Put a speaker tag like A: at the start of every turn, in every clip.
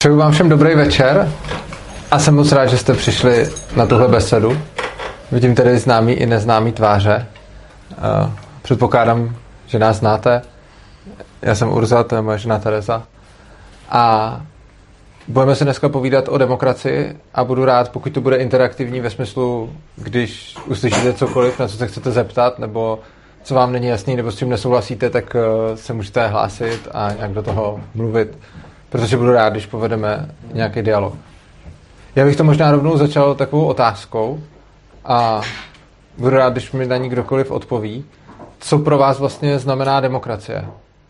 A: Přeju vám všem dobrý večer a jsem moc rád, že jste přišli na tuhle besedu. Vidím tady známý i neznámý tváře. Předpokládám, že nás znáte. Já jsem Urza, to je moje žena Tereza. A budeme se dneska povídat o demokracii a budu rád, pokud to bude interaktivní ve smyslu, když uslyšíte cokoliv, na co se chcete zeptat, nebo co vám není jasný, nebo s čím nesouhlasíte, tak se můžete hlásit a nějak do toho mluvit, protože budu rád, když povedeme nějaký dialog. Já bych to možná rovnou začal takovou otázkou a budu rád, když mi na ní kdokoliv odpoví. Co pro vás vlastně znamená demokracie?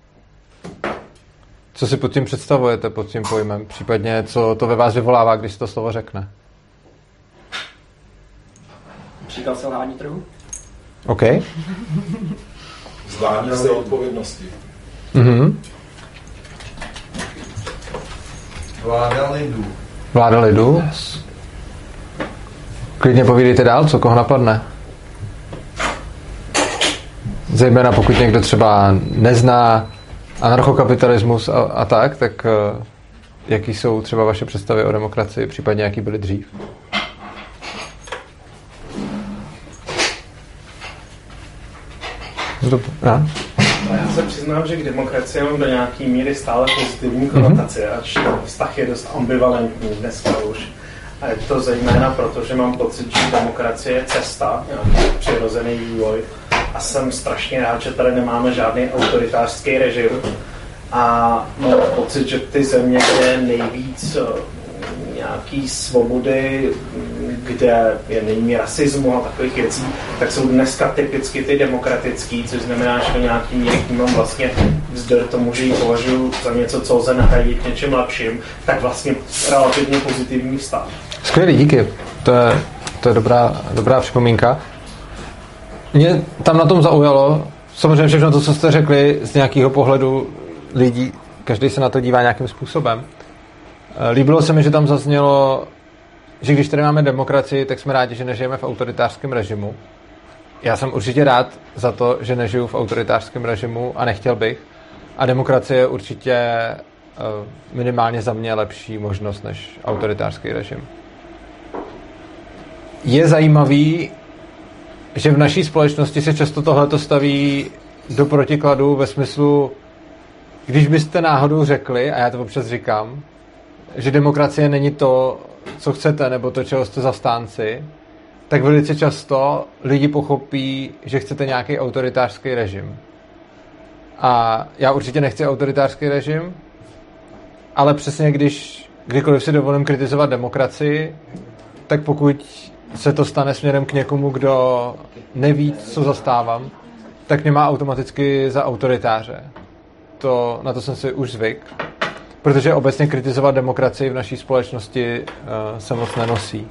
A: Co si pod tím představujete, pod tím pojmem? Případně, co to ve vás vyvolává, když se to slovo řekne?
B: Příklad selhání trhu?
A: OK.
C: Vzdání se odpovědnosti.
A: Mhm.
C: Vláda lidu.
A: Vláda lidu? Klidně povídejte dál, co koho napadne. Zejména pokud někdo třeba nezná anarchokapitalismus a tak jaký jsou třeba vaše představy o demokracii, případně jaký byly dřív?
D: Já se přiznám, že k demokracii mám do nějaký míry stále pozitivní konotaci, ač vztah je dost ambivalentní dneska už. A je to zejména proto, že mám pocit, že demokracie je cesta, nějaký přirozený vývoj. A jsem strašně rád, že tady nemáme žádný autoritářský režim. A mám pocit, že ty země, kde je nejvíc nějaký svobody, kde je nejméně rasismu a takových věcí, tak jsou dneska typicky ty demokratický, což znamená, že do nějaký míry k ním mám vlastně vzdor tomu, že ji považuji za něco, co lze nahradit něčím lepším, tak vlastně relativně pozitivní vztah.
A: Skvělý, díky. To je dobrá připomínka. Mě tam na tom zaujalo, samozřejmě všechno to, co jste řekli, z nějakého pohledu lidí, každý se na to dívá nějakým způsobem. Líbilo se mi, že tam zaznělo, že když tady máme demokracii, tak jsme rádi, že nežijeme v autoritářském režimu. Já jsem určitě rád za to, že nežiju v autoritářském režimu a nechtěl bych. A demokracie je určitě minimálně za mě lepší možnost než autoritářský režim. Je zajímavý, že v naší společnosti se často tohleto staví do protikladu ve smyslu, když byste náhodou řekli, a já to občas říkám, že demokracie není to, co chcete, nebo to, čeho jste zastánci, tak velice často lidi pochopí, že chcete nějaký autoritářský režim. A já určitě nechci autoritářský režim, ale přesně kdykoliv si dovolím kritizovat demokracii, tak pokud se to stane směrem k někomu, kdo neví, co zastávám, tak mě má automaticky za autoritáře. Na to jsem si už zvyk, protože obecně kritizovat demokracii v naší společnosti se moc nenosí.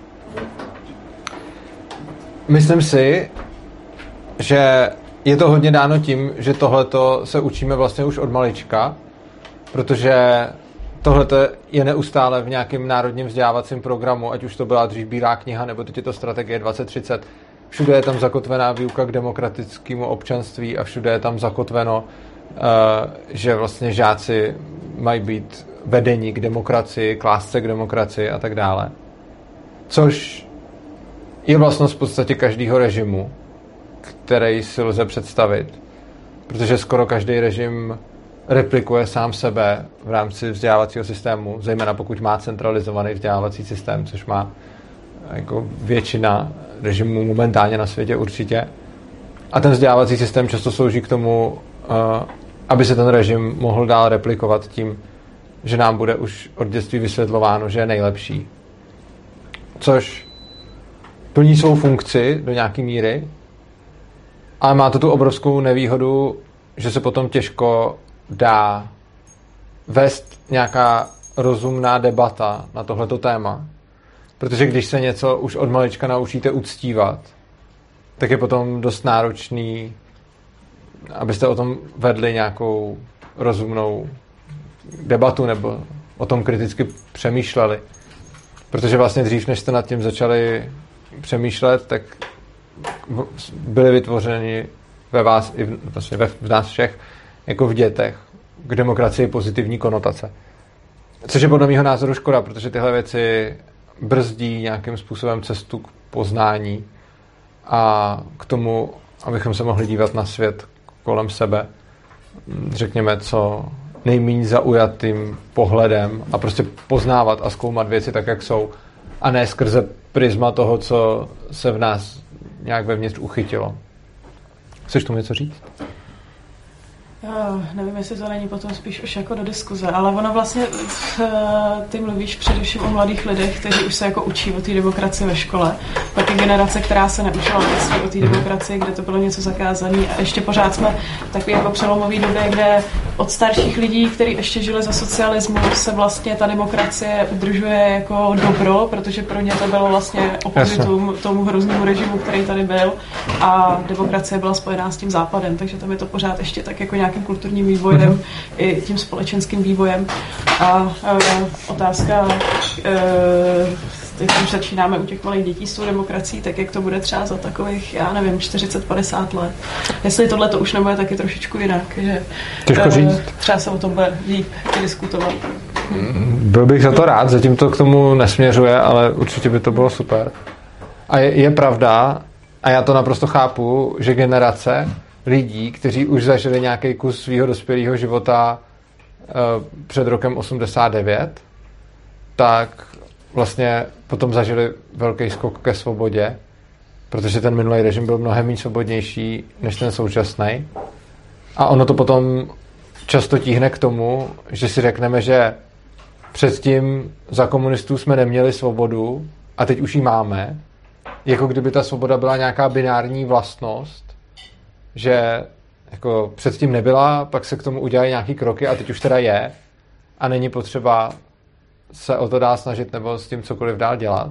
A: Myslím si, že je to hodně dáno tím, že tohleto se učíme vlastně už od malička, protože tohleto je neustále v nějakém národním vzdělávacím programu, ať už to byla dřív Bílá kniha, nebo teď je to strategie 2030. Všude je tam zakotvená výuka k demokratickému občanství a všude je tam zakotveno, že vlastně žáci mají být vedení k demokracii, k lásce k demokracii a tak dále. Což je vlastnost v podstatě každého režimu, který si lze představit. Protože skoro každý režim replikuje sám sebe v rámci vzdělávacího systému, zejména pokud má centralizovaný vzdělávací systém, což má jako většina režimů momentálně na světě určitě. A ten vzdělávací systém často slouží k tomu, aby se ten režim mohl dál replikovat tím, že nám bude už od dětství vysvětlováno, že je nejlepší. Což plní svou funkci do nějaké míry, ale má to tu obrovskou nevýhodu, že se potom těžko dá vést nějaká rozumná debata na tohleto téma. Protože když se něco už od malička naučíte uctívat, tak je potom dost náročný, abyste o tom vedli nějakou rozumnou debatu nebo o tom kriticky přemýšleli. Protože vlastně dřív, než jste nad tím začali přemýšlet, tak byly vytvořeny ve vás i vlastně v nás všech jako v dětech k demokracii pozitivní konotace. Což je podle mého názoru škoda, protože tyhle věci brzdí nějakým způsobem cestu k poznání a k tomu, abychom se mohli dívat na svět kolem sebe, řekněme, co nejméně zaujatým pohledem a prostě poznávat a zkoumat věci tak, jak jsou, a ne skrze prisma toho, co se v nás nějak vevnitř uchytilo. Chceš tomu něco říct?
E: Nevím, jestli to není potom spíš už jako do diskuze, ale ono vlastně, ty mluvíš především o mladých lidech, kteří už se jako učí o té demokracii ve škole. Pak je generace, která se neučila vlastně o té demokracii, kde to bylo něco zakázané, a ještě pořád jsme takový jako přelomový době, kde od starších lidí, kteří ještě žili za socialismu, se vlastně ta demokracie udržuje jako dobro, protože pro ně to bylo vlastně opozitum tomu hroznému režimu, který tady byl, a demokracie byla spojená s tím západem, takže tam je to pořád ještě tak jako nějakým kulturním vývojem i tím společenským vývojem. A otázka, teď už začínáme u těch malých dětí s tou demokracií, tak jak to bude třeba za takových, já nevím, 40-50 let. Jestli tohle to už nebude taky trošičku jinak, že třeba se o tom bude líp diskutovat.
A: Byl bych za to rád, zatím to k tomu nesměřuje, ale určitě by to bylo super. A je pravda, a já to naprosto chápu, že generace lidí, kteří už zažili nějaký kus svého dospělého života před rokem 89, tak vlastně potom zažili velký skok ke svobodě, protože ten minulý režim byl mnohem méně svobodnější než ten současný. A ono to potom často tíhne k tomu, že si řekneme, že předtím za komunistů jsme neměli svobodu a teď už ji máme. Jako kdyby ta svoboda byla nějaká binární vlastnost, že jako předtím nebyla, pak se k tomu udělají nějaký kroky a teď už teda je a není potřeba se o to dál snažit nebo s tím cokoliv dál dělat.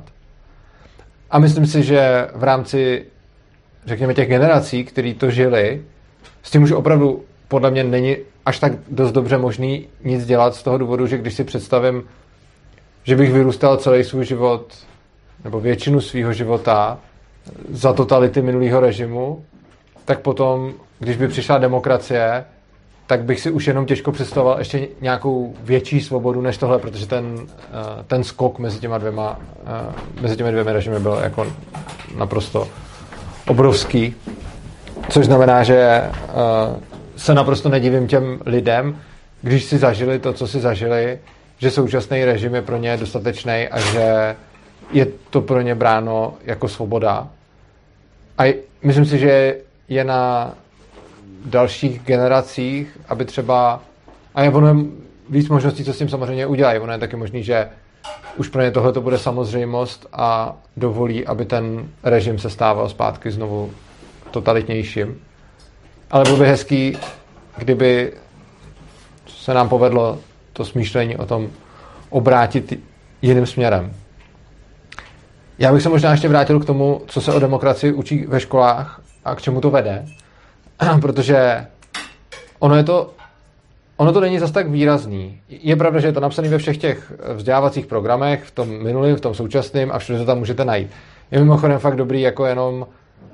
A: A myslím si, že v rámci, řekněme, těch generací, který to žili, s tím už opravdu podle mě není až tak dost dobře možný nic dělat z toho důvodu, že když si představím, že bych vyrůstal celý svůj život nebo většinu svýho života za totality minulého režimu, tak potom, když by přišla demokracie, tak bych si už jenom těžko představoval ještě nějakou větší svobodu než tohle, protože ten skok mezi těmi dvěma režimy byl jako naprosto obrovský. Což znamená, že se naprosto nedivím těm lidem, když si zažili to, co si zažili, že současný režim je pro ně dostatečný a že je to pro ně bráno jako svoboda. A myslím si, že je na dalších generacích, aby třeba, a je ono víc možností, co s tím samozřejmě udělají. Ono je taky možný, že už pro ně tohle to bude samozřejmost a dovolí, aby ten režim se stával zpátky znovu totalitnějším. Ale bylo by hezký, kdyby se nám povedlo to smýšlení o tom obrátit jiným směrem. Já bych se možná ještě vrátil k tomu, co se o demokracii učí ve školách a k čemu to vede, protože ono to není zas tak výrazný. Je pravda, že je to napsané ve všech těch vzdělávacích programech, v tom minulém, v tom současném a všude to tam můžete najít. Je mimochodem fakt dobrý jako jenom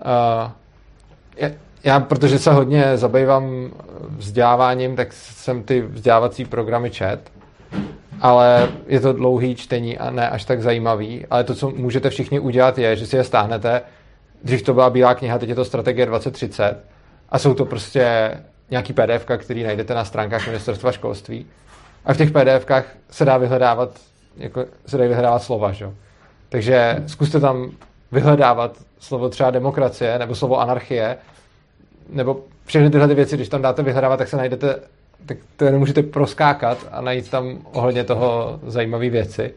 A: já, protože se hodně zabývám vzděláváním, tak jsem ty vzdělávací programy čet, ale je to dlouhý čtení a ne až tak zajímavý, ale to, co můžete všichni udělat, je, že si je stáhnete. Dřív to byla bílá kniha, teď je to Strategie 2030 a jsou to prostě nějaký PDF-ka, který najdete na stránkách Ministerstva školství a v těch PDF-kách se dají vyhledávat slova, že? Takže zkuste tam vyhledávat slovo třeba demokracie nebo slovo anarchie nebo všechny tyhle věci, když tam dáte vyhledávat, tak se najdete, tak to nemůžete proskákat a najít tam ohledně toho zajímavé věci.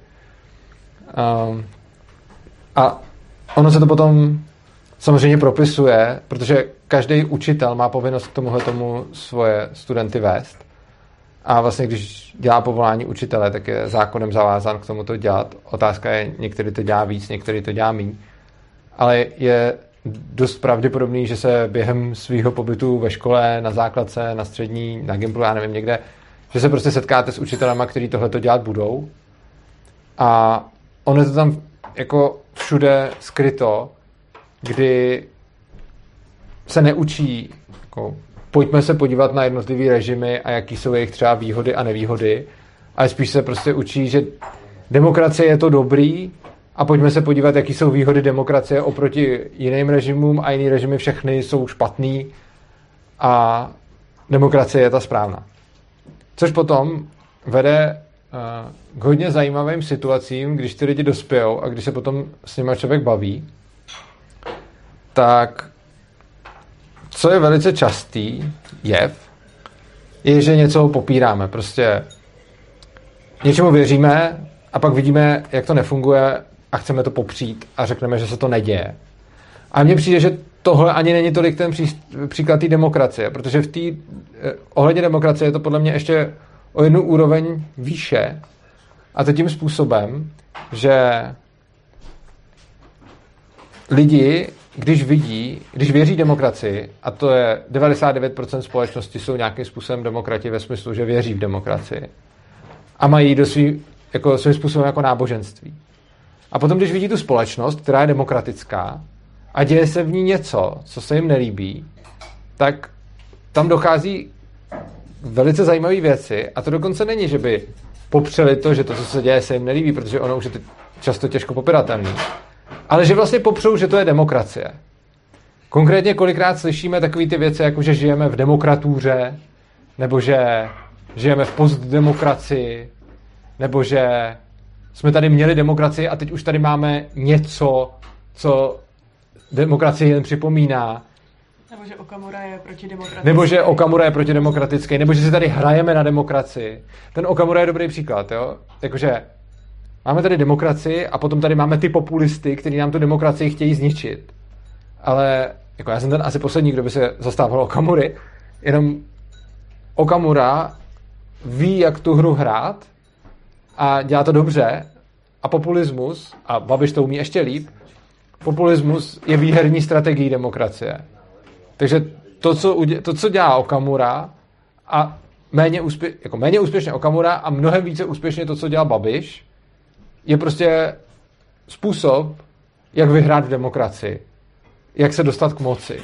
A: A ono se to potom samozřejmě propisuje, protože každý učitel má povinnost k tomu svoje studenty vést. A vlastně, když dělá povolání učitele, tak je zákonem zavázán k tomu to dělat. Otázka je, některý to dělá víc, některý to dělá míň. Ale je dost pravděpodobný, že se během svého pobytu ve škole, na základce, na střední, na Gimplu, já nevím, někde, že se prostě setkáte s učitelema, kteří tohleto dělat budou. A ono je to tam jako všude skryto, kdy se neučí, jako, pojďme se podívat na jednotlivý režimy a jaký jsou jejich třeba výhody a nevýhody, ale spíš se prostě učí, že demokracie je to dobrý a pojďme se podívat, jaký jsou výhody demokracie oproti jiným režimům a jiný režimy všechny jsou špatný a demokracie je ta správná. Což potom vede k hodně zajímavým situacím, když ty lidi dospějou a když se potom s nimi člověk baví, tak co je velice častý jev, je, že něco popíráme. Prostě něčemu věříme a pak vidíme, jak to nefunguje a chceme to popřít a řekneme, že se to neděje. A mně přijde, že tohle ani není tolik ten příklad té demokracie, protože v té ohledně demokracie je to podle mě ještě o jednu úroveň výše a to tím způsobem, že lidi, když věří demokracii, a to je 99% společnosti jsou nějakým způsobem demokrati ve smyslu, že věří v demokracii a mají jako svým způsobem jako náboženství. A potom, když vidí tu společnost, která je demokratická a děje se v ní něco, co se jim nelíbí, tak tam dochází velice zajímavé věci a to dokonce není, že by popřeli to, že to, co se děje, se jim nelíbí, protože ono už je často těžko popiratelné, ale že vlastně popřou, že to je demokracie. Konkrétně kolikrát slyšíme takové ty věci, jako že žijeme v demokratuře, nebo že žijeme v postdemokracii, nebo že jsme tady měli demokracii a teď už tady máme něco, co demokracii jen připomíná.
E: Nebo že Okamura je protidemokratický.
A: Nebo že Okamura je protidemokratický, nebo že si tady hrajeme na demokracii. Ten Okamura je dobrý příklad, jo? Jakože máme tady demokracii a potom tady máme ty populisty, kteří nám tu demokracii chtějí zničit. Ale jako já jsem ten asi poslední, kdo by se zastával Okamury, jenom Okamura ví, jak tu hru hrát a dělá to dobře a populismus, a Babiš to umí ještě líp, populismus je výherní strategií demokracie. Takže to, co dělá Okamura a méně úspěšně Okamura a mnohem více úspěšně to, co dělá Babiš, je prostě způsob, jak vyhrát v demokracii. Jak se dostat k moci.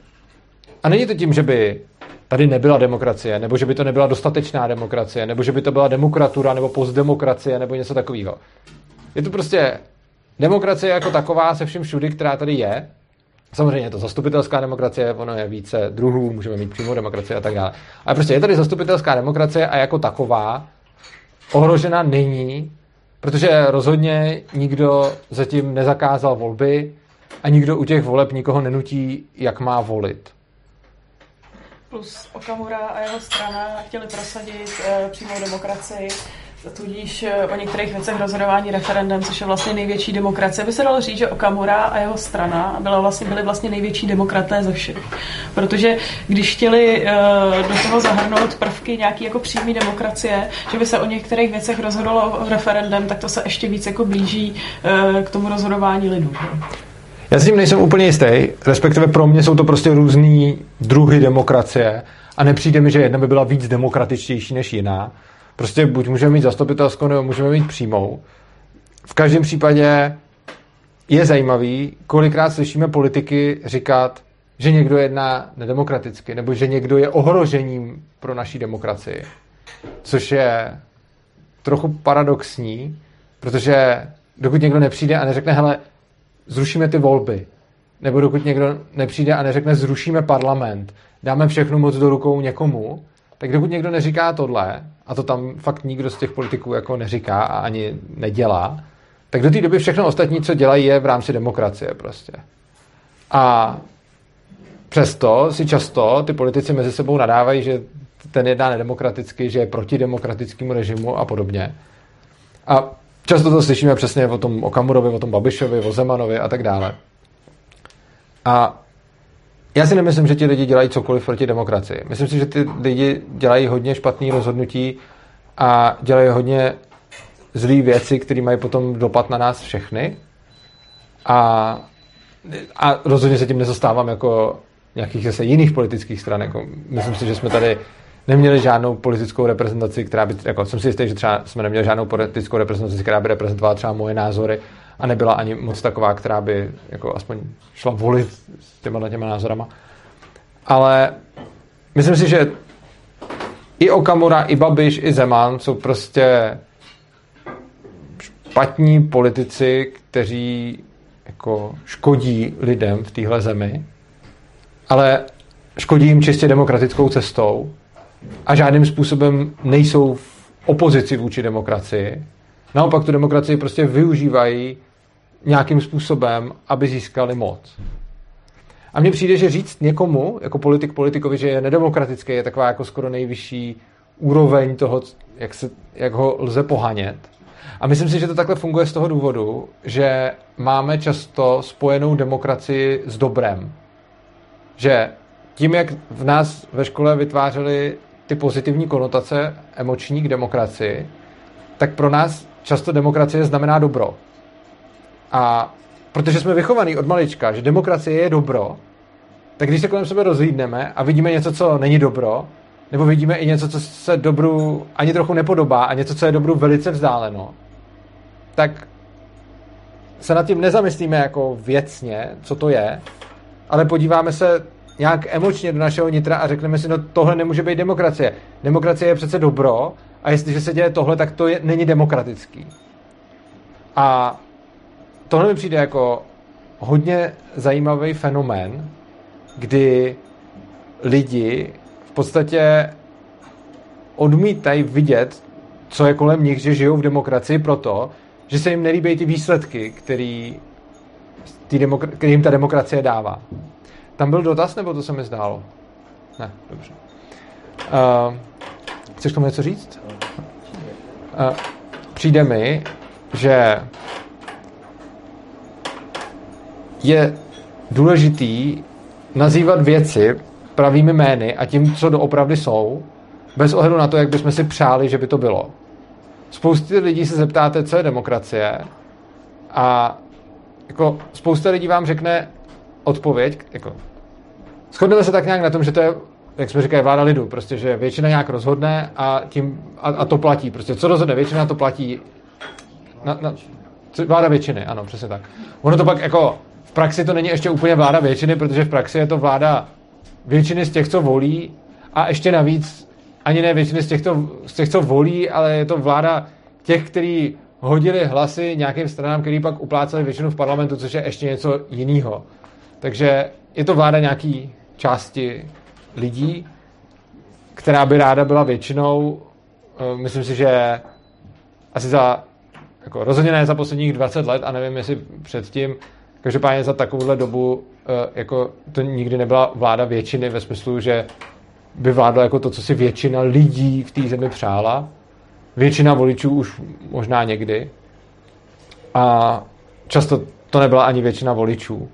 A: A není to tím, že by tady nebyla demokracie, nebo že by to nebyla dostatečná demokracie, nebo že by to byla demokratura, nebo postdemokracie, nebo něco takového. Je to prostě demokracie jako taková se vším všudy, která tady je. Samozřejmě je to zastupitelská demokracie, ono je více druhů, můžeme mít přímou demokracii a tak dále. Ale prostě je tady zastupitelská demokracie a jako taková ohrožena není, protože rozhodně nikdo zatím nezakázal volby a nikdo u těch voleb nikoho nenutí, jak má volit.
E: Plus Okamura a jeho strana chtěli prosadit přímou demokracii, tudíž o některých věcech rozhodování referendem, což je vlastně největší demokracie. By se dalo říct, že Okamura a jeho strana byli vlastně největší demokraté ze všech. Protože když chtěli do toho zahrnout prvky nějaký jako přímý demokracie, že by se o některých věcech rozhodovalo referendem, tak to se ještě víc jako blíží k tomu rozhodování lidů.
A: Já s tím nejsem úplně jistý, respektive pro mě jsou to prostě různý druhy demokracie a nepřijde mi, že jedna by byla víc demokratičtější než jiná. Prostě buď můžeme mít zastupitelskou, nebo můžeme mít přímou. V každém případě je zajímavý, kolikrát slyšíme politiky říkat, že někdo jedná nedemokraticky, nebo že někdo je ohrožením pro naší demokracii. Což je trochu paradoxní, protože dokud někdo nepřijde a neřekne, hele, zrušíme ty volby, nebo dokud někdo nepřijde a neřekne, zrušíme parlament, dáme všechnu moc do rukou někomu, tak dokud někdo neříká tohle, a to tam fakt nikdo z těch politiků jako neříká a ani nedělá, tak do té doby všechno ostatní, co dělají, je v rámci demokracie prostě. A přesto si často ty politici mezi sebou nadávají, že ten jedná nedemokraticky, že je proti demokratickému režimu a podobně. A často to slyšíme přesně o tom Okamurovi, o tom Babišovi, o Zemanovi a tak dále. A já si nemyslím, že ti lidi dělají cokoliv proti demokracii. Myslím si, že ty lidi dělají hodně špatný rozhodnutí a dělají hodně zlý věci, které mají potom dopad na nás všechny. A rozhodně se tím nezastávám jako nějakých zase jiných politických stran. Jako myslím si, že jsme tady neměli žádnou politickou reprezentaci, která by, jako jsem si jistý, že třeba jsme neměli žádnou politickou reprezentaci, která by reprezentovala třeba moje názory a nebyla ani moc taková, která by jako aspoň šla volit s těma názorama. Ale myslím si, že i Okamura, i Babiš, i Zeman jsou prostě špatní politici, kteří jako škodí lidem v téhle zemi, ale škodí jim čistě demokratickou cestou a žádným způsobem nejsou v opozici vůči demokracii. Naopak tu demokracii prostě využívají nějakým způsobem, aby získali moc. A mně přijde, že říct někomu, jako politikovi, že je nedemokratický, je taková jako skoro nejvyšší úroveň toho, jak ho lze pohánět. A myslím si, že to takhle funguje z toho důvodu, že máme často spojenou demokracii s dobrem. Že tím, jak v nás ve škole vytvářeli ty pozitivní konotace emoční k demokracii, tak pro nás často demokracie znamená dobro. A protože jsme vychovaní od malička, že demokracie je dobro, tak když se kolem sebe rozhlídneme a vidíme něco, co není dobro, nebo vidíme i něco, co se dobru ani trochu nepodobá a něco, co je dobru velice vzdáleno, tak se nad tím nezamyslíme jako věcně, co to je, ale podíváme se nějak emočně do našeho nitra a řekneme si, no tohle nemůže být demokracie. Demokracie je přece dobro a jestliže se děje tohle, tak to není demokratický. A tohle mi přijde jako hodně zajímavý fenomén, kdy lidi v podstatě odmítají vidět, co je kolem nich, že žijou v demokracii proto, že se jim nelíbí ty výsledky, který jim ta demokracie dává. Tam byl dotaz, nebo to se mi zdálo? Ne, dobře. Chceš tomu něco říct? Přijde mi, že je důležitý nazývat věci pravými jmény a tím, co doopravdy jsou, bez ohledu na to, jak bychom si přáli, že by to bylo. Spousty lidí se zeptáte, co je demokracie, a jako spousta lidí vám řekne odpověď, jako shodneme se tak nějak na tom, že to je, jak jsme říkali, vláda lidu, prostě, že většina nějak rozhodne a to platí. Prostě co rozhodne většina, to platí. Vláda většiny, ano, přesně tak. Ono to pak jako v praxi to není ještě úplně vláda většiny, protože v praxi je to vláda většiny z těch, co volí, a ještě navíc ani ne většiny z těch, co volí, ale je to vláda těch, kteří hodili hlasy nějakým stranám, který pak upláceli většinu v parlamentu, což je ještě něco jiného. Takže je to vláda nějaký části lidí, která by ráda byla většinou. Myslím si, že asi rozhodně ne za posledních 20 let a nevím, jestli předtím, každopádně za takovouhle dobu jako to nikdy nebyla vláda většiny ve smyslu, že by vládla jako to, co si většina lidí v té zemi přála. Většina voličů už možná někdy. A často to nebyla ani většina voličů.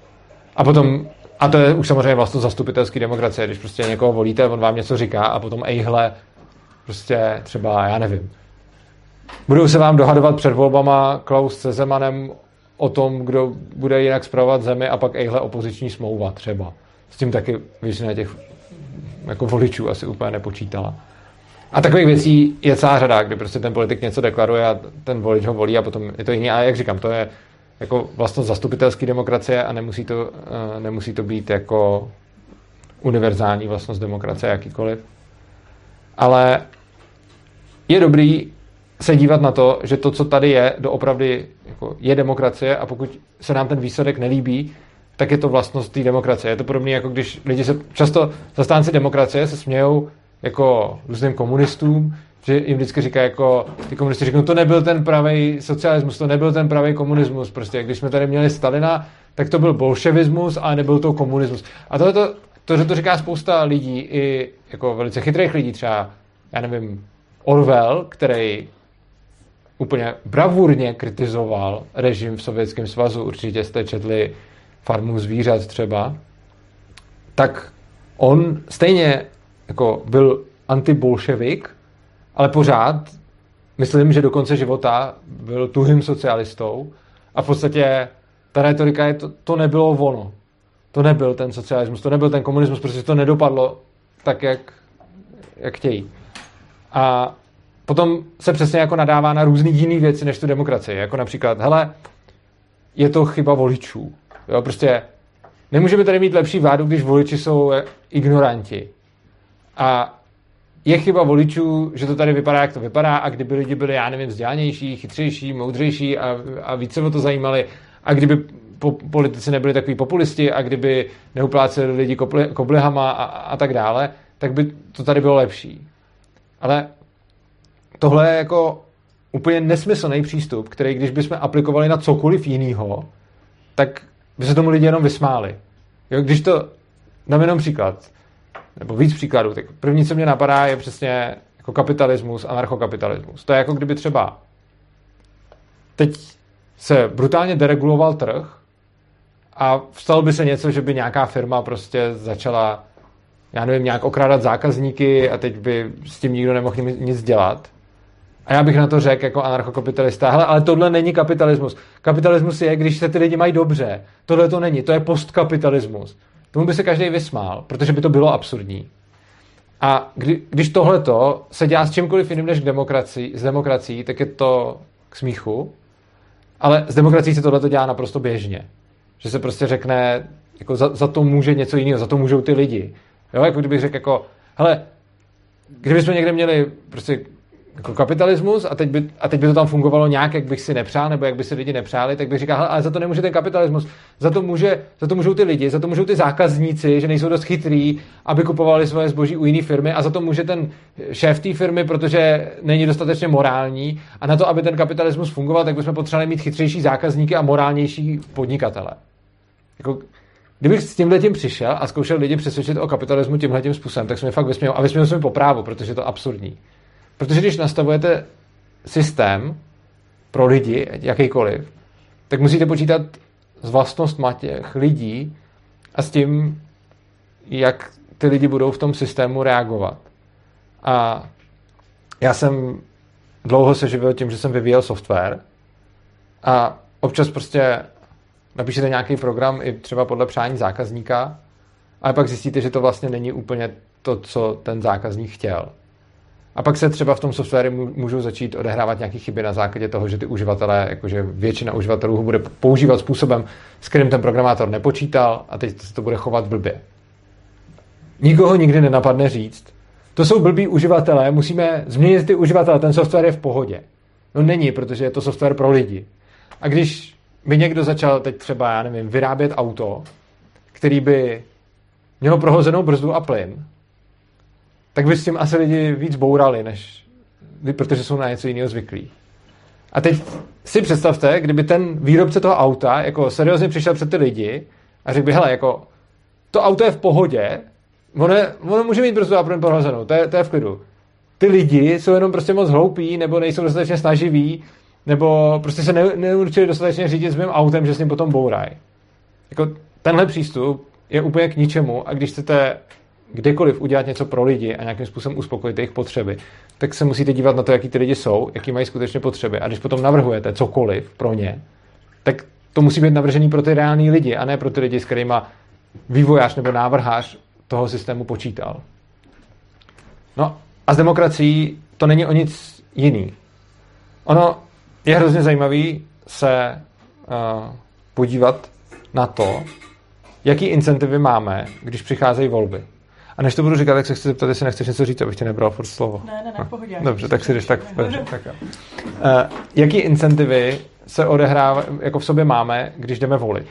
A: A to je už samozřejmě vlastně zastupitelský demokracie, když prostě někoho volíte, on vám něco říká a potom ejhle, prostě třeba, já nevím. Budou se vám dohadovat před volbama Klaus se Zemanem o tom, kdo bude jinak spravovat zemi, a pak ejhle opoziční smlouva třeba. S tím taky většina těch jako voličů asi úplně nepočítala. A takových věcí je celá řada, kdy prostě ten politik něco deklaruje a ten volič ho volí a potom je to jiný. A jak říkám, to je jako vlastně zastupitelský demokracie a nemusí to být jako univerzální vlastnost demokracie jakýkoliv. Ale je dobrý se dívat na to, že to, co tady je, doopravdy jako je demokracie, a pokud se nám ten výsledek nelíbí, tak je to vlastnost té demokracie. Je to podobné, jako když lidi se často zastánci demokracie se smějou jako různým komunistům, že jim vždycky říkají, jako ty komunisti říkají, no to nebyl ten pravý socialismus, to nebyl ten pravý komunismus, prostě když jsme tady měli Stalina, tak to byl bolševismus, ale nebyl to komunismus. A že to říká spousta lidí, i jako velice chytrých lidí, třeba, já nevím, Orwell, který úplně bravurně kritizoval režim v Sovětském svazu, určitě jste četli Farmu zvířat třeba, tak on stejně jako byl antibolševik, ale pořád myslím, že do konce života byl tuhým socialistou a v podstatě ta retorika je to nebylo ono. To nebyl ten socialismus, to nebyl ten komunismus, protože to nedopadlo tak, jak chtějí. A potom se přesně jako nadává na různý jiný věci než tu demokracii, jako například, hele, je to chyba voličů. Jo, prostě nemůžeme tady mít lepší vládu, když voliči jsou ignoranti. A je chyba voličů, že to tady vypadá, jak to vypadá, a kdyby lidi byli, já nevím, vzdělanější, chytřejší, moudřejší a více o to zajímali, a kdyby politici nebyli takový populisti a kdyby neupláceli lidi koblihama a tak dále, tak by to tady bylo lepší. Ale tohle je jako úplně nesmyslný přístup, který když bychom aplikovali na cokoliv jinýho, tak by se tomu lidi jenom vysmáli. Jo, když to dám jenom příklad, nebo víc příkladů, tak první, co mě napadá, je přesně jako kapitalismus, anarchokapitalismus. To je jako kdyby třeba teď se brutálně dereguloval trh a vstalo by se něco, že by nějaká firma prostě začala, já nevím, nějak okrádat zákazníky a teď by s tím nikdo nemohl nic dělat. A já bych na to řekl jako anarchokapitalista, hele, ale tohle není kapitalismus. Kapitalismus je, když se ty lidi mají dobře. Tohle to není, to je postkapitalismus. Tomu by se každý vysmál, protože by to bylo absurdní. A když tohleto se dělá s čímkoliv jiným než s demokracií, tak je to k smíchu. Ale s demokracií se tohleto dělá naprosto běžně. Že se prostě řekne, jako za to může něco jiného, za to můžou ty lidi. Jo, jako kdybych řekl jako, hele, kdybychom někde měli prostě jako kapitalismus a teď by to tam fungovalo nějak, jak bych si nepřál, nebo jak by si lidi nepřáli, tak bych říkal, hele, ale za to nemůže ten kapitalismus, za to můžou ty lidi, za to můžou ty zákazníci, že nejsou dost chytrý, aby kupovali svoje zboží u jiné firmy, a za to může ten šéf té firmy, protože není dostatečně morální, a na to, aby ten kapitalismus fungoval, tak bychom potřebovali mít chytřejší zákazníky a morálnější podnikatele. Jako, kdybych s tímhletím přišel a zkoušel lidi přesvědčit o kapitalismu tímhletím způsobem, tak se mi fakt vysměl, a vysměl se mi po právu, protože je to absurdní. Protože když nastavujete systém pro lidi, jakýkoliv, tak musíte počítat s vlastnostma těch lidí a s tím, jak ty lidi budou v tom systému reagovat. A já jsem dlouho se živil tím, že jsem vyvíjel software a občas prostě napíšete nějaký program i třeba podle přání zákazníka, ale pak zjistíte, že to vlastně není úplně to, co ten zákazník chtěl. A pak se třeba v tom softwaru můžou začít odehrávat nějaké chyby na základě toho, že ty uživatelé, jakože většina uživatelů ho bude používat způsobem, s kterým ten programátor nepočítal, a teď se to bude chovat blbě. Nikoho nikdy nenapadne říct, to jsou blbí uživatelé, musíme změnit ty uživatele, ten software je v pohodě. No není, protože je to software pro lidi. A když by někdo začal teď třeba, já nevím, vyrábět auto, který by mělo prohozenou brzdu a plyn, tak by s tím asi lidi víc bourali, protože jsou na něco jiného zvyklí. A teď si představte, kdyby ten výrobce toho auta jako seriózně přišel před ty lidi a řekl by, hele, jako to auto je v pohodě, ono může mít brzdu a plyn prohozenou, to je v klidu. Ty lidi jsou jenom prostě moc hloupí, nebo nejsou dostatečně snaživí, nebo prostě se neučili dostatečně řídit s mým autem, že s ním potom bourají. Jako tenhle přístup je úplně k ničemu, a když chcete kdekoliv udělat něco pro lidi a nějakým způsobem uspokojit jejich potřeby, tak se musíte dívat na to, jaký ty lidi jsou, jaký mají skutečně potřeby. A když potom navrhujete cokoliv pro ně, tak to musí být navržený pro ty reální lidi, a ne pro ty lidi, s kterými vývojář nebo návrhář toho systému počítal. No a s demokracií to není o nic jiný. Ono je hrozně zajímavý se podívat na to, jaký incentivy máme, když přicházejí volby. A než to budu říkat, tak se chci zeptat, jestli nechceš něco říct, abych ti nebral furt slovo.
E: Ne, pohodě.
A: Dobře, tak si jdeš tak. Jaký incentivy se odehrávají, jako v sobě máme, když jdeme volit?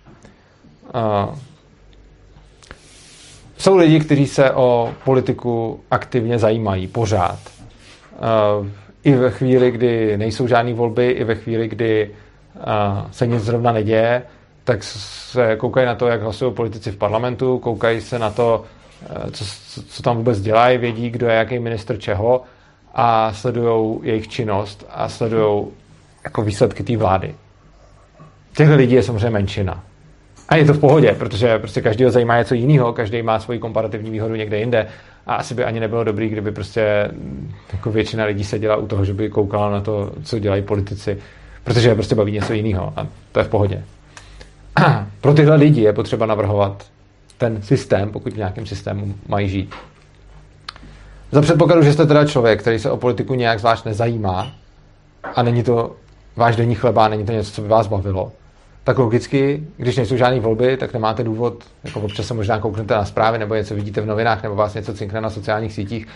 A: Jsou lidi, kteří se o politiku aktivně zajímají pořád. I ve chvíli, kdy nejsou žádné volby, i ve chvíli, kdy se nic zrovna neděje, tak se koukají na to, jak hlasují politici v parlamentu, koukají se na to, co tam vůbec dělají, vědí, kdo je jaký ministr čeho, a sledují jejich činnost a sledují jako výsledky té vlády. Těchto lidí je samozřejmě menšina. A je to v pohodě, protože prostě každýho zajímá něco jiného, každý má svoji komparativní výhodu někde jinde, a asi by ani nebylo dobrý, kdyby prostě jako většina lidí seděla u toho, že by koukala na to, co dělají politici, protože je prostě baví něco jiného, a to je v pohodě. Pro tyhle lidi je potřeba navrhovat ten systém, pokud v nějakém systému mají žít. Za předpokladu, že jste teda člověk, který se o politiku nějak zvlášť nezajímá a není to váš denní chleba, není to něco, co by vás bavilo, tak logicky, když nejsou žádné volby, tak nemáte důvod, jako občas se možná kouknete na zprávy, nebo něco vidíte v novinách, nebo vás něco cinkne na sociálních sítích,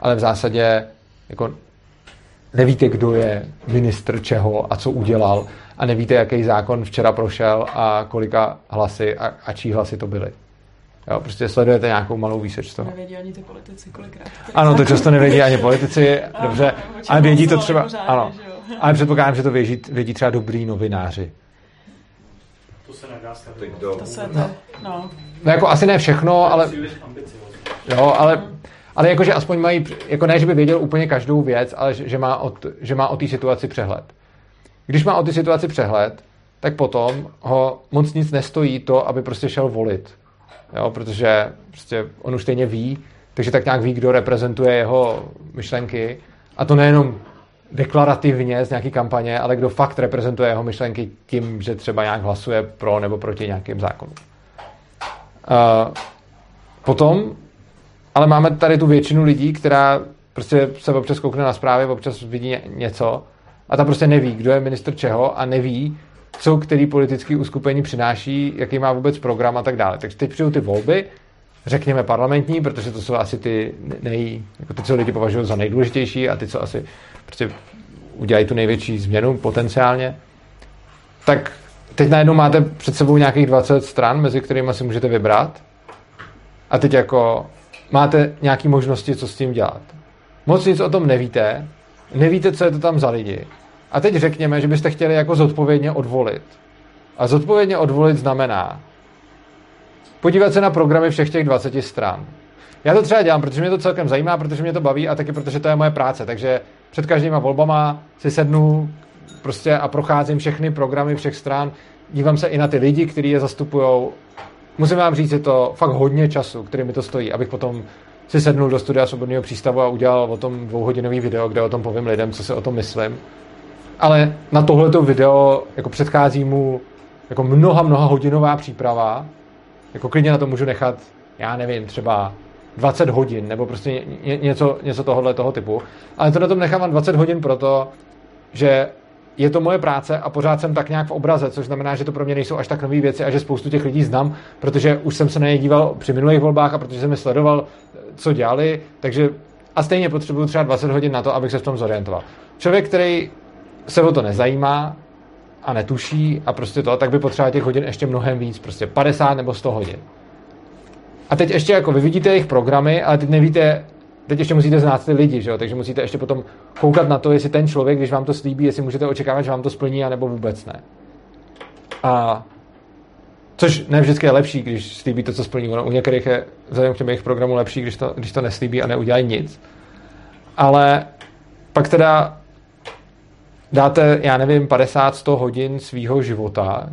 A: ale v zásadě jako nevíte, kdo je ministr čeho a co udělal a nevíte, jaký zákon včera prošel a kolika hlasy a čí hlasy to byly. Jo, prostě sledujete nějakou malou výseč z toho.
E: Nevědí ani ty politici kolikrát.
A: Ano, to často nevědí ani politici, dobře, ale vědí to třeba, ano, ale předpokládám, že to vědí třeba dobrý novináři.
D: To se nedá stavit.
E: To se no.
A: No jako asi ne všechno, ale jo, ale jakože aspoň mají, jako ne, že by věděl úplně každou věc, ale že má o té situaci přehled. Když má o té situaci přehled, tak potom ho moc nic nestojí to, aby prostě šel volit. Jo, protože prostě on už stejně ví, takže tak nějak ví, kdo reprezentuje jeho myšlenky. A to nejenom deklarativně z nějaký kampaně, ale kdo fakt reprezentuje jeho myšlenky tím, že třeba nějak hlasuje pro nebo proti nějakým zákonům. Potom ale máme tady tu většinu lidí, která prostě se občas koukne na zprávy, občas vidí něco a ta prostě neví, kdo je ministr čeho a neví, co který politický uskupení přináší, jaký má vůbec program a tak dále. Takže teď přijdou ty volby, řekněme parlamentní, protože to jsou asi ty jako ty, co lidi považují za nejdůležitější a ty, co asi prostě udělají tu největší změnu potenciálně. Tak teď najednou máte před sebou nějakých 20 stran, mezi kterými si můžete vybrat a teď jako máte nějaké možnosti, co s tím dělat. Moc nic o tom nevíte, co je to tam za lidi. A teď řekněme, že byste chtěli jako zodpovědně odvolit. A zodpovědně odvolit znamená podívat se na programy všech těch 20 stran. Já to třeba dělám, protože mě to celkem zajímá, protože mě to baví a taky protože to je moje práce. Takže před každýma volbama si sednu prostě a procházím všechny programy všech stran, dívám se i na ty lidi, kteří je zastupujou. Musím vám říct, je to fakt hodně času, který mi to stojí, abych potom si sednul do studia Svobodného přístavu a udělal o tom 2hodinový video, kde o tom povím lidem, co si o tom myslím. Ale na tohleto video jako předchází mu jako mnoha hodinová příprava. Jako klidně na to můžu nechat, já nevím, třeba 20 hodin, nebo prostě něco toho typu. Ale to na tom nechávám 20 hodin proto, že je to moje práce a pořád jsem tak nějak v obraze, což znamená, že to pro mě nejsou až tak nové věci a že spoustu těch lidí znám, protože už jsem se na ně díval při minulých volbách a protože jsem je sledoval, co dělali, takže a stejně potřebuju třeba 20 hodin na to, abych se v tom zorientoval. Člověk, který se o to nezajímá a netuší a prostě to, tak by potřeboval těch hodin ještě mnohem víc, prostě 50 nebo 100 hodin. A teď ještě jako vy vidíte jejich programy, ale teď nevíte, teď ještě musíte znát ty lidi, že jo? Takže musíte ještě potom koukat na to, jestli ten člověk, když vám to slíbí, jestli můžete očekávat, že vám to splní, anebo vůbec ne. A což ne vždycky je lepší, když slíbí to, co splní. Ono u některých je vzhledem k těm jejich programů lepší, když to neslíbí a neudělají nic. Ale pak teda dáte, já nevím, 50-100 hodin svýho života,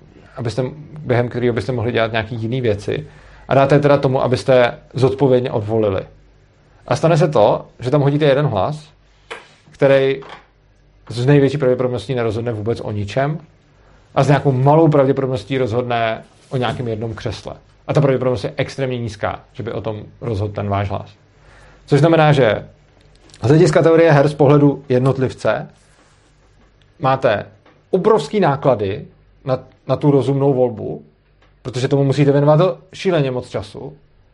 A: během kterého byste mohli dělat nějaký jiný věci a dáte teda tomu, abyste zodpovědně odvolili. A stane se to, že tam hodíte jeden hlas, který z největší pravděpodobností nerozhodne vůbec o ničem a s nějakou malou pravděpodobností rozhodne o nějakém jednom křesle. A ta pravděpodobnost je extrémně nízká, že by o tom rozhodl ten váš hlas. Což znamená, že z hlediska teorie her z pohledu jednotlivce máte obrovský náklady na tu rozumnou volbu, protože tomu musíte věnovat šíleně moc času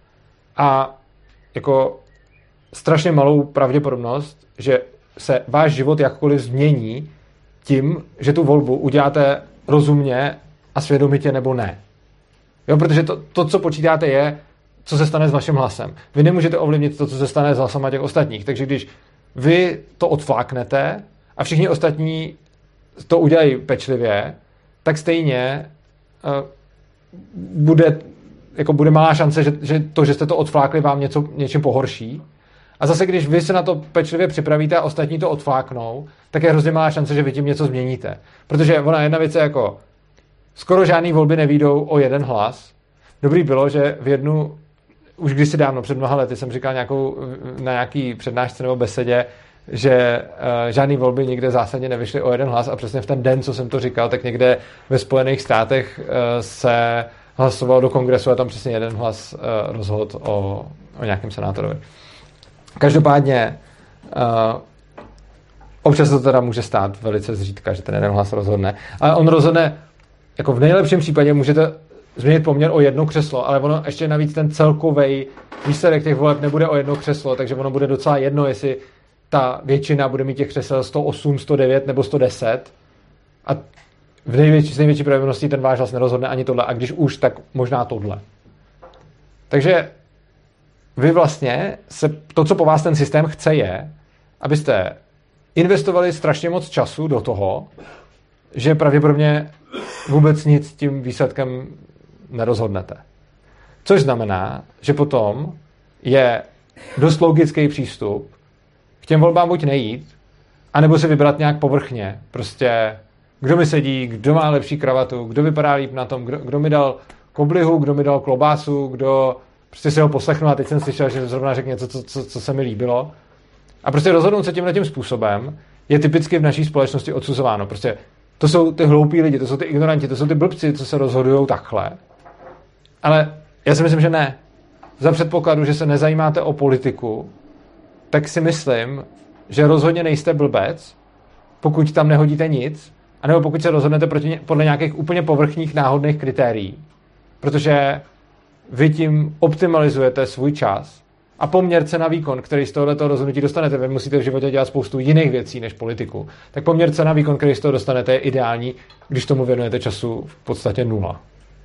A: a jako strašně malou pravděpodobnost, že se váš život jakkoliv změní tím, že tu volbu uděláte rozumně a svědomitě nebo ne. Jo, protože to, co počítáte, je, co se stane s vaším hlasem. Vy nemůžete ovlivnit to, co se stane s hlasama těch ostatních. Takže když vy to odfláknete a všichni ostatní to udělají pečlivě, tak stejně bude malá šance, že to, že jste to odflákli, vám něčím pohorší. A zase, když vy se na to pečlivě připravíte a ostatní to odfláknou, tak je hrozně malá šance, že vy tím něco změníte. Protože ona jedna věc je jako, skoro žádný volby nevyjdou o jeden hlas. Dobrý bylo, že v jednu, už kdysi dávno, před mnoha lety, jsem říkal na nějaký přednášce nebo besedě, že žádný volby nikde zásadně nevyšly o jeden hlas a přesně v ten den, co jsem to říkal, tak někde ve Spojených státech se hlasoval do kongresu a tam přesně jeden hlas rozhodl o nějakém senátorovi. Každopádně občas to teda může stát velice zřídka, že ten jeden hlas rozhodne. Ale on rozhodne, jako v nejlepším případě můžete změnit poměr o 1 křeslo, ale ono ještě navíc ten celkový výsledek těch voleb nebude o 1 křeslo, takže ono bude docela jedno, jestli ta většina bude mít těch křesel 108, 109 nebo 110 a s největší pravděpodobností ten váš hlas nerozhodne ani tohle a když už, tak možná tohle. Takže vy vlastně to, co po vás ten systém chce, je, abyste investovali strašně moc času do toho, že pravděpodobně vůbec nic tím výsledkem nerozhodnete. Což znamená, že potom je dost logický přístup k těm volbám buď nejít, anebo si vybrat nějak povrchně. Prostě kdo mi sedí, kdo má lepší kravatu, kdo vypadá líp na tom, kdo mi dal koblihu, kdo mi dal klobásu, kdo prostě si ho poslechnu a teď jsem slyšel, že zrovna řekl něco, co se mi líbilo. A prostě rozhodnout se tímhletím způsobem je typicky v naší společnosti odsuzováno. Prostě to jsou ty hloupí lidi, to jsou ty ignoranti, to jsou ty blbci, co se rozhodují takhle. Ale já si myslím, že ne. Za předpokladu, že se nezajímáte o politiku, tak si myslím, že rozhodně nejste blbec, pokud tam nehodíte nic, anebo pokud se rozhodnete podle nějakých úplně povrchních náhodných kritérií. Protože vy tím optimalizujete svůj čas a poměr cena výkon, který z tohoto rozhodnutí dostanete, vy musíte v životě dělat spoustu jiných věcí než politiku, tak poměr cena výkon, který z toho dostanete, je ideální, když tomu věnujete času v podstatě 0.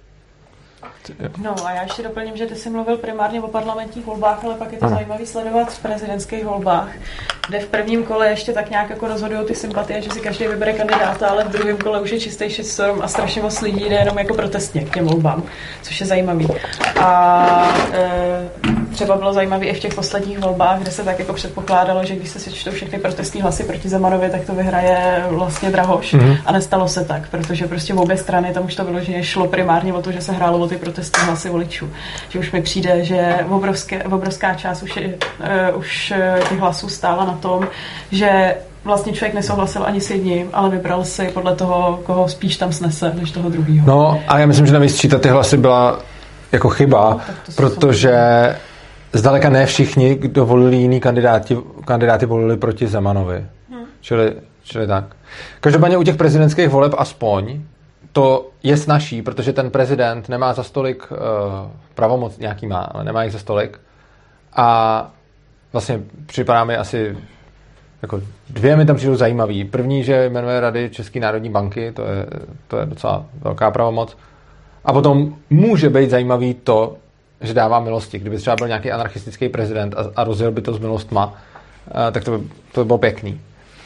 E: No a já ještě doplním, že ty jsi mluvil primárně o parlamentních volbách, ale pak je to zajímavý sledovat v prezidentských volbách, kde v prvním kole ještě tak nějak jako rozhodují ty sympatie, že si každý vybere kandidáta, ale v druhém kole už je čistý shitstorm a strašně moc lidí jde jenom jako protestně k těm volbám, což je zajímavý. A třeba bylo zajímavé i v těch posledních volbách, kde se tak jako předpokládalo, že když se sečtou všechny protestní hlasy proti Zemanovi, tak to vyhraje vlastně Drahoš. A nestalo se tak, protože prostě v obě strany tam už to vyloženě šlo primárně o to, že se hrálo o ty protestní hlasy voličů. Že už mi přijde, že obrovská část už těch hlasů stála na tom, že vlastně člověk nesouhlasil ani s jedním, ale vybral si podle toho, koho spíš tam snese, než toho druhého.
A: No a já myslím, že navíc čítat ty hlasy byla jako chyba, no, protože zdaleka ne všichni, kdo volili jiný kandidáty volili proti Zemanovi. Čili tak. Každopádně u těch prezidentských voleb aspoň to je snazší, protože ten prezident nemá za stolik pravomoc, nějaký má, ale nemá jich za stolik. A vlastně připadá mi asi jako 2 mi tam přijdou zajímavý. První, že jmenuje Rady České národní banky, to je docela velká pravomoc. A potom může být zajímavý to, že dává milosti. Kdyby třeba byl nějaký anarchistický prezident a rozjel by to s milostma, tak to by bylo pěkný.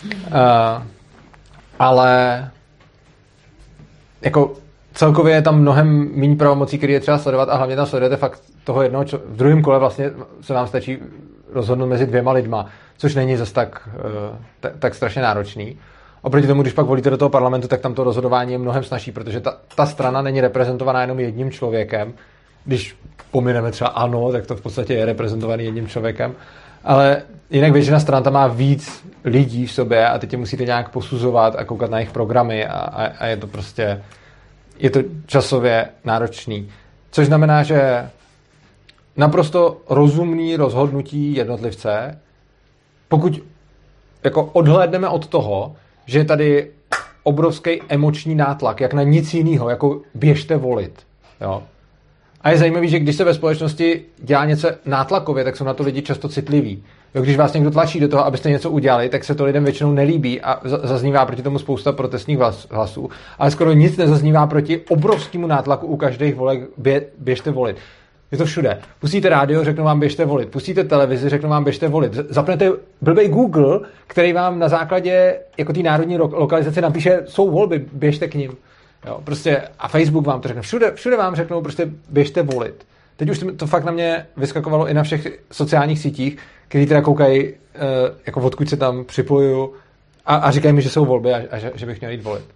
A: Ale jako celkově je tam mnohem méně pravomocí, který je třeba sledovat a hlavně tam sledujete fakt toho jednoho v druhém kole vlastně se vám stačí rozhodnout mezi 2 lidma, což není zas tak strašně náročný. Oproti tomu, když pak volíte do toho parlamentu, tak tam to rozhodování je mnohem snazší, protože ta strana není reprezentovaná jenom jedním člověkem. Když pomineme třeba ANO, tak to v podstatě je reprezentovaný jedním člověkem. Ale jinak většina stran tam má víc lidí v sobě a teď je musíte nějak posuzovat a koukat na jejich programy a je to prostě je to časově náročný. Což znamená, že naprosto rozumný rozhodnutí jednotlivce, pokud jako odhlédneme od toho, že je tady obrovský emoční nátlak, jak na nic jiného, jako běžte volit. Jo? A je zajímavý, že když se ve společnosti dělá něco nátlakově, tak jsou na to lidi často citliví. Jo, když vás někdo tlačí do toho, abyste něco udělali, tak se to lidem většinou nelíbí a zaznívá proti tomu spousta protestních hlasů. Ale skoro nic nezaznívá proti obrovskému nátlaku u každých volek běžte volit. Je to všude. Pustíte rádio, řeknou vám běžte volit. Pustíte televizi, řeknou vám běžte volit. Zapnete blbej Google, který vám na základě jako té národní lokalizace napíše, jsou volby, běžte k nim. Jo, prostě, a Facebook vám to řekne. Všude vám řeknou, prostě běžte volit. Teď už to fakt na mě vyskakovalo i na všech sociálních sítích, kteří teda koukají, jako odkud se tam připojuju a říkají mi, že jsou volby a že bych měl jít volit.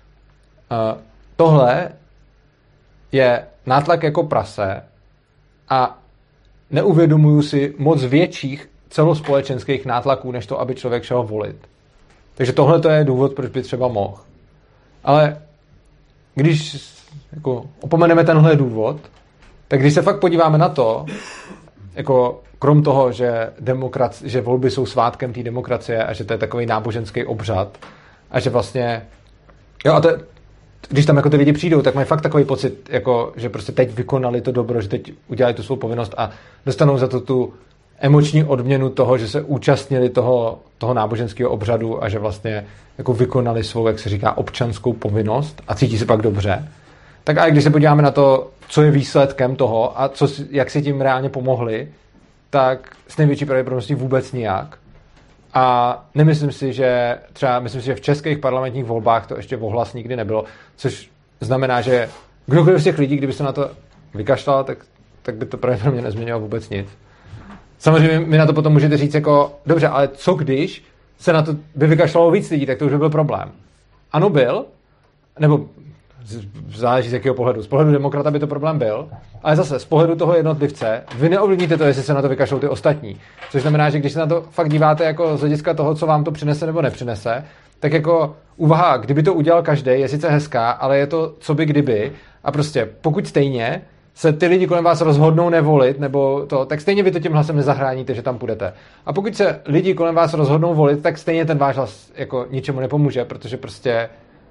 A: Tohle je nátlak jako prase a neuvědomuju si moc větších celospolečenských nátlaků, než to, aby člověk šel volit. Takže tohle to je důvod, proč by třeba mohl. Ale když jako opomeneme tenhle důvod, tak když se fakt podíváme na to, jako krom toho, že volby jsou svátkem té demokracie a že to je takový náboženský obřad a že vlastně jo a to když tam jako ty lidi přijdou, tak mají fakt takový pocit, jako, že prostě teď vykonali to dobro, že teď udělali tu svou povinnost a dostanou za to tu emoční odměnu toho, že se účastnili toho náboženského obřadu a že vlastně jako vykonali svou, jak se říká, občanskou povinnost a cítí se pak dobře. Tak a když se podíváme na to, co je výsledkem toho a jak si tím reálně pomohli, tak s největší pravděpodobností vůbec nijak. A nemyslím si, že myslím si, že v českých parlamentních volbách to ještě ohlas nikdy nebylo, což znamená, že kdokoliv z těch lidí, kdyby se na to vykašlal, tak by to pravděpodobně nezměnilo vůbec nic. Samozřejmě mi na to potom můžete říct jako, dobře, ale co když se na to by vykašlalo víc lidí, tak to už by byl problém. Ano, byl, nebo záleží z jakého pohledu. Z pohledu demokrata by to problém byl, ale zase z pohledu toho jednotlivce vy neovlivníte to, jestli se na to vykašlou ty ostatní. Což znamená, že když se na to fakt díváte jako z hlediska toho, co vám to přinese nebo nepřinese, tak jako úvaha, kdyby to udělal každý, je sice hezká, ale je to co by kdyby a prostě pokud stejně se ty lidi kolem vás rozhodnou nevolit, nebo to, tak stejně vy to tím hlasem nezahráníte, že tam půjdete. A pokud se lidi kolem vás rozhodnou volit, tak stejně ten váš hlas jako ničemu nepomůže, protože prostě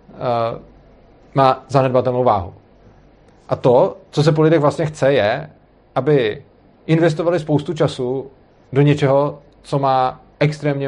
A: má zanedbatelnou váhu. A to, co se po lidech vlastně chce, je, aby investovali spoustu času do něčeho, co má extrémně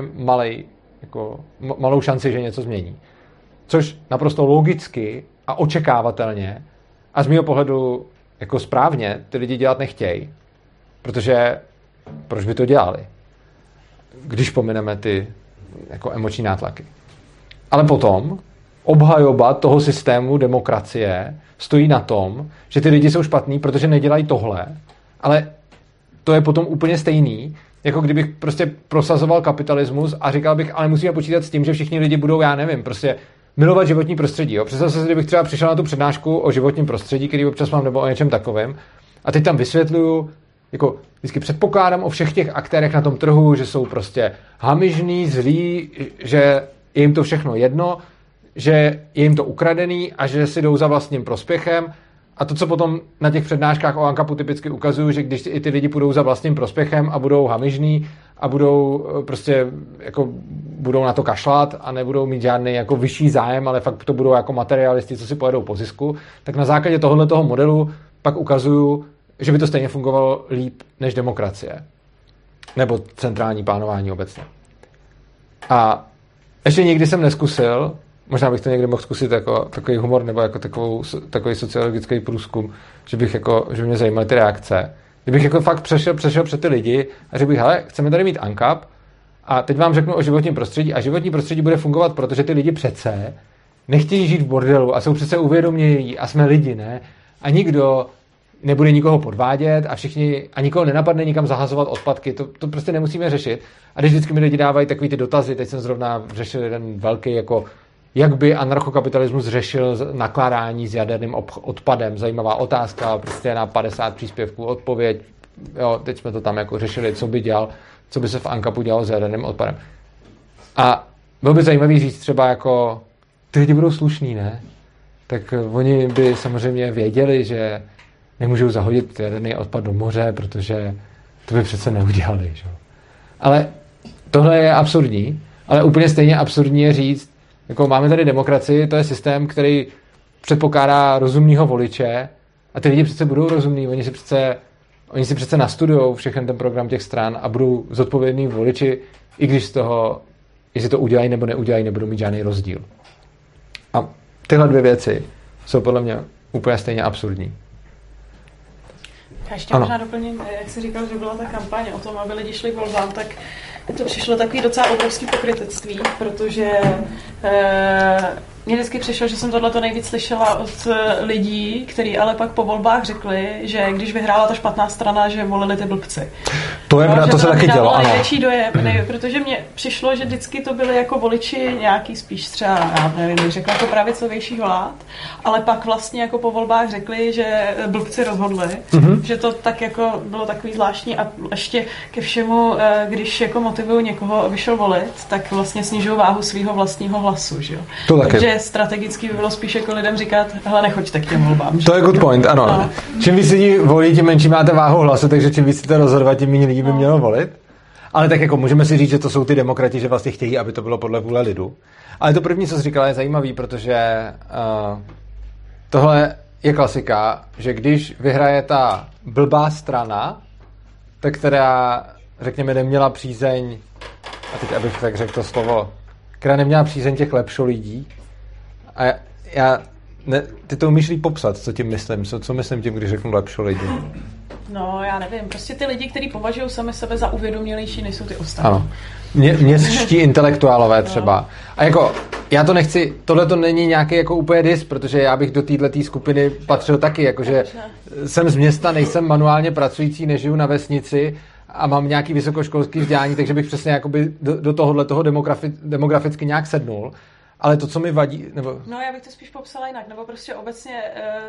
A: malou šanci, že něco změní. Což naprosto logicky a očekávatelně a z mého pohledu jako správně ty lidi dělat nechtějí. Protože proč by to dělali? Když pomineme ty jako emoční nátlaky. Ale potom obhajoba toho systému demokracie stojí na tom, že ty lidi jsou špatný, protože nedělají tohle, ale to je potom úplně stejný, jako kdybych prostě prosazoval kapitalismus a říkal bych, ale musíme počítat s tím, že všichni lidi budou, já nevím, prostě milovat životní prostředí. Jo? Představ se, kdybych třeba přišel na tu přednášku o životním prostředí, který občas mám, nebo o něčem takovém, a teď tam vysvětluju, jako vždycky předpokládám o všech těch aktérech na tom trhu, že jsou prostě hamižný, zlí, že je jim to všechno jedno, že je jim to ukradený a že si jdou za vlastním prospěchem. A to, co potom na těch přednáškách o ANCAPu typicky ukazuju, že když i ty lidi půjdou za vlastním prospěchem a budou hamižní a budou prostě jako budou na to kašlat a nebudou mít žádný jako vyšší zájem, ale fakt to budou jako materialisti, co si pojedou po zisku, tak na základě tohoto modelu pak ukazuju, že by to stejně fungovalo líp než demokracie. Nebo centrální plánování obecně. A ještě nikdy jsem neskusil, možná bych to někdy mohl zkusit jako takový humor nebo jako takový sociologický průzkum, že by mě zajímaly ty reakce. Kdybych jako fakt přešel před ty lidi a řekl bych, hele, chceme tady mít ANCAP a teď vám řeknu o životním prostředí a životní prostředí bude fungovat, protože ty lidi přece nechtějí žít v bordelu a jsou přece uvědomělí a jsme lidi, ne? A nikdo nebude nikoho podvádět a nikoho nenapadne nikam zahazovat odpadky, to prostě nemusíme řešit. A když vždycky mi lidi dávají takový ty dotazy, teď jsem zrovna řešil jeden velký jako jak by anarchokapitalismus řešil nakládání s jaderným odpadem. Zajímavá otázka, prostě na 50 příspěvků odpověď. Jo, teď jsme to tam jako řešili, co by se v ANCAPu dělalo s jaderným odpadem. A bylo by zajímavý říct třeba jako, ty lidi budou slušní, ne? Tak oni by samozřejmě věděli, že nemůžou zahodit jaderný odpad do moře, protože to by přece neudělali. Že? Ale tohle je absurdní, ale úplně stejně absurdní je říct, jako máme tady demokracii, to je systém, který předpokládá rozumného voliče a ty lidi přece budou rozumní, oni si přece nastudujou všechny ten program těch stran a budou zodpovědní voliči, i když z toho, jestli to udělají nebo neudělají, nebudou mít žádný rozdíl. A tyhle dvě věci jsou podle mě úplně stejně absurdní.
E: Já ještě možná doplním, jak jsi říkal, že byla ta kampaň o tom, aby lidi šli k volbám, tak to přišlo takový docela obrovský pokrytectví, protože mně vždycky přišlo, že jsem tohleto nejvíc slyšela od lidí, kteří ale pak po volbách řekli, že když vyhrála ta špatná strana, že volili ty blbci.
A: To je to se taky dělo, ano.
E: Největší dojem, protože mně přišlo, že vždycky to byli jako voliči nějaký spíš třeba, já nevím, řekla to pravicovějších vlád, ale pak vlastně jako po volbách řekli, že blbci rozhodli, že to tak jako bylo takový zvláštní a ještě ke všemu, když jako motivují někoho, aby šel volit, tak vlastně snižují váhu svého vlastního hlasu, že jo. Takže strategicky by bylo spíš jako lidem říkat, hele, nechoďte k těm volbám.
A: To je good point, ano. No. Čím víc lidí volí, tím menší máte váhu hlasu, takže čím víc chcete rozhodovat, tím méně lidí by mělo volit. Ale tak jako můžeme si říct, že to jsou ty demokrati, že vlastně chtějí, aby to bylo podle vůle lidu. Ale to první, co jsi říkala, je zajímavý, protože tohle je klasika, že když vyhraje ta blbá strana, tak která, řekněme, neměla přízeň, a teď abych tak řekl to slovo, která neměla přízeň těch lepšolidí. A ty to umíš líp popsat, co tím myslím, co myslím tím, když řeknu lepšolidi.
E: No, já nevím, prostě ty lidi, kteří považují sami sebe za uvědomělejší, nejsou ty ostatní.
A: Ano. Městští intelektuálové třeba. No. A jako, já to nechci, tohle to není nějaký jako úplně dis, protože já bych do této skupiny patřil taky, jakože jsem z města, nejsem manuálně pracující, nežiju na vesnici a mám nějaký vysokoškolský vzdělání, takže bych přesně jakoby do tohohle toho demograficky nějak sednul. Ale to, co mi vadí, nebo...
E: No, já bych to spíš popsala jinak, nebo prostě obecně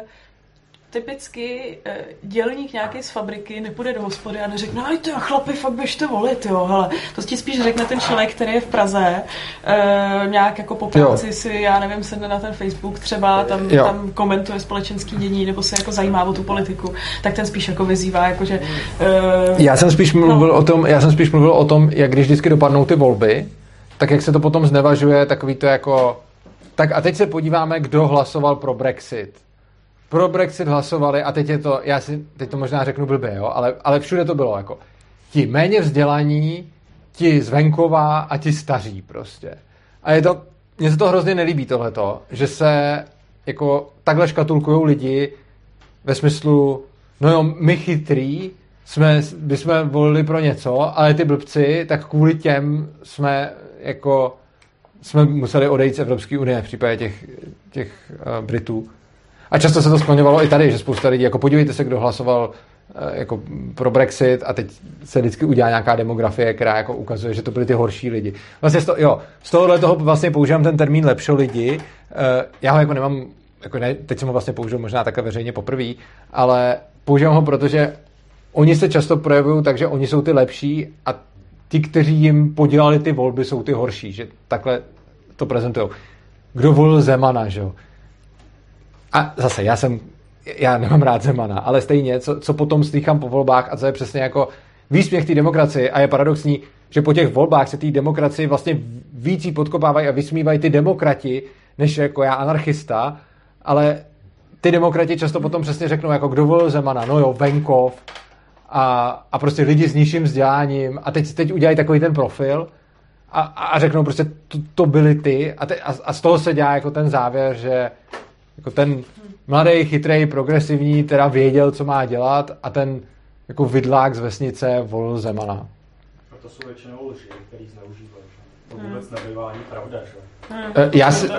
E: typicky dělník nějaký z fabriky nepůjde do hospody a neřekne, aj ty chlapi, fakt běžte volit, jo, hele. To ti spíš řekne ten člověk, který je v Praze, nějak jako po práci si, já nevím, sedne na ten Facebook třeba, tam komentuje společenský dění, nebo se jako zajímá o tu politiku, tak ten spíš jako vyzývá, jakože...
A: Já jsem spíš mluvil o tom, jak když vždycky dopadnou ty volby, tak jak se to potom znevažuje, takový to jako... Tak a teď se podíváme, kdo hlasoval pro Brexit. Pro Brexit hlasovali a teď je to, teď to možná řeknu blbě, jo, ale všude to bylo jako ti méně vzdělaní, ti z venkova a ti staří prostě. A mně se to hrozně nelíbí tohleto, že se jako takhle škatulkujou lidi ve smyslu, no jo, my chytrý, bychom volili pro něco, ale ty blbci, tak kvůli těm jsme museli odejít z Evropské unie v případě těch Britů. A často se to skloňovalo i tady, že spousta lidí, jako podívejte se, kdo hlasoval jako pro Brexit a teď se vždycky udělá nějaká demografie, která jako ukazuje, že to byli ty horší lidi. Vlastně z tohohle toho vlastně používám ten termín lepšo lidi. Já ho jako nemám, jako ne, teď jsem ho vlastně použil možná takhle veřejně poprvé, ale používám ho, protože oni se často projevují tak, že oni jsou ty lepší a ti, kteří jim podělali ty volby, jsou ty horší, že takhle to prezentujou. Kdo volil Zemana, že jo? A zase, já nemám rád Zemana, ale stejně, co potom slýchám po volbách a co je přesně jako výsměch té demokracii a je paradoxní, že po těch volbách se té demokracii vlastně víc podkopávají a vysmívají ty demokrati, než jako já anarchista, ale ty demokrati často potom přesně řeknou, jako kdo volil Zemana, no jo, venkov a prostě lidi s nižším vzděláním a teď udělají takový ten profil a řeknou prostě, to byli ty a z toho se dělá jako ten závěr, že jako ten mladý, chytrej, progresivní teda věděl, co má dělat a ten jako vidlák z vesnice volil Zemana.
D: A to jsou většinou lži, který zneužívají. To vůbec nebývá ani pravda, že?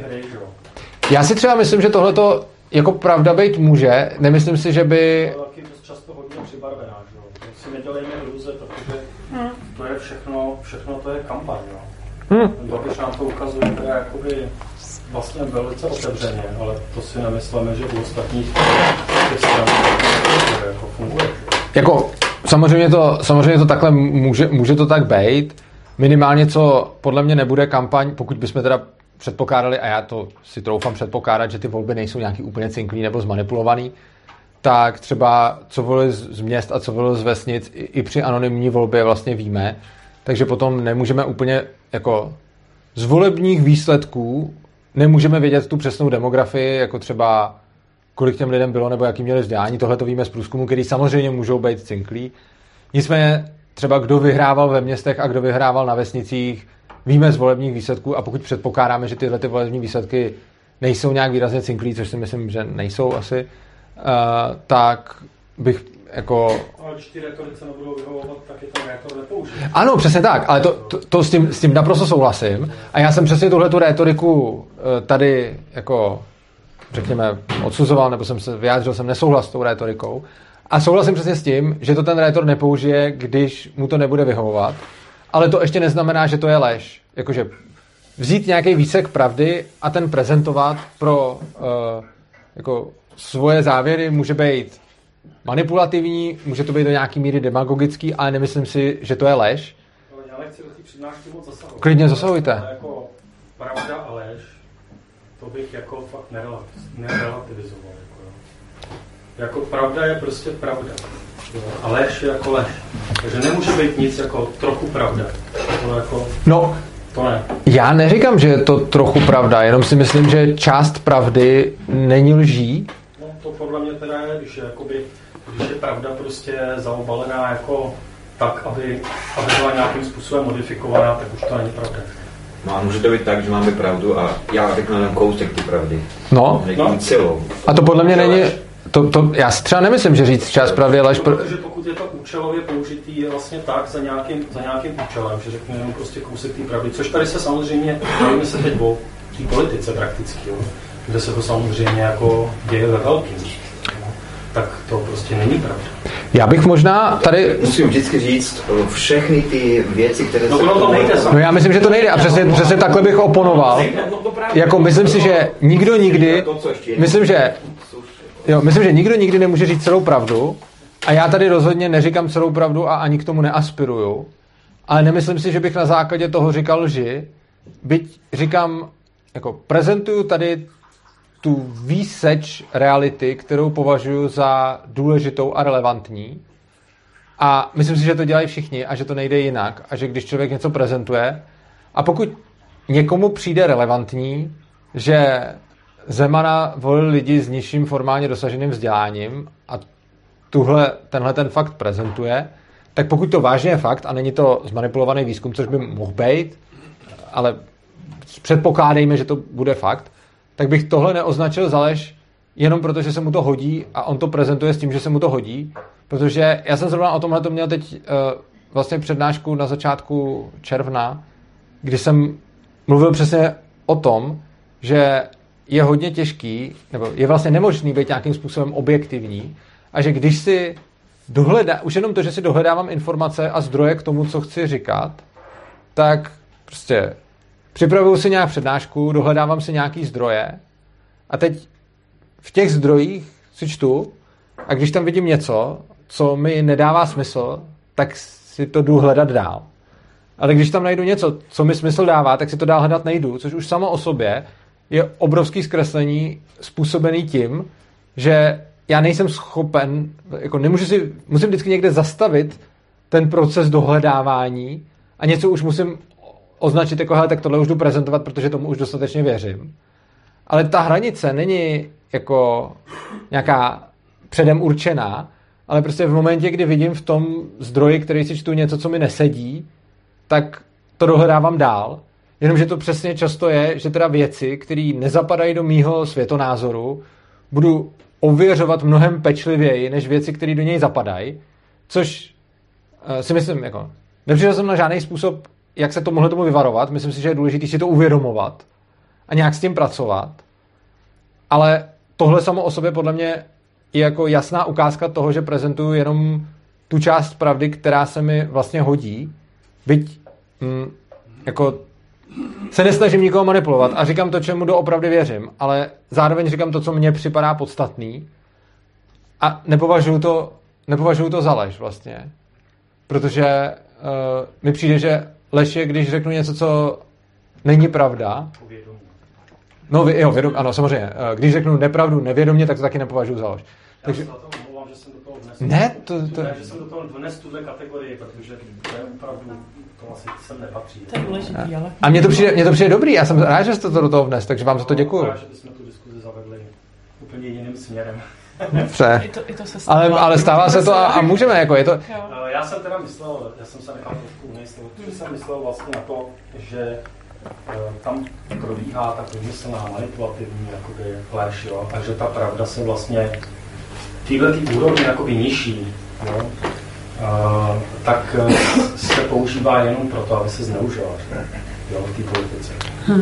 A: Já si třeba myslím, že tohleto jako pravda být může. Nemyslím si, že by...
D: To je dost často hodně přibarvená, že jo? Tak si nedělejme iluze, protože to je všechno to je kampaň, jo? Babiš nám to ukazuje teda jakoby vlastně velice otevřeně, ale to si nemyslíme, že u ostatních těch stran jako funguje.
A: Jako, samozřejmě to takhle může to tak být. Minimálně, co podle mě nebude kampaň, pokud bychom teda předpokládali, a já to si troufám předpokládat, že ty volby nejsou nějaký úplně cinklý nebo zmanipulovaný, tak třeba co volili z měst a co volili z vesnic i při anonymní volbě vlastně víme, takže potom nemůžeme úplně jako z volebních výsledků nemůžeme vědět tu přesnou demografii, jako třeba kolik těm lidem bylo nebo jaký měli vzdělání, tohle to víme z průzkumu, který samozřejmě můžou být cinklí. Nicméně třeba kdo vyhrával ve městech a kdo vyhrával na vesnicích, víme z volebních výsledků a pokud předpokládáme, že tyhle ty volební výsledky nejsou nějak výrazně cinklí, což si myslím, že nejsou asi, tak bych jako...
D: Ale když ty retorice nebudou vyhovovat, tak je to rétor nepoužít.
A: Ano, přesně tak, ale to s tím naprosto souhlasím a já jsem přesně tuhletu rétoriku tady jako řekněme odsuzoval, nebo jsem se vyjádřil, jsem nesouhlas s tou rétorikou a souhlasím přesně s tím, že to ten rétor nepoužije, když mu to nebude vyhovovat, ale to ještě neznamená, že to je lež. Jakože vzít nějaký výsek pravdy a ten prezentovat pro jako svoje závěry může být manipulativní, může to být do nějaký míry demagogický, ale nemyslím si, že to je lež.
D: Ale já nechci do té přednášky moc zasahovat.
A: Klidně zasahujte.
D: Ale jako pravda a lež, to bych jako fakt nerelativizoval. Jako pravda je prostě pravda. A lež je jako lež. Takže nemůže být nic jako trochu pravda. To jako...
A: No,
D: To ne.
A: Já neříkám, že je to trochu pravda, jenom si myslím, že část pravdy není lží.
D: No to podle mě teda je, když je pravda prostě zaobalená jako tak, aby byla nějakým způsobem modifikovaná, tak už to není pravda.
F: No a může to být tak, že máme pravdu a já řeknu jenom kousek ty pravdy.
A: No.
F: Celou.
A: A to podle mě není... já si třeba nemyslím, že říct část pravdy je lež.
D: Protože pokud je to účelově použitý je vlastně tak za nějakým účelem, že řeknu jenom prostě kousek té pravdy, což tady se samozřejmě, bavíme se teď o té politice prakticky, jo, kde se to samozřejmě jako děje ve velkým. Tak to prostě není pravda.
A: Já bych možná tady...
F: Musím vždycky říct všechny ty věci, které se...
D: to nejde.
A: No já myslím, že to nejde a přesně takhle bych oponoval. Jako myslím si, že nikdo nikdy... Myslím, že nikdo nikdy nemůže říct celou pravdu a já tady rozhodně neříkám celou pravdu a ani k tomu neaspiruju. Ale nemyslím si, že bych na základě toho říkal lži. Byť říkám, jako prezentuju tady tu výseč reality, kterou považuji za důležitou a relevantní. A myslím si, že to dělají všichni a že to nejde jinak. A že když člověk něco prezentuje a pokud někomu přijde relevantní, že Zemana volil lidi s nižším formálně dosaženým vzděláním a tenhle ten fakt prezentuje, tak pokud to vážně je fakt a není to zmanipulovaný výzkum, což by mohl být, ale předpokládejme, že to bude fakt, tak bych tohle neoznačil za lež jenom proto, že se mu to hodí a on to prezentuje s tím, že se mu to hodí, protože já jsem zrovna o tomhle to měl teď vlastně přednášku na začátku června, kdy jsem mluvil přesně o tom, že je hodně těžký, nebo je vlastně nemožný být nějakým způsobem objektivní a že když si už jenom to, že si dohledávám informace a zdroje k tomu, co chci říkat, tak prostě připravuju si nějak přednášku, dohledávám si nějaký zdroje a teď v těch zdrojích si čtu a když tam vidím něco, co mi nedává smysl, tak si to jdu hledat dál. Ale když tam najdu něco, co mi smysl dává, tak si to dál hledat nejdu, což už samo o sobě je obrovský zkreslení způsobený tím, že já nejsem schopen, jako musím vždycky někde zastavit ten proces dohledávání a něco už musím označit jako, hele, tak tohle už jdu prezentovat, protože tomu už dostatečně věřím. Ale ta hranice není jako nějaká předem určená, ale prostě v momentě, kdy vidím v tom zdroji, který si čtu něco, co mi nesedí, tak to dohledávám dál. Jenomže to přesně často je, že teda věci, které nezapadají do mýho světonázoru, budu ověřovat mnohem pečlivěji, než věci, které do něj zapadají, což si myslím, jako nepřišel jsem na žádný způsob, jak se tomu vyvarovat. Myslím si, že je důležité si to uvědomovat a nějak s tím pracovat. Ale tohle samo o sobě podle mě je jako jasná ukázka toho, že prezentuju jenom tu část pravdy, která se mi vlastně hodí. Byť jako se nesnažím nikoho manipulovat a říkám to, čemu doopravdy věřím, ale zároveň říkám to, co mně připadá podstatný a nepovažuju to za lež vlastně. Protože mi přijde, že lež je, když řeknu něco, co není pravda. No, ano, samozřejmě. Když řeknu nepravdu nevědomě, tak to taky nepovažuji za lež. Takže...
D: Já se omlouvám, že jsem do toho vnesl.
A: Ne,
D: Ne, že jsem do toho vnesl tuhle kategorii, protože to je opravdu, to asi sem nepatří.
E: To je důležitý, ale...
A: A mně to přijde dobrý, já jsem rád, že jste to do toho vnes, takže vám za to děkuju.
D: Rád, že bychom tu diskuzi zavedli úplně jiným směrem.
A: Dobře.
E: I to se stává.
A: Ale stává se to a můžeme, jako je to...
D: Já jsem teda myslel, já jsem se nechal trošku unést, že jsem myslel vlastně na to, že tam probíhá ta průmyslná manipulativní jakoby lež, jo, a že ta pravda se vlastně tyhle úrovně jakoby nižší, jo, tak se používá jenom proto, aby se zneužila, jo, v té politice.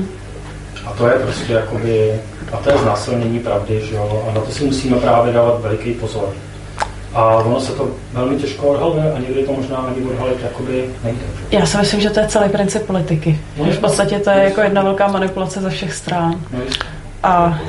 D: A to je prostě jakoby, a to je znásilnění pravdy, že jo, a na to si musíme právě dávat veliký pozor. A ono se to velmi těžko odhaluje a někdy to možná ani odhalit jakoby nejde.
E: Já si myslím, že to je celý princip politiky. No, v podstatě to je jako jedna velká manipulace ze všech stran. A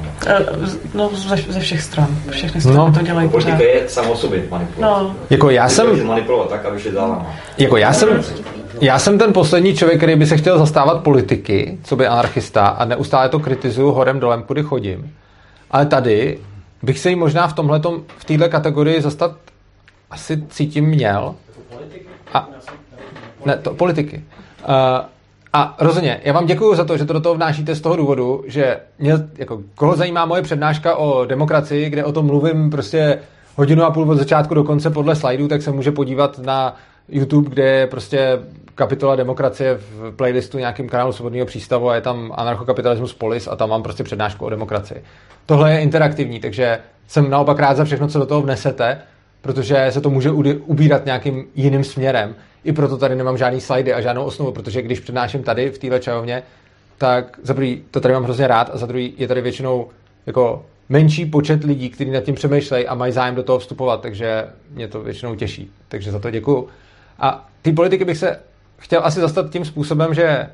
E: ze všech stran. Všechny strany to dělají pořád.
F: Politika je samo sobě manipulace.
E: No.
F: Jako manipulovat tak, aby se dala.
A: Jako já jsem ten poslední člověk, který by se chtěl zastávat politiky, co by anarchista, a neustále to kritizuju horem dolem, kudy chodím. Ale tady bych se jí možná v této kategorii zastat asi cítím měl. Ne, to politiky. A rozhodně, já vám děkuju za to, že to do toho vnášíte z toho důvodu, že mě, jako, koho zajímá moje přednáška o demokracii, kde o tom mluvím prostě 1,5 hodiny od začátku do konce podle slajdů, tak se může podívat na YouTube, kde je prostě kapitola demokracie v playlistu nějakým kanálu Svobodného přístavu a je tam anarchokapitalismus polis a tam mám prostě přednášku o demokracii. Tohle je interaktivní, takže jsem naopak rád za všechno, co do toho vnesete, protože se to může ubírat nějakým jiným směrem. I proto tady nemám žádný slajdy a žádnou osnovu, protože když přednáším tady v téhle čajovně, tak za prvý to tady mám hrozně rád a za druhý je tady většinou jako menší počet lidí, kteří nad tím přemýšlejí a mají zájem do toho vstupovat, takže mě to většinou těší. Takže za to děkuju. A ty politiky bych se chtěl asi zastat tím způsobem, že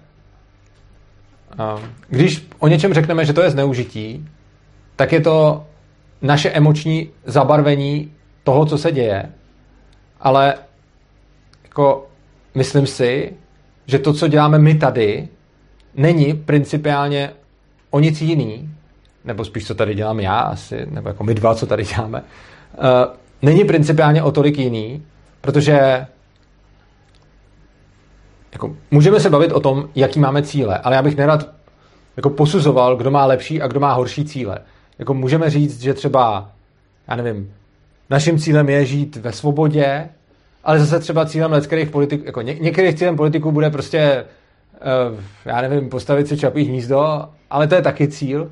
A: když o něčem řekneme, že to je zneužití, tak je to naše emoční zabarvení toho, co se děje. Ale jako myslím si, že to, co děláme my tady, není principiálně o nic jiný, nebo spíš, co tady dělám já asi, nebo jako my dva, co tady děláme, není principiálně o tolik jiný, protože jako, můžeme se bavit o tom, jaký máme cíle, ale já bych nerad jako posuzoval, kdo má lepší a kdo má horší cíle. Jako můžeme říct, že třeba, já nevím, naším cílem je žít ve svobodě, ale zase třeba cílem leckých politiků, jako některých cílem politiků bude prostě, já nevím, postavit si Čapí hnízdo, ale to je taky cíl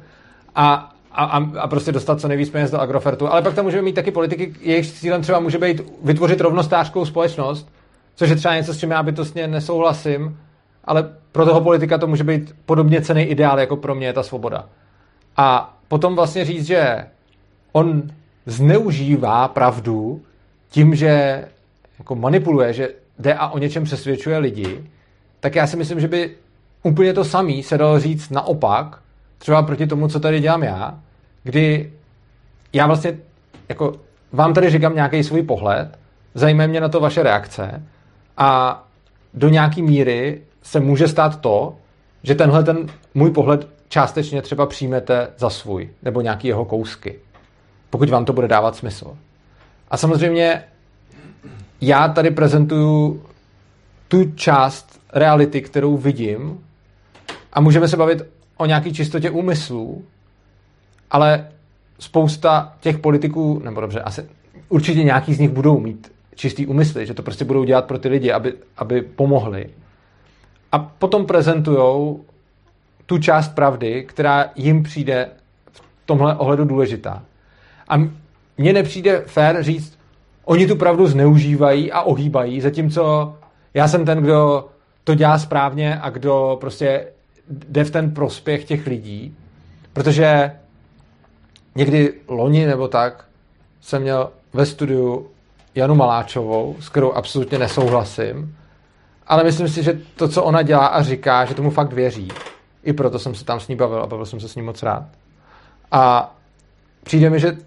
A: a prostě dostat co nejvíc peněz do Agrofertu. Ale pak tam můžeme mít taky politiky, jejich cílem třeba může být vytvořit rovnostářskou společnost, což je třeba něco, s čím já bytostně nesouhlasím, ale pro toho politika to může být podobně cenný ideál, jako pro mě je ta svoboda. A potom vlastně říct, že on zneužívá pravdu tím, že jako manipuluje, že jde a o něčem přesvědčuje lidi, tak já si myslím, že by úplně to samý se dalo říct naopak, třeba proti tomu, co tady dělám já, kdy já vlastně jako vám tady říkám nějaký svůj pohled, zajímají mě na to vaše reakce a do nějaký míry se může stát to, že tenhle ten můj pohled částečně třeba přijmete za svůj, nebo nějaký jeho kousky, pokud vám to bude dávat smysl. A samozřejmě já tady prezentuju tu část reality, kterou vidím a můžeme se bavit o nějaký čistotě úmyslů, ale spousta těch politiků, nebo dobře, asi určitě nějaký z nich budou mít čistý úmysly, že to prostě budou dělat pro ty lidi, aby pomohli. A potom prezentujou tu část pravdy, která jim přijde v tomhle ohledu důležitá. A mně nepřijde fér říct, oni tu pravdu zneužívají a ohýbají, zatímco já jsem ten, kdo to dělá správně a kdo prostě jde v ten prospěch těch lidí, protože někdy loni nebo tak jsem měl ve studiu Janu Maláčovou, s kterou absolutně nesouhlasím, ale myslím si, že to, co ona dělá a říká, že tomu fakt věří. I proto jsem se tam s ní bavil a bavil jsem se s ní moc rád. A přijde mi, že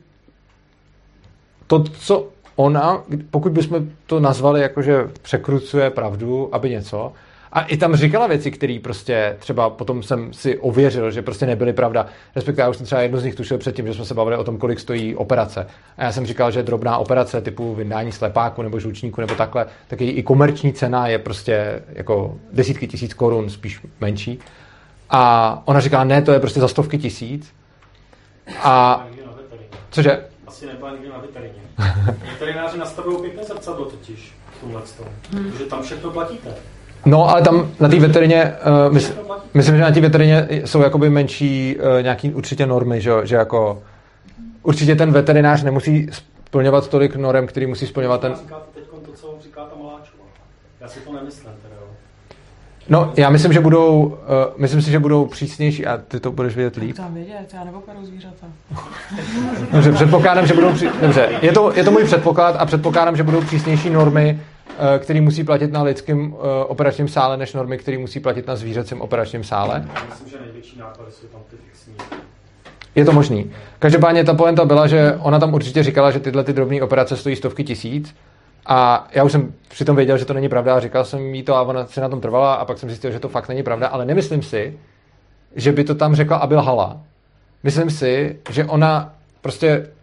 A: to, co ona, pokud bychom to nazvali jako, že překrucuje pravdu, aby něco, a i tam říkala věci, které prostě třeba potom jsem si ověřil, že prostě nebyly pravda. Respektive já už jsem třeba jednu z nich tušil předtím, že jsme se bavili o tom, kolik stojí operace. A já jsem říkal, že drobná operace typu vyndání slepáku nebo žlučníku nebo takhle, tak i komerční cena je prostě jako desítky tisíc korun, spíš menší. A ona říkala, ne, to je prostě za stovky tisíc. A cože?
D: Asi nebyla nikdy na veterině. Veterináři nastavují pěkné zrcadlo totiž v tomhle stavu. Protože tam všechno platíte.
A: No, ale tam na té veterině, myslím, že na té veterině jsou jakoby menší nějaký určitě normy, že jako určitě ten veterinář nemusí splňovat tolik norem, který musí splňovat ten...
D: Říkáte teď to, co vám říká ta Maláčová. Já si to nemyslím teda, jo.
A: No, já myslím, že budou, myslím si, že budou přísnější a ty to budeš vědět líp.
E: Tam vědět, já neoperuji zvířata.
A: Dobře, předpokládám, že budou dobře, je to můj předpoklad a předpokládám, že budou přísnější normy, které musí platit na lidském operačním sále, než normy, které musí platit na zvířecím operačním sále.
D: Já myslím, že největší náklady jsou tam ty fixní.
A: Je to možný. Každopádně ta pointa byla, že ona tam určitě říkala, že tyhle ty drobné operace stojí stovky tisíc. A já už jsem přitom věděl, že to není pravda a říkal jsem jí to a ona si na tom trvala a pak jsem zjistil, že to fakt není pravda, ale nemyslím si, že by to tam řekla, aby lhala. Myslím si, že ona prostě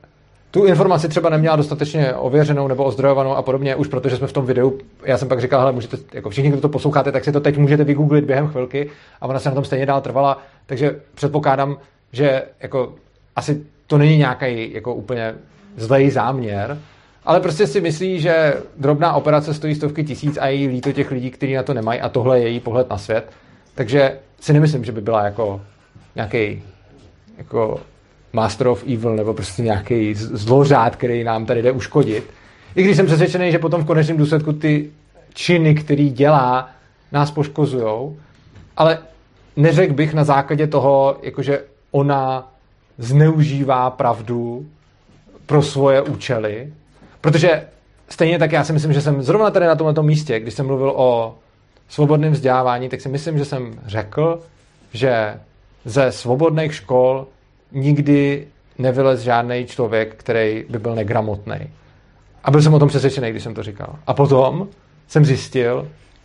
A: tu informaci třeba neměla dostatečně ověřenou nebo ozdrojovanou a podobně, už protože jsme v tom videu, já jsem pak říkal, hele, můžete, jako všichni, kdo to posloucháte, tak si to teď můžete vygooglit během chvilky a ona se na tom stejně dál trvala, takže předpokládám, že jako asi to není nějaký jako úplně zlej záměr, ale prostě si myslí, že drobná operace stojí stovky tisíc a je jí líto těch lidí, kteří na to nemají a tohle je její pohled na svět, takže si nemyslím, že by byla jako nějaký jako Master of Evil nebo prostě nějaký zlořád, který nám tady jde uškodit. I když jsem přesvědčený, že potom v konečném důsledku ty činy, který dělá, nás poškozujou, ale neřekl bych na základě toho, jakože ona zneužívá pravdu pro svoje účely, protože stejně tak já si myslím, že jsem zrovna tady na tomto místě, když jsem mluvil o svobodném vzdělávání, tak si myslím, že jsem řekl, že ze svobodných škol nikdy nevylez žádný člověk, který by byl negramotný. A byl jsem o tom přesvědčený, když jsem to říkal. A potom jsem zjistil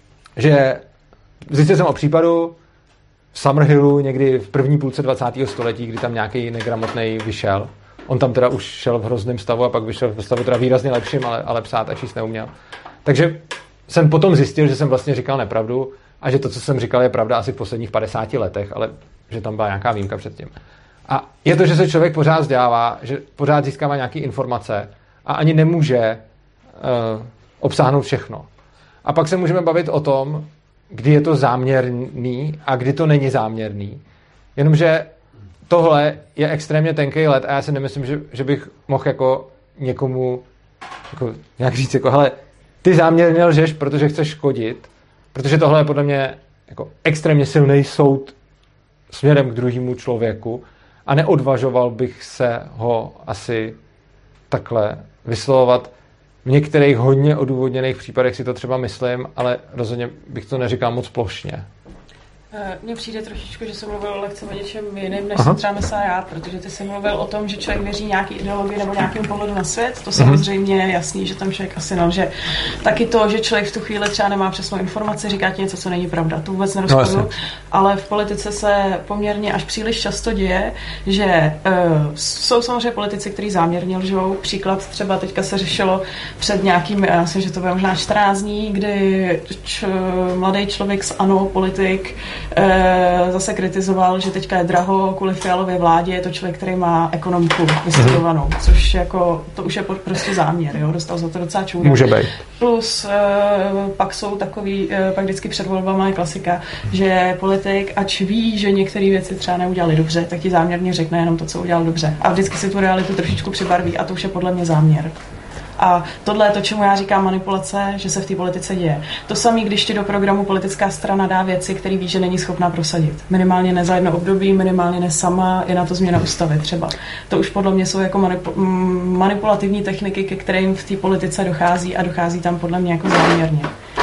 A: jsem o případu v Summerhillu někdy v první půlce 20. století, kdy tam nějaký negramotný vyšel. On tam teda už šel v hrozném stavu a pak vyšel v stavu teda výrazně lepším, ale psát a číst neuměl. Takže jsem potom zjistil, že jsem vlastně říkal nepravdu a že to, co jsem říkal, je pravda asi v posledních 50 letech, ale že tam byla nějaká výjimka předtím. A je to, že se člověk pořád vzdělává, že pořád získává nějaké informace a ani nemůže obsáhnout všechno. A pak se můžeme bavit o tom, kdy je to záměrný a kdy to není záměrný. Jenomže tohle je extrémně tenký led a já si nemyslím, že bych mohl jako někomu jako nějak říct, jako hele, ty záměrně lžeš, protože chceš škodit, protože tohle je podle mě jako extrémně silný soud směrem k druhému člověku a neodvažoval bych se ho asi takhle vyslovovat. V některých hodně odůvodněných případech si to třeba myslím, ale rozhodně bych to neříkal moc plošně.
E: Mně přijde trošičku, že jsem mluvil o lekce o něčem jiným, než jsem třeba myslela já, protože ty jsi mluvil o tom, že člověk věří nějaký ideologii nebo nějakému pohledu na svět, to samozřejmě je jasný, že tam člověk asi nelže. Taky to, že člověk v tu chvíli třeba nemá přesnou informaci, říká ti něco, co není pravda, to vůbec nerozporu, ale v politice se poměrně až příliš často děje, že jsou samozřejmě politici, kteří záměrně lžou. Příklad třeba teďka se řešilo před nějakým, já myslím, že to bylo možná 14 dní, kdy mladý člověk z ANO, politik, zase kritizoval, že teďka je draho kvůli Fialově vládě, je to člověk, který má ekonomku vystudovanou, což jako, to už je prostě záměr, jo? Dostal za to docela čůra.
A: Může být.
E: Plus pak jsou takový, pak vždycky před volbama je klasika, že politik, ač ví, že některé věci třeba neudělali dobře, tak ti záměrně řekne jenom to, co udělal dobře. A vždycky si tu realitu trošičku přibarví a to už je podle mě záměr. A tohle je to, čemu já říkám manipulace, že se v té politice děje. To samé, když ti do programu politická strana dá věci, které ví, že není schopná prosadit. Minimálně ne za jedno období, minimálně ne sama, je na to změna ústavy třeba. To už podle mě jsou jako manipulativní techniky, ke kterým v té politice dochází a dochází tam podle mě jako záměrně.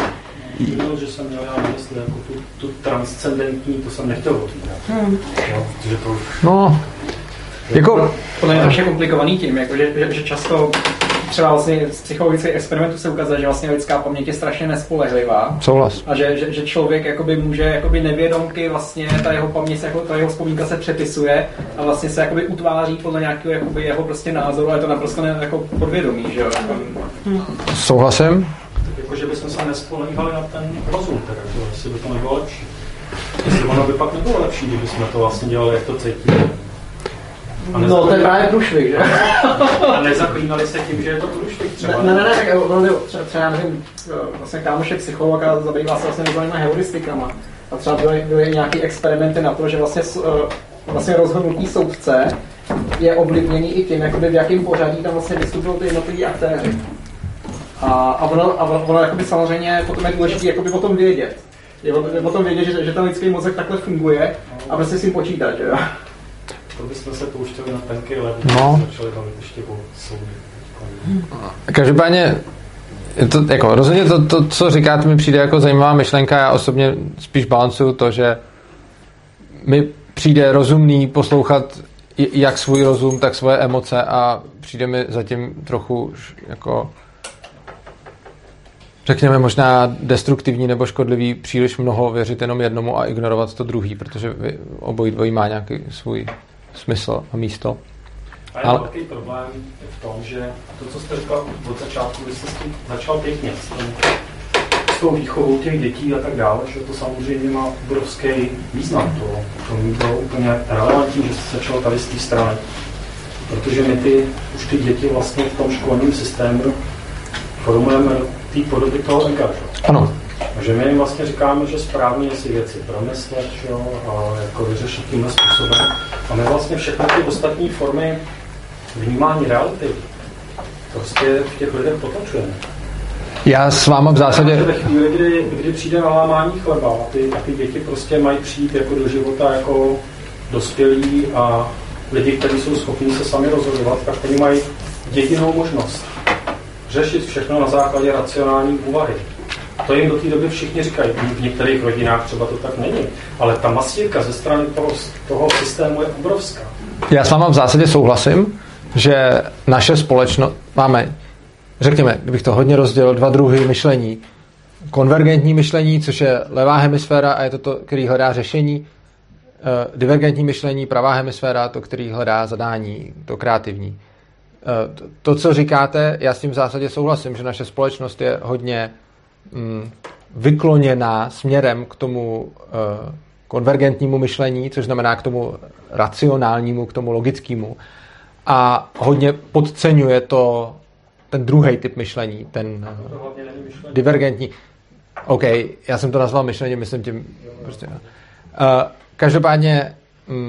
D: Že jsem měl já mysli, jako tu transcendentní, to jsem nechtěl otvírat. Protože to už...
A: No, jako...
B: Podle mě to je komplikovaný tím, jako, že často třeba vlastně z psychologických experimentů se ukazuje, že vlastně lidská paměť je strašně nespolehlivá.
A: Souhlas.
B: A že člověk jakoby může jakoby nevědomky vlastně ta jeho paměť, jako ta jeho vzpomínka se přepisuje a vlastně se jakoby utváří podle nějakého jakoby jeho prostě názoru, ale je to naprosto jako podvědomí, že jo.
A: Souhlasím.
D: Tak jako, že bychom se nespolehali na ten rozum, tak jako, jestli by to nebylo lepší. Jestli ono by pak nebylo lepší, kdybychom to vlastně dělali, jak to cítíme.
B: No, to je právě průšvih, že?
D: A nezaklínali se tím, že je to průšvih třeba?
B: Ne, tak třeba nevím, vlastně kámoš je psycholog a zabývá se vlastně různými heuristikama. A třeba byly nějaké experimenty na to, že vlastně rozhodnutí soudce je ovlivněný i tím, jakoby v jakém pořadí tam vlastně vystupují ty jednotliví aktéři. A ono jakoby samozřejmě potom je důležité jakoby o tom vědět. Je o tom vědět, že ten lidský mozek takhle funguje a prostě si jim počítat, že jo?
D: To bychom se pouštěli na tenký led, začali bavit ještě o soudy.
A: Každopádně jako, rozhodně to, co říkáte, mi přijde jako zajímavá myšlenka. Já osobně spíš balancuju to, že mi přijde rozumný poslouchat jak svůj rozum, tak svoje emoce a přijde mi zatím trochu jako řekněme možná destruktivní nebo škodlivý příliš mnoho věřit jenom jednomu a ignorovat to druhý, protože obojí dvojí má nějaký svůj smysl a místo.
D: A je velký problém v tom, že to, co jste říkal od začátku, vy jste s tím začal pěkně, s tou výchovou těch dětí a tak dále, že to samozřejmě má obrovský význam. To bylo úplně relevantní, že jste začal tady z té strany. Protože my už ty děti vlastně v tom školním systému formujeme té podoby toho ega.
A: Ano.
D: A že my jim vlastně říkáme, že správně je si věci promyslet, a jako vyřešit tímhle způsobem. A my vlastně všechny ty ostatní formy vnímání reality prostě v těch lidech potlačujeme.
A: Já s váma v zásadě...
D: Ve chvíli, kdy přijde na lámání chleba a ty děti prostě mají přijít jako do života jako dospělí a lidi, kteří jsou schopni se sami rozhodovat, tak oni mají jedinou možnost řešit všechno na základě racionální úvahy. To jim do té doby všichni říkají. V některých rodinách třeba to tak není, ale ta masírka ze strany toho systému je obrovská.
A: Já s váma v zásadě souhlasím, že naše společnost máme, řekněme, kdybych to hodně rozdělil, dva druhy myšlení. Konvergentní myšlení, což je levá hemisféra a je to, který hledá řešení. Divergentní myšlení, pravá hemisféra, to, který hledá zadání, to kreativní. To, co říkáte, já s tím v zásadě souhlasím, že naše společnost je hodně vykloněná směrem k tomu konvergentnímu myšlení, což znamená k tomu racionálnímu, k tomu logickému. A hodně podceňuje ten druhý typ myšlení, ten divergentní. OK, já jsem to nazval myšlením, myslím tím prostě. Každopádně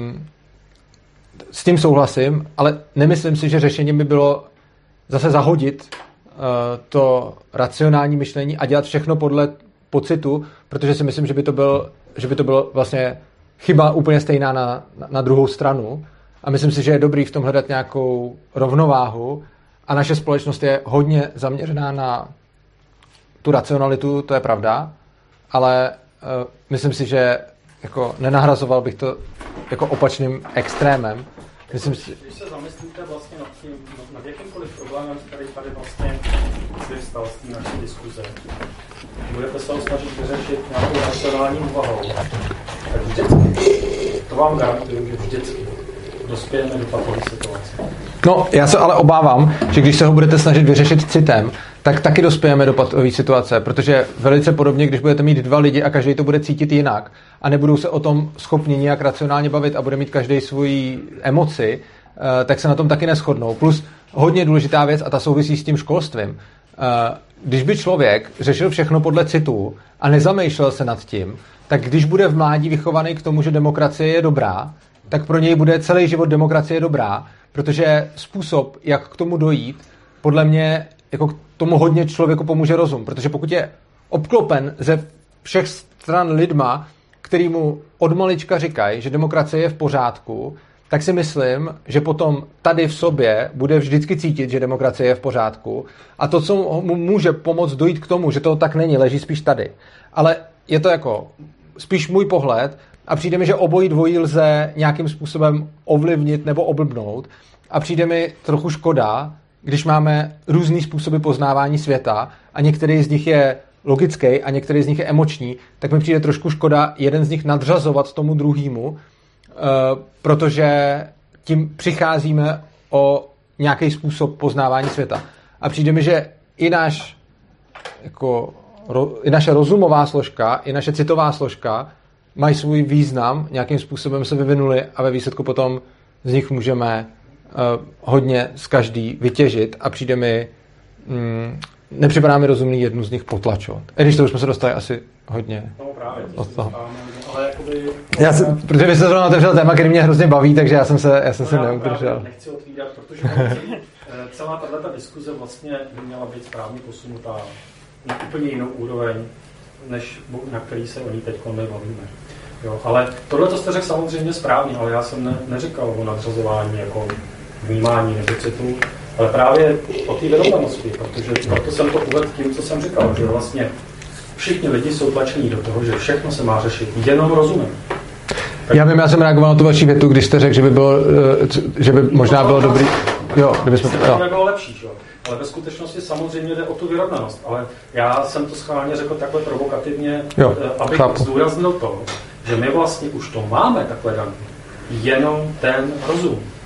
A: s tím souhlasím, ale nemyslím si, že řešením by bylo zase zahodit to racionální myšlení a dělat všechno podle pocitu, protože si myslím, že by to bylo vlastně chyba úplně stejná na druhou stranu. A myslím si, že je dobrý v tom hledat nějakou rovnováhu a naše společnost je hodně zaměřená na tu racionalitu, to je pravda, ale myslím si, že jako nenahrazoval bych to jako opačným extrémem. Myslím si...
D: Když se zamyslíte vlastně nad jakýmkoliv problémem, který tady vlastně vystal z té naší diskuze, budete se ho snažit vyřešit nějakou racionální úvahou, tak vždycky, to vám garantuju, že vždycky dospějeme do takové situace.
A: No, já se ale obávám, že když se ho budete snažit vyřešit citem, tak taky dospějeme do patové situace, protože velice podobně, když budete mít dva lidi a každý to bude cítit jinak a nebudou se o tom schopni nějak racionálně bavit a bude mít každý svoji emoci, tak se na tom taky neshodnou. Plus hodně důležitá věc a ta souvisí s tím školstvím. Když by člověk řešil všechno podle citu a nezamýšlel se nad tím, tak když bude v mládí vychovaný k tomu, že demokracie je dobrá, tak pro něj bude celý život demokracie dobrá, protože způsob, jak k tomu dojít, podle mě jako k tomu hodně člověku pomůže rozum, protože pokud je obklopen ze všech stran lidma, který mu od malička říkají, že demokracie je v pořádku, tak si myslím, že potom tady v sobě bude vždycky cítit, že demokracie je v pořádku a to, co mu může pomoct dojít k tomu, že to tak není, leží spíš tady. Ale je to jako spíš můj pohled a přijde mi, že obojí dvojí lze nějakým způsobem ovlivnit nebo oblbnout a přijde mi trochu škoda, když máme různý způsoby poznávání světa a některý z nich je logický a některý z nich je emoční, tak mi přijde trošku škoda jeden z nich nadřazovat tomu druhému, protože tím přicházíme o nějaký způsob poznávání světa. A přijde mi, že i naše rozumová složka, i naše citová složka mají svůj význam, nějakým způsobem se vyvinuli a ve výsledku potom z nich můžeme hodně z každý vytěžit a přijde mi, nepřipadá mi rozumný jednu z nich potlačovat. I když to už jsme se dostali asi hodně od toho. Protože vy jste zrovna otevřel téma, který mě hrozně baví, takže já jsem se neudržel.
D: Nechci otvírat, protože celá tato diskuze vlastně by měla být správně posunutá na úplně jinou úroveň, než na který se o ní teď nebavíme. Jo, ale tohle to jste řekl samozřejmě správně, ale já jsem neříkal o nadřazování jako vnímání nebo citu, ale právě o té vyrovnanosti, protože proto jsem to uvedl tím, co jsem říkal, že vlastně všichni lidi jsou tlačení do toho, že všechno se má řešit jenom rozumem.
A: Já jsem reagoval na tu vaši větu, když jste řekl, že by možná bylo dobrý. Jo, kdybychom
D: to bylo lepší, že? Ale ve skutečnosti samozřejmě jde o tu vyrovnanost. Ale já jsem to schválně řekl takhle provokativně, abych zdůraznil to, že my vlastně už to máme takhle dané. Jenom ten rozum.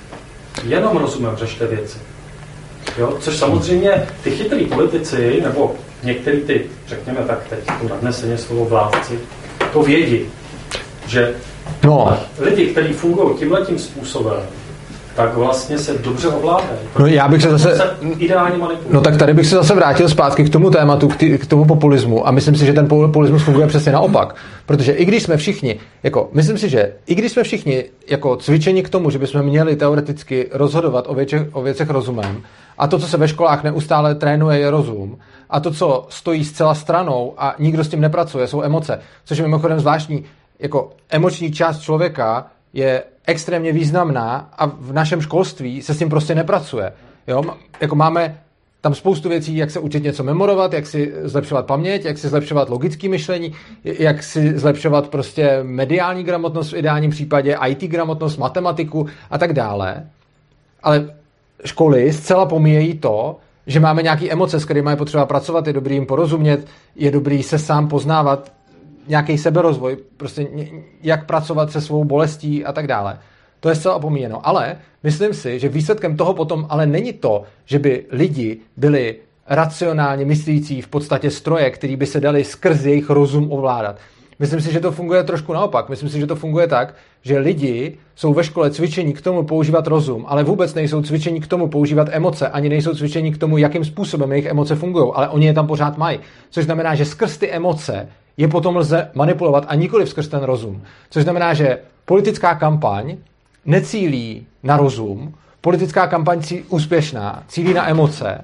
G: Jenom rozumem řešte věci. Jo? Což samozřejmě ty chytrý politici, nebo některý ty, řekněme tak teď, to nadneseně slovo vládci, to vědí, že lidi, kteří fungují tímhletím způsobem, tak vlastně se dobře ovládají.
A: No já bych se zase
G: ideálně manipuluje.
A: No tak tady bych se zase vrátil zpátky k tomu tématu, k tomu populismu a myslím si, že ten populismus funguje přesně naopak. Protože i když jsme všichni, myslím si, že i když jsme všichni cvičeni k tomu, že bychom měli teoreticky rozhodovat o věcech rozumem a to, co se ve školách neustále trénuje, je rozum a to, co stojí zcela stranou a nikdo s tím nepracuje, jsou emoce, což je mimochodem zvláštní, emoční část člověka je extrémně významná a v našem školství se s tím prostě nepracuje. Jo? Máme tam spoustu věcí, jak se učit něco memorovat, jak si zlepšovat paměť, jak si zlepšovat logické myšlení, jak si zlepšovat prostě mediální gramotnost v ideálním případě, IT gramotnost, matematiku a tak dále. Ale školy zcela pomíjejí to, že máme nějaké emoce, s kterými je potřeba pracovat, je dobrý jim porozumět, je dobrý se sám poznávat, nějaký seberozvoj, prostě jak pracovat se svou bolestí a tak dále. To je zcela opomíjeno. Ale myslím si, že výsledkem toho potom ale není to, že by lidi byli racionálně myslící v podstatě stroje, který by se dali skrz jejich rozum ovládat. Myslím si, že to funguje trošku naopak. Myslím si, že to funguje tak, že lidi jsou ve škole cvičení k tomu používat rozum, ale vůbec nejsou cvičení k tomu používat emoce, ani nejsou cvičení k tomu, jakým způsobem jejich emoce fungují, ale oni je tam pořád mají. Což znamená, že skrz ty emoce je potom lze manipulovat a nikoli skrz ten rozum. Což znamená, že politická kampaň necílí na rozum, politická kampaň úspěšná, cílí na emoce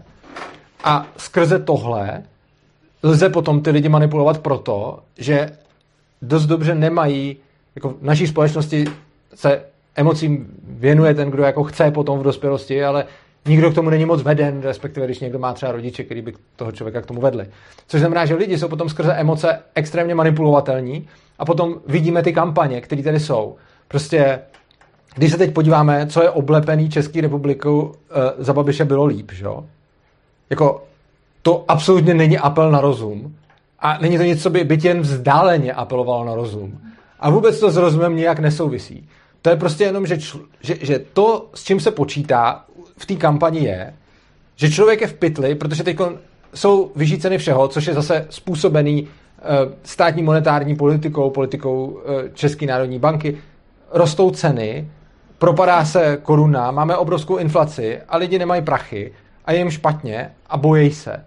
A: a skrze tohle lze potom ty lidi manipulovat proto, že dost dobře nemají, v naší společnosti se emocím věnuje ten, kdo chce potom v dospělosti, ale nikdo k tomu není moc veden, respektive když někdo má třeba rodiče, který by toho člověka k tomu vedli. Což znamená, že lidi jsou potom skrze emoce extrémně manipulovatelní a potom vidíme ty kampaně, které tady jsou. Prostě, když se teď podíváme, co je oblepený České republikou, za Babiše bylo líp, že jo? To absolutně není apel na rozum a není to nic, co by byť jen vzdáleně apelovalo na rozum. A vůbec to s rozumem nějak nesouvisí. To je prostě jenom, že to, s čím se počítá v té kampani je, že člověk je v pytli, protože teď jsou vyšší ceny všeho, což je zase způsobený státní monetární politikou České národní banky. Rostou ceny, propadá se koruna, máme obrovskou inflaci a lidi nemají prachy a je jim špatně a bojí se.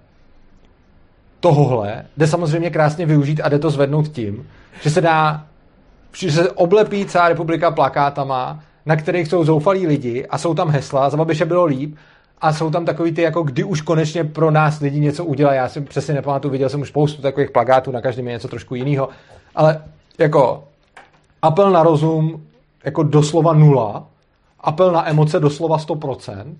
A: Tohle jde samozřejmě krásně využít a jde to zvednout tím, že se oblepí celá republika plakátama, na kterých jsou zoufalí lidi a jsou tam hesla, za Babiše bylo líp a jsou tam takový ty, kdy už konečně pro nás lidi něco udělají. Já si přesně nepamatuju, viděl jsem už spoustu takových plakátů, na každém je něco trošku jiného, ale apel na rozum doslova 0, apel na emoce doslova 100%.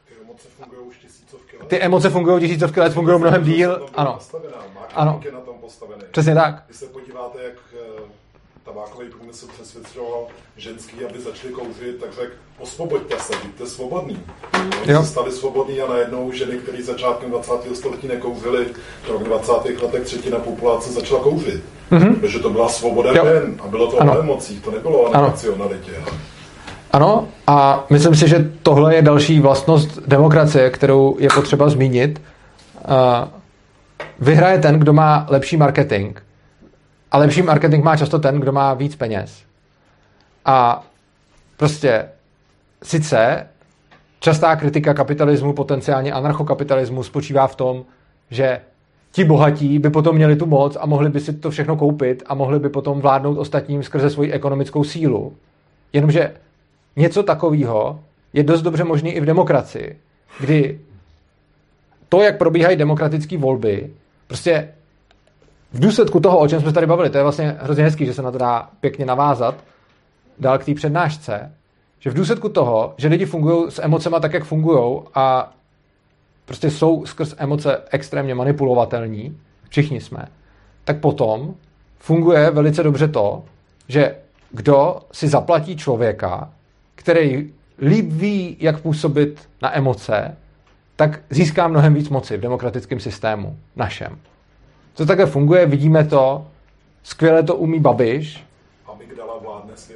A: Ty emoce fungují tisícovky let, fungují mnohem díl. Ano. Ano.
C: Je na tom postavený.
A: Přesně tak.
C: Když se podíváte, jak tabákový průmysl přesvědčoval ženský, aby začali kouřit, tak řekl, osvoboďte se, buďte svobodní. Oni se stali svobodní a najednou ženy, které začátkem 20. století nekouřily, v 20. letech třetina populace začala kouřit. Protože to byla svoboda jen a bylo to o emocích, to nebylo o racionalitě.
A: Ano, a myslím si, že tohle je další vlastnost demokracie, kterou je potřeba zmínit. Vyhraje ten, kdo má lepší marketing. A lepší marketing má často ten, kdo má víc peněz. A prostě sice častá kritika kapitalismu, potenciálně anarchokapitalismu spočívá v tom, že ti bohatí by potom měli tu moc a mohli by si to všechno koupit a mohli by potom vládnout ostatním skrze svoji ekonomickou sílu. Jenomže něco takového je dost dobře možný i v demokracii, kdy to, jak probíhají demokratické volby, prostě v důsledku toho, o čem jsme se tady bavili, to je vlastně hrozně hezký, že se na to dá pěkně navázat dál k té přednášce, že v důsledku toho, že lidi fungují s emocema tak, jak fungují a prostě jsou skrz emoce extrémně manipulovatelní, všichni jsme, tak potom funguje velice dobře to, že kdo si zaplatí člověka, který líp ví, jak působit na emoce, tak získá mnohem víc moci v demokratickém systému našem. To takhle funguje, vidíme to, skvěle to umí Babiš.
C: Amygdala vládne světu.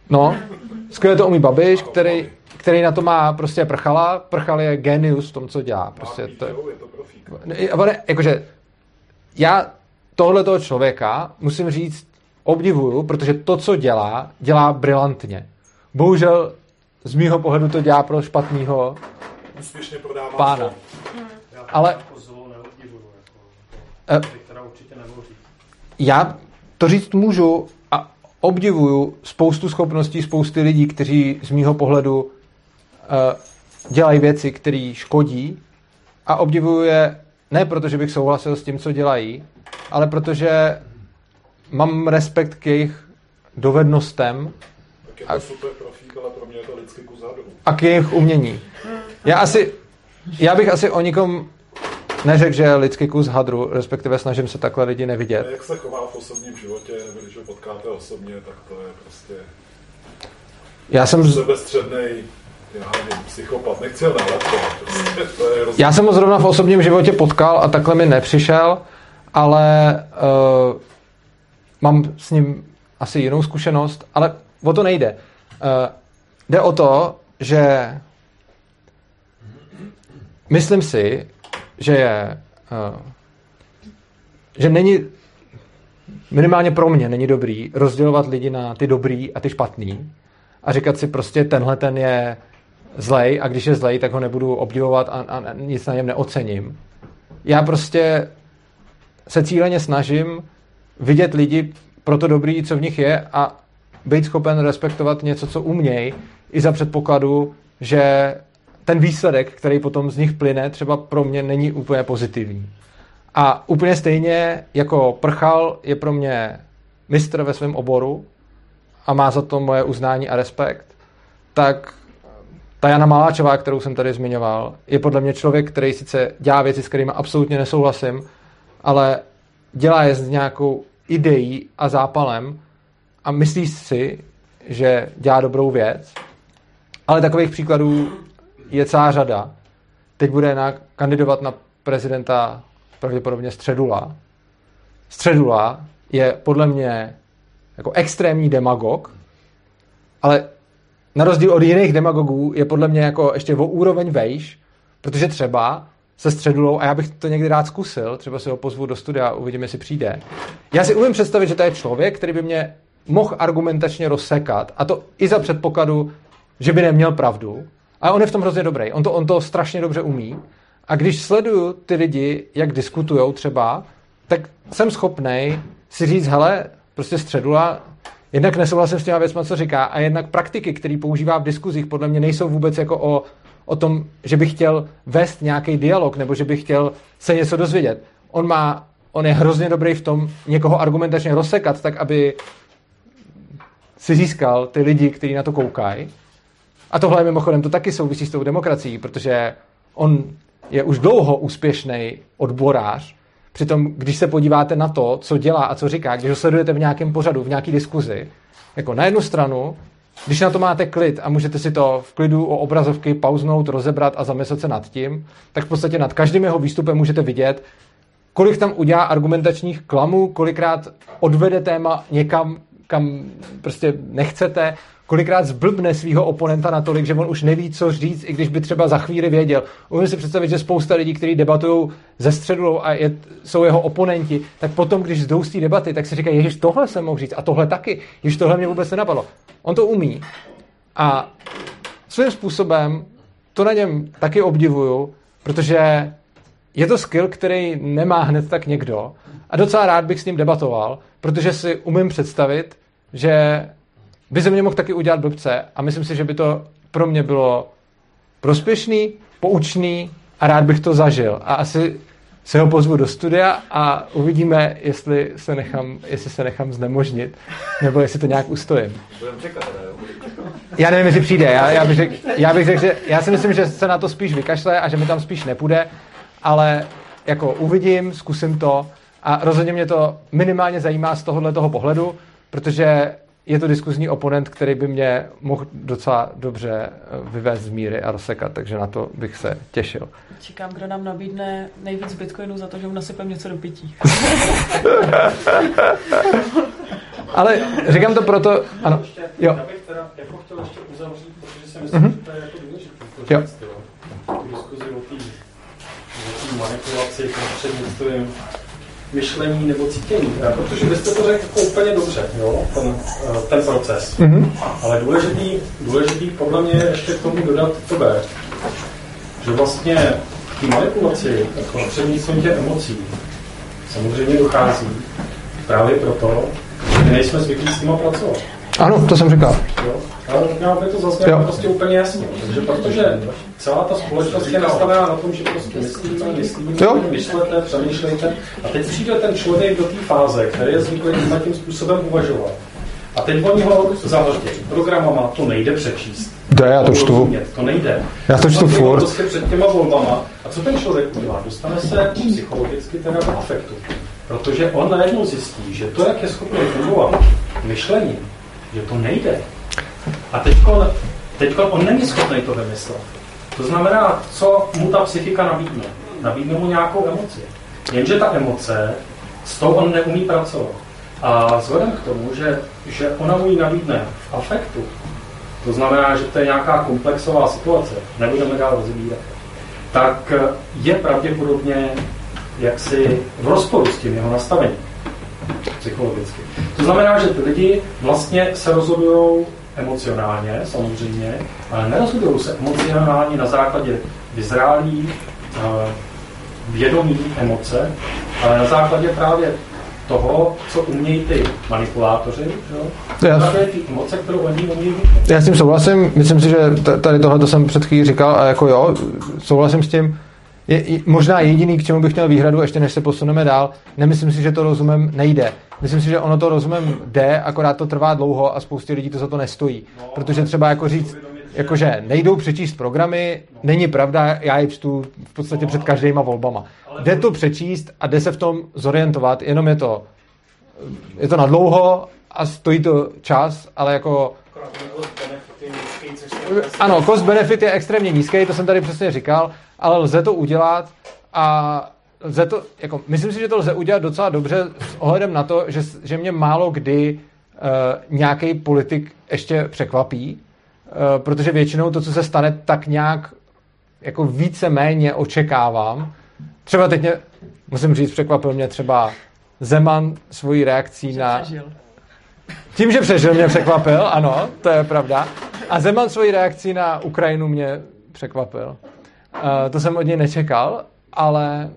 A: No, skvěle to umí Babiš, který na to má prostě Prchala. Prchal je genius v tom, co dělá. Prostě to je, jakože já tohletoho člověka musím říct, obdivuju, protože to, co dělá brilantně. Bohužel z mýho pohledu to dělá pro špatného pána. Ale já to říct můžu a obdivuju spoustu schopností, spousty lidí, kteří z mýho pohledu dělají věci, které škodí, a obdivuju je ne proto, že bych souhlasil s tím, co dělají, ale protože mám respekt k jejich dovednostem a k jejich umění. Já bych asi o nikom neřekl, že je lidský kus hadru, respektive snažím se takhle lidi nevidět.
C: A jak se chová v osobním životě, nebo když ho potkáte osobně, tak to je prostě...
A: Já jsem
C: sebestřednej, psychopat, nechci ho nálepkovat. Prostě,
A: já jsem ho zrovna v osobním životě potkal a takhle mi nepřišel, ale mám s ním asi jinou zkušenost, ale o to nejde. Jde o to, že myslím si, že není, minimálně pro mě není dobrý rozdělovat lidi na ty dobrý a ty špatný a říkat si prostě tenhle ten je zlej a když je zlej, tak ho nebudu obdivovat a nic na něm neocením. Já prostě se cíleně snažím vidět lidi pro to dobrý, co v nich je, a být schopen respektovat něco, co umějí, i za předpokladu, že ten výsledek, který potom z nich plyne, třeba pro mě není úplně pozitivní. A úplně stejně jako Prchal je pro mě mistr ve svém oboru a má za to moje uznání a respekt, tak ta Jana Maláčová, kterou jsem tady zmiňoval, je podle mě člověk, který sice dělá věci, s kterými absolutně nesouhlasím, ale dělá je s nějakou ideí a zápalem a myslí si, že dělá dobrou věc. Ale takových příkladů je celá řada. Teď bude kandidovat na prezidenta pravděpodobně Středula. Středula je podle mě jako extrémní demagog, ale na rozdíl od jiných demagogů je podle mě jako ještě o úroveň vejš, protože třeba se Středulou, a já bych to někdy rád zkusil, třeba si ho pozvu do studia a uvidím, jestli přijde. Já si umím představit, že to je člověk, který by mě mohl argumentačně rozsekat, a to i za předpokladu, že by neměl pravdu, ale on je v tom hrozně dobrý. On to strašně dobře umí. A když sleduju ty lidi, jak diskutujou třeba, tak jsem schopnej si říct, hele, prostě Středula, jednak nesouhlasím s těma věcma, co říká, a jednak praktiky, které používá v diskuzích, podle mě nejsou vůbec jako o tom, že bych chtěl vést nějaký dialog, nebo že bych chtěl se něco dozvědět. On je hrozně dobrý v tom někoho argumentačně rozsekat, tak aby si získal ty lidi, kteří na to koukají. A tohle mimochodem to taky souvisí s tou demokracií, protože on je už dlouho úspěšný odborář. Přitom, když se podíváte na to, co dělá a co říká, když ho sledujete v nějakém pořadu, v nějaké diskuzi, jako na jednu stranu, když na to máte klid a můžete si to v klidu o obrazovky pauznout, rozebrat a zamyslet se nad tím, tak v podstatě nad každým jeho výstupem můžete vidět, kolik tam udělá argumentačních klamů, kolikrát odvede téma někam, kam prostě nechcete, kolikrát zblbne svého oponenta natolik, že on už neví, co říct, i když by třeba za chvíli věděl. Umím si představit, že spousta lidí, kteří debatují ze Středulou a jsou jeho oponenti, tak potom, když jdou z té debaty, tak si říkají, ježiš, tohle jsem mohl říct a tohle taky, ježiš, tohle mě vůbec nenapadlo. On to umí a svým způsobem to na něm taky obdivuju, protože je to skill, který nemá hned tak někdo a docela rád bych s ním debatoval, protože si umím představit, že by ze mě mohl taky udělat blbce a myslím si, že by to pro mě bylo prospěšný, poučný a rád bych to zažil. A asi se ho pozvu do studia a uvidíme, jestli se nechám znemožnit, nebo jestli to nějak ustojím. Já nevím, jestli přijde. Já bych řekl, že já si myslím, že se na to spíš vykašle a že mi tam spíš nepůjde, ale jako uvidím, zkusím to a rozhodně mě to minimálně zajímá z tohoto pohledu, protože je to diskuzní oponent, který by mě mohl docela dobře vyvést z míry a rozsekat, takže na to bych se těšil.
E: Čekám, kdo nám nabídne nejvíc bitcoinů za to, že mu nasypem něco do pití.
A: Ale říkám to proto, ano, jo.
G: Já bych teda jako chtěl ještě uzavřít, protože si myslím, že to je jako důležité. To říct, jo. Tu diskuzi o té manipulaci prostřednictvím myšlení nebo cítění. Protože byste to řekl jako úplně dobře, jo? Ten proces. Ale důležitý podle mě je ještě k tomu dodat to B. Že vlastně k té manipulaci jako prostřednictvím těch emocí samozřejmě dochází právě proto, že nejsme zvyklí s těma pracovat.
A: Ano, to jsem říkal.
G: Jo? Ale mělo by to zaznělo prostě úplně jasně. Protože celá ta společnost je nastavená na tom, že prostě myslíte, myšlete, přemýšlejte. A teď přijde ten člověk do té fáze, který je zvyklý tím způsobem uvažovat. A teď oni ho zahltějí. Programama to nejde přečíst.
A: Já to čtu.
G: To nejde.
A: Já to čtu furt.
G: Prostě před těma volbama. A co ten člověk udělá? Dostane se psychologicky teda do afektu. Protože on najednou zjistí, že to, jak je schopný fungovat myšlení, že to nejde. A teď on není schopný to vymyslet. To znamená, co mu ta psychika nabídne. Nabídne mu nějakou emoci. Jenže ta emoce, s tou on neumí pracovat. A vzhledem k tomu, že ona mu ji nabídne v afektu, to znamená, že to je nějaká komplexová situace, nebudeme dál rozbírat, tak je pravděpodobně jaksi v rozporu s tím jeho nastavením psychologicky. To znamená, že ty lidi vlastně se rozhodují emocionálně, samozřejmě, ale nerozhodují se emocionálně na základě vyzrálý, vědomí emoce, ale na základě právě toho, co umějí ty manipulátoři, právě ty emoce, kterou oni umějí.
A: Já s tím souhlasím, myslím si, že tady tohle jsem před chvílí říkal a jako jo, souhlasím s tím. Je možná jediný, k čemu bych měl výhradu, ještě než se posuneme dál, nemyslím si, že to rozumem nejde. Myslím si, že ono to rozumem jde, akorát to trvá dlouho a spoustě lidí to za to nestojí. Protože třeba jako říct, jakože nejdou přečíst programy, není pravda, já je čtu v podstatě před každýma volbama. Jde to přečíst a jde se v tom zorientovat, jenom je to na dlouho a stojí to čas, ale jako... Ano, cost benefit je extrémně nízký, to jsem tady přesně říkal, ale lze to udělat a lze to, jako, myslím si, že to lze udělat docela dobře s ohledem na to, že mě málo kdy nějaký politik ještě překvapí, protože většinou to, co se stane, tak nějak jako víceméně očekávám. Třeba teď musím říct, překvapil mě třeba Zeman svojí reakcí na... Tím, že přežil, mě překvapil, ano, to je pravda. A Zeman svojí reakcí na Ukrajinu mě překvapil. To jsem od něj nečekal, ale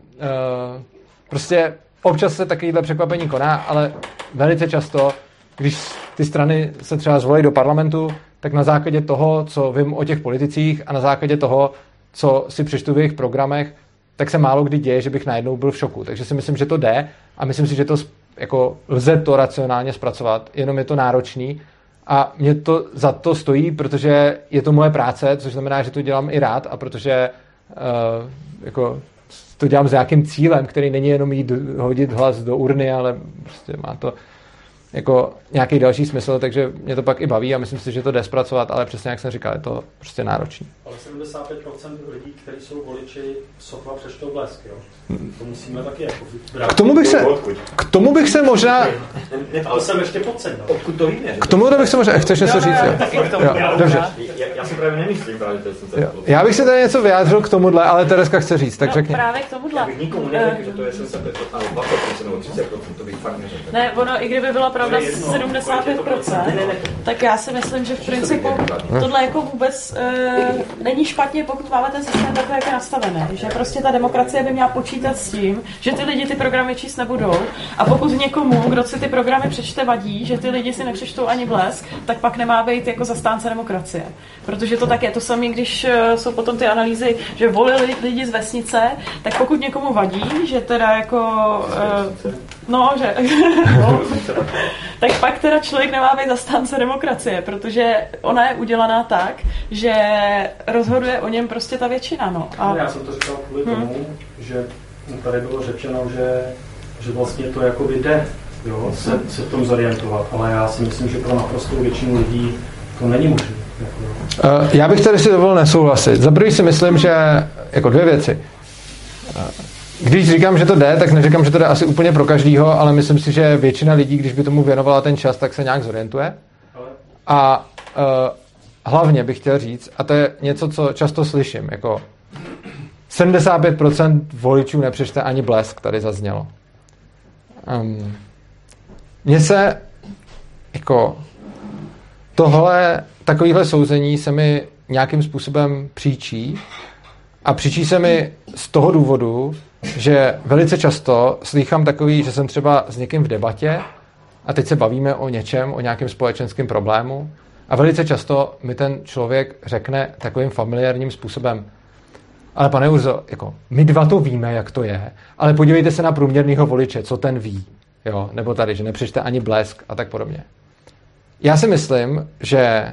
A: prostě občas se takovýhle překvapení koná, ale velice často, když ty strany se třeba zvolí do parlamentu, tak na základě toho, co vím o těch politicích a na základě toho, co si přečtu v jejich programech, tak se málo kdy děje, že bych najednou byl v šoku. Takže si myslím, že to jde a myslím si, že to jako lze to racionálně zpracovat, jenom je to náročný a mě to za to stojí, protože je to moje práce, což znamená, že to dělám i rád a protože jako to dělám s nějakým cílem, který není jenom jít hodit hlas do urny, ale prostě má to jako nějaký další smysl, takže mě to pak i baví a myslím si, že to jde zpracovat, ale přesně jak jsem říkal, je to prostě náročný.
G: Ale 75% lidí, kteří jsou voliči, sotva přečtou Blesk, jo? To musíme taky jako brát.
A: K tomu bych se možná...
G: To jsem ještě podcenil.
F: Odkud to víme?
A: K tomu bych se možná... Chceš něco říct? Dobře.
F: Já si právě nemyslím, právě to jsem se...
A: Já bych si tady něco vyjádřil k tomuhle, ale Tereska chce říct, tak řekni.
E: Právě k tomuhle.
F: Já bych nikomu neřekl, že to je 75%, ale 20% nebo 30%, to bych fakt neřekl.
E: Ne, ono, i kdyby byla pravda 75%, tak já si myslím, že v principu tohle jako vůbec není špatně, pokud máme ten systém takhle, jak je nastavený. Že prostě ta demokracie by měla počítat s tím, že ty lidi ty programy číst nebudou a pokud někomu, kdo si ty programy přečte, vadí, že ty lidi si nepřečtou ani Blesk, tak pak nemá být jako zastánce demokracie. Protože to tak je to samé, když jsou potom ty analýzy, že volili lidi z vesnice, tak pokud někomu vadí, že teda jako tak pak teda člověk nemá být zastánce demokracie, protože ona je udělaná tak, že rozhoduje o něm prostě ta většina. No. A...
G: Já jsem to říkal kvůli tomu, že tady bylo řečeno, že vlastně to jako jde, jo, se v tom zorientovat, ale já si myslím, že pro naprostou většinu lidí to není možné.
A: Já bych tady si dovolil nesouhlasit. Za první si myslím, že jako dvě věci. Když říkám, že to jde, tak neříkám, že to jde asi úplně pro každýho, ale myslím si, že většina lidí, když by tomu věnovala ten čas, tak se nějak zorientuje. A hlavně bych chtěl říct, a to je něco, co často slyším, jako 75% voličů nepřečte ani Blesk, tady zaznělo. Mně se jako takovýhle souzení se mi nějakým způsobem příčí a příčí se mi z toho důvodu, že velice často slýchám takový, že jsem třeba s někým v debatě a teď se bavíme o něčem, o nějakém společenském problému a velice často mi ten člověk řekne takovým familiárním způsobem: ale pane Urzo, jako, my dva to víme, jak to je, ale podívejte se na průměrného voliče, co ten ví. Jo? Nebo tady, že nepřečte ani Blesk a tak podobně. Já si myslím, že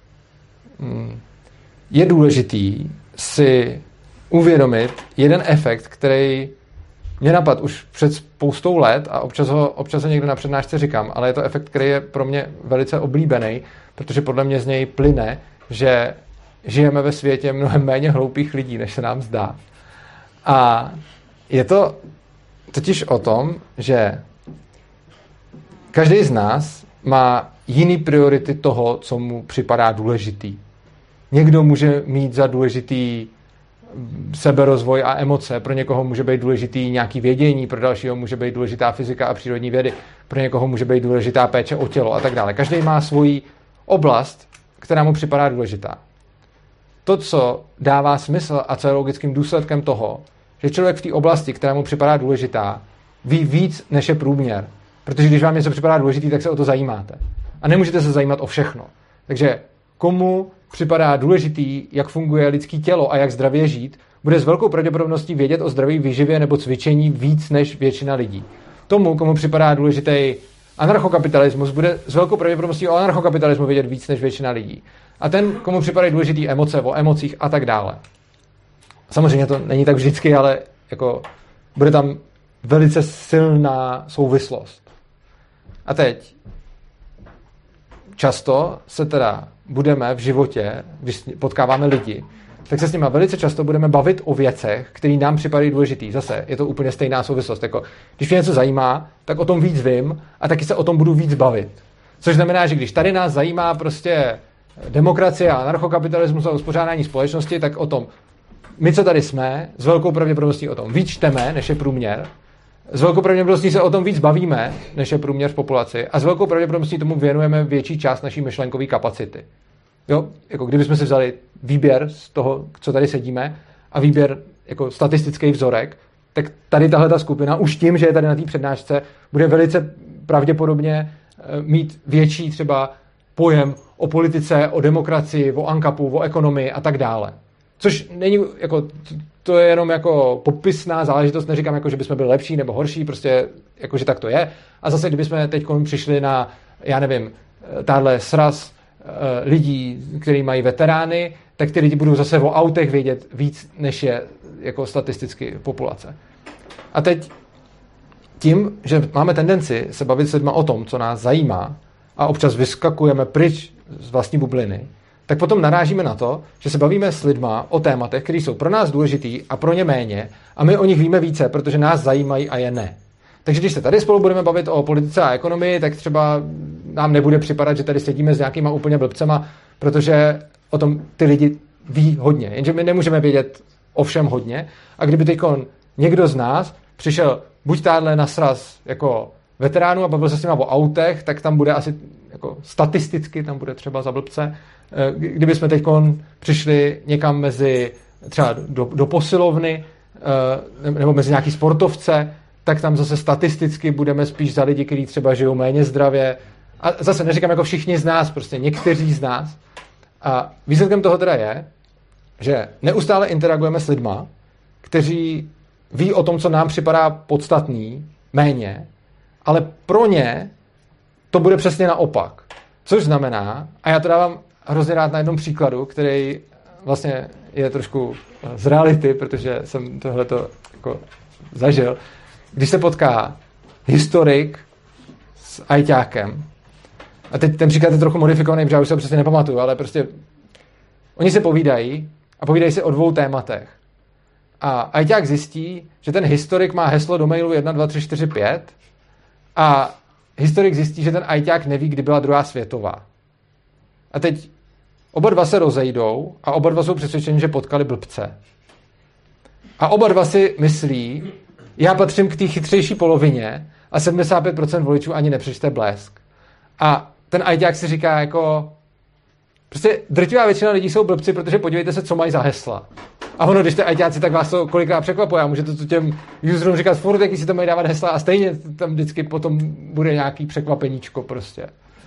A: je důležitý si uvědomit jeden efekt, který mě napadl už před spoustou let a občas ho někde na přednášce říkám, ale je to efekt, který je pro mě velice oblíbený, protože podle mě z něj plyne, že žijeme ve světě mnohem méně hloupých lidí, než se nám zdá. A je to totiž o tom, že každý z nás má jiný priority toho, co mu připadá důležitý. Někdo může mít za důležitý seberozvoj a emoce, pro někoho může být důležitý nějaký vědění, pro dalšího může být důležitá fyzika a přírodní vědy, pro někoho může být důležitá péče o tělo a tak dále. Každý má svoji oblast, která mu připadá důležitá. To, co dává smysl a co je logickým důsledkem toho, že člověk v té oblasti, která mu připadá důležitá, ví víc, než je průměr. Protože když vám něco připadá důležitý, tak se o to zajímáte. A nemůžete se zajímat o všechno. Takže komu připadá důležitý, jak funguje lidské tělo a jak zdravě žít, bude s velkou pravděpodobností vědět o zdraví výživě nebo cvičení víc než většina lidí. Tomu, komu připadá důležitý anarchokapitalismus, bude s velkou pravděpodobností o anarchokapitalismu vědět víc než většina lidí. A ten, komu připadají důležitý emoce, o emocích a tak dále. Samozřejmě to není tak vždycky, ale jako bude tam velice silná souvislost. A teď často se teda budeme v životě, když potkáváme lidi, tak se s nimi velice často budeme bavit o věcech, které nám připadají důležitý. Zase je to úplně stejná souvislost. Jako, když mě něco zajímá, tak o tom víc vím a taky se o tom budu víc bavit. Což znamená, že když tady nás zajímá prostě demokracie a anarchokapitalismus a uspořádání společnosti, tak o tom my, co tady jsme, s velkou pravděpodobností o tom víc čteme, než je průměr, s velkou pravděpodobností se o tom víc bavíme, než je průměr v populaci a s velkou pravděpodobností tomu věnujeme větší část naší myšlenkové kapacity. Jo, jako kdybychom si vzali výběr z toho, co tady sedíme a výběr jako statistický vzorek, tak tady tahleta skupina už tím, že je tady na té přednášce, bude velice pravděpodobně mít větší třeba pojem o politice, o demokracii, o ANCAPu, o ekonomii a tak dále. Což není jako, to je jenom jako popisná záležitost, neříkám jako, že bychom byli lepší nebo horší, prostě jako, že tak to je. A zase, kdybychom teď přišli na, já nevím, tahle sraz lidí, kteří mají veterány, tak ty lidi budou zase o autech vědět víc, než je jako statisticky populace. A teď tím, že máme tendenci se bavit s lidma o tom, co nás zajímá a občas vyskakujeme pryč z vlastní bubliny, tak potom narážíme na to, že se bavíme s lidma o tématech, které jsou pro nás důležitý a pro ně méně a my o nich víme více, protože nás zajímají a je ne. Takže když se tady spolu budeme bavit o politice a ekonomii, tak třeba nám nebude připadat, že tady sedíme s nějakýma úplně blbcema, protože o tom ty lidi ví hodně. Jenže my nemůžeme vědět o všem hodně a kdyby teď někdo z nás přišel buď táhle na sraz jako veteránů a bavil se s nima o autech, tak tam bude asi jako statisticky, tam bude třeba za blbce. Kdyby jsme teď přišli někam mezi třeba do posilovny nebo mezi nějaký sportovce, tak tam zase statisticky budeme spíš za lidi, kteří třeba žijou méně zdravě. A zase neříkám jako všichni z nás, prostě někteří z nás. A výsledkem toho teda je, že neustále interagujeme s lidma, kteří ví o tom, co nám připadá podstatný, méně, ale pro ně to bude přesně naopak. Což znamená, a já to dávám hrozně rád na jednom příkladu, který vlastně je trošku z reality, protože jsem tohleto jako zažil. Když se potká historik s ajťákem, a teď ten příklad je trochu modifikovaný, protože já už se přesně nepamatuju, ale prostě oni se povídají a povídají si o dvou tématech. A ajťák zjistí, že ten historik má heslo do mailu 1, 2, 3, 4, 5 a historik zjistí, že ten ajťák neví, kdy byla druhá světová. A teď oba dva se rozejdou a oba dva jsou přesvědčeni, že potkali blbce. A oba dva si myslí, já patřím k té chytřejší polovině a 75% voličů ani nepřečte Blesk. A ten ajťák si říká jako, prostě drtivá většina lidí jsou blbci, protože podívejte se, co mají za hesla. A ono, když jste ajťáci, tak vás to kolikrát překvapuje a můžete to těm userům říkat furt, jaký si to mají dávat hesla a stejně tam vždycky potom bude nějaký překvapeníčko prostě.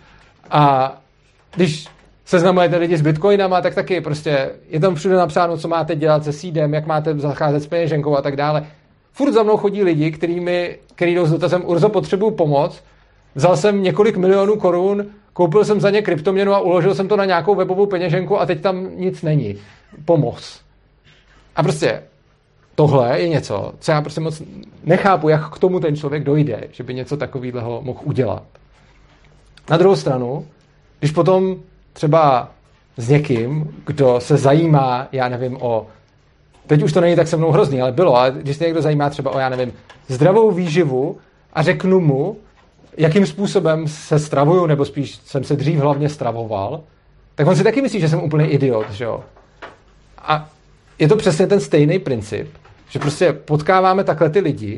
A: A když seznamujete lidi s bitcoinama, tak taky prostě je tam všude napsáno, co máte dělat se seedem, jak máte zacházet s peněženkou a tak dále. Furt za mnou chodí lidi, který jdou s dotazem Urzo, potřebuju pomoc, vzal jsem několik milionů korun, koupil jsem za ně kryptoměnu a uložil jsem to na nějakou webovou peněženku a teď tam nic není. Pomoc. A prostě tohle je něco, co já prostě moc nechápu, jak k tomu ten člověk dojde, že by něco takového mohl udělat. Na druhou stranu, když potom třeba s někým, kdo se zajímá, já nevím, teď už to není tak se mnou hrozný, ale bylo, ale když se někdo zajímá třeba o, já nevím, zdravou výživu a řeknu mu, jakým způsobem se stravuju, nebo spíš jsem se dřív hlavně stravoval, tak on si taky myslí, že jsem úplný idiot, že jo. A je to přesně ten stejný princip, že prostě potkáváme takhle ty lidi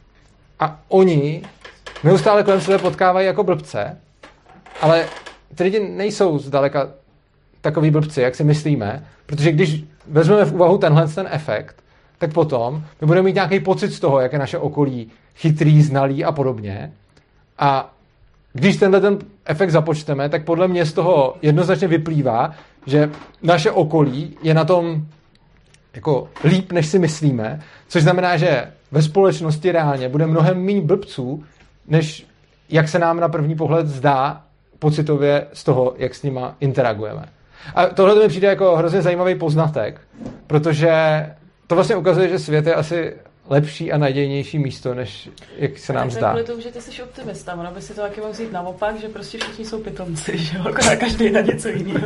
A: a oni neustále kolem sebe potkávají jako blbce, ale ty lidi nejsou zdaleka takový blbci, jak si myslíme, protože když vezmeme v úvahu ten efekt, tak potom my budeme mít nějaký pocit z toho, jak je naše okolí chytrý, znalý a podobně. A když ten efekt započteme, tak podle mě z toho jednoznačně vyplývá, že naše okolí je na tom jako líp, než si myslíme, což znamená, že ve společnosti reálně bude mnohem méně blbců, než jak se nám na první pohled zdá pocitově z toho, jak s nima interagujeme. A tohle mi přijde jako hrozně zajímavý poznatek, protože to vlastně ukazuje, že svět je asi lepší a nadějnější místo, než jak se nám zdá.
E: Kvůli tomu, že ty jsi optimista, ono by si to taky mohl vzít naopak, že prostě všichni jsou pitomci, že jo, akorát každý na něco jiného.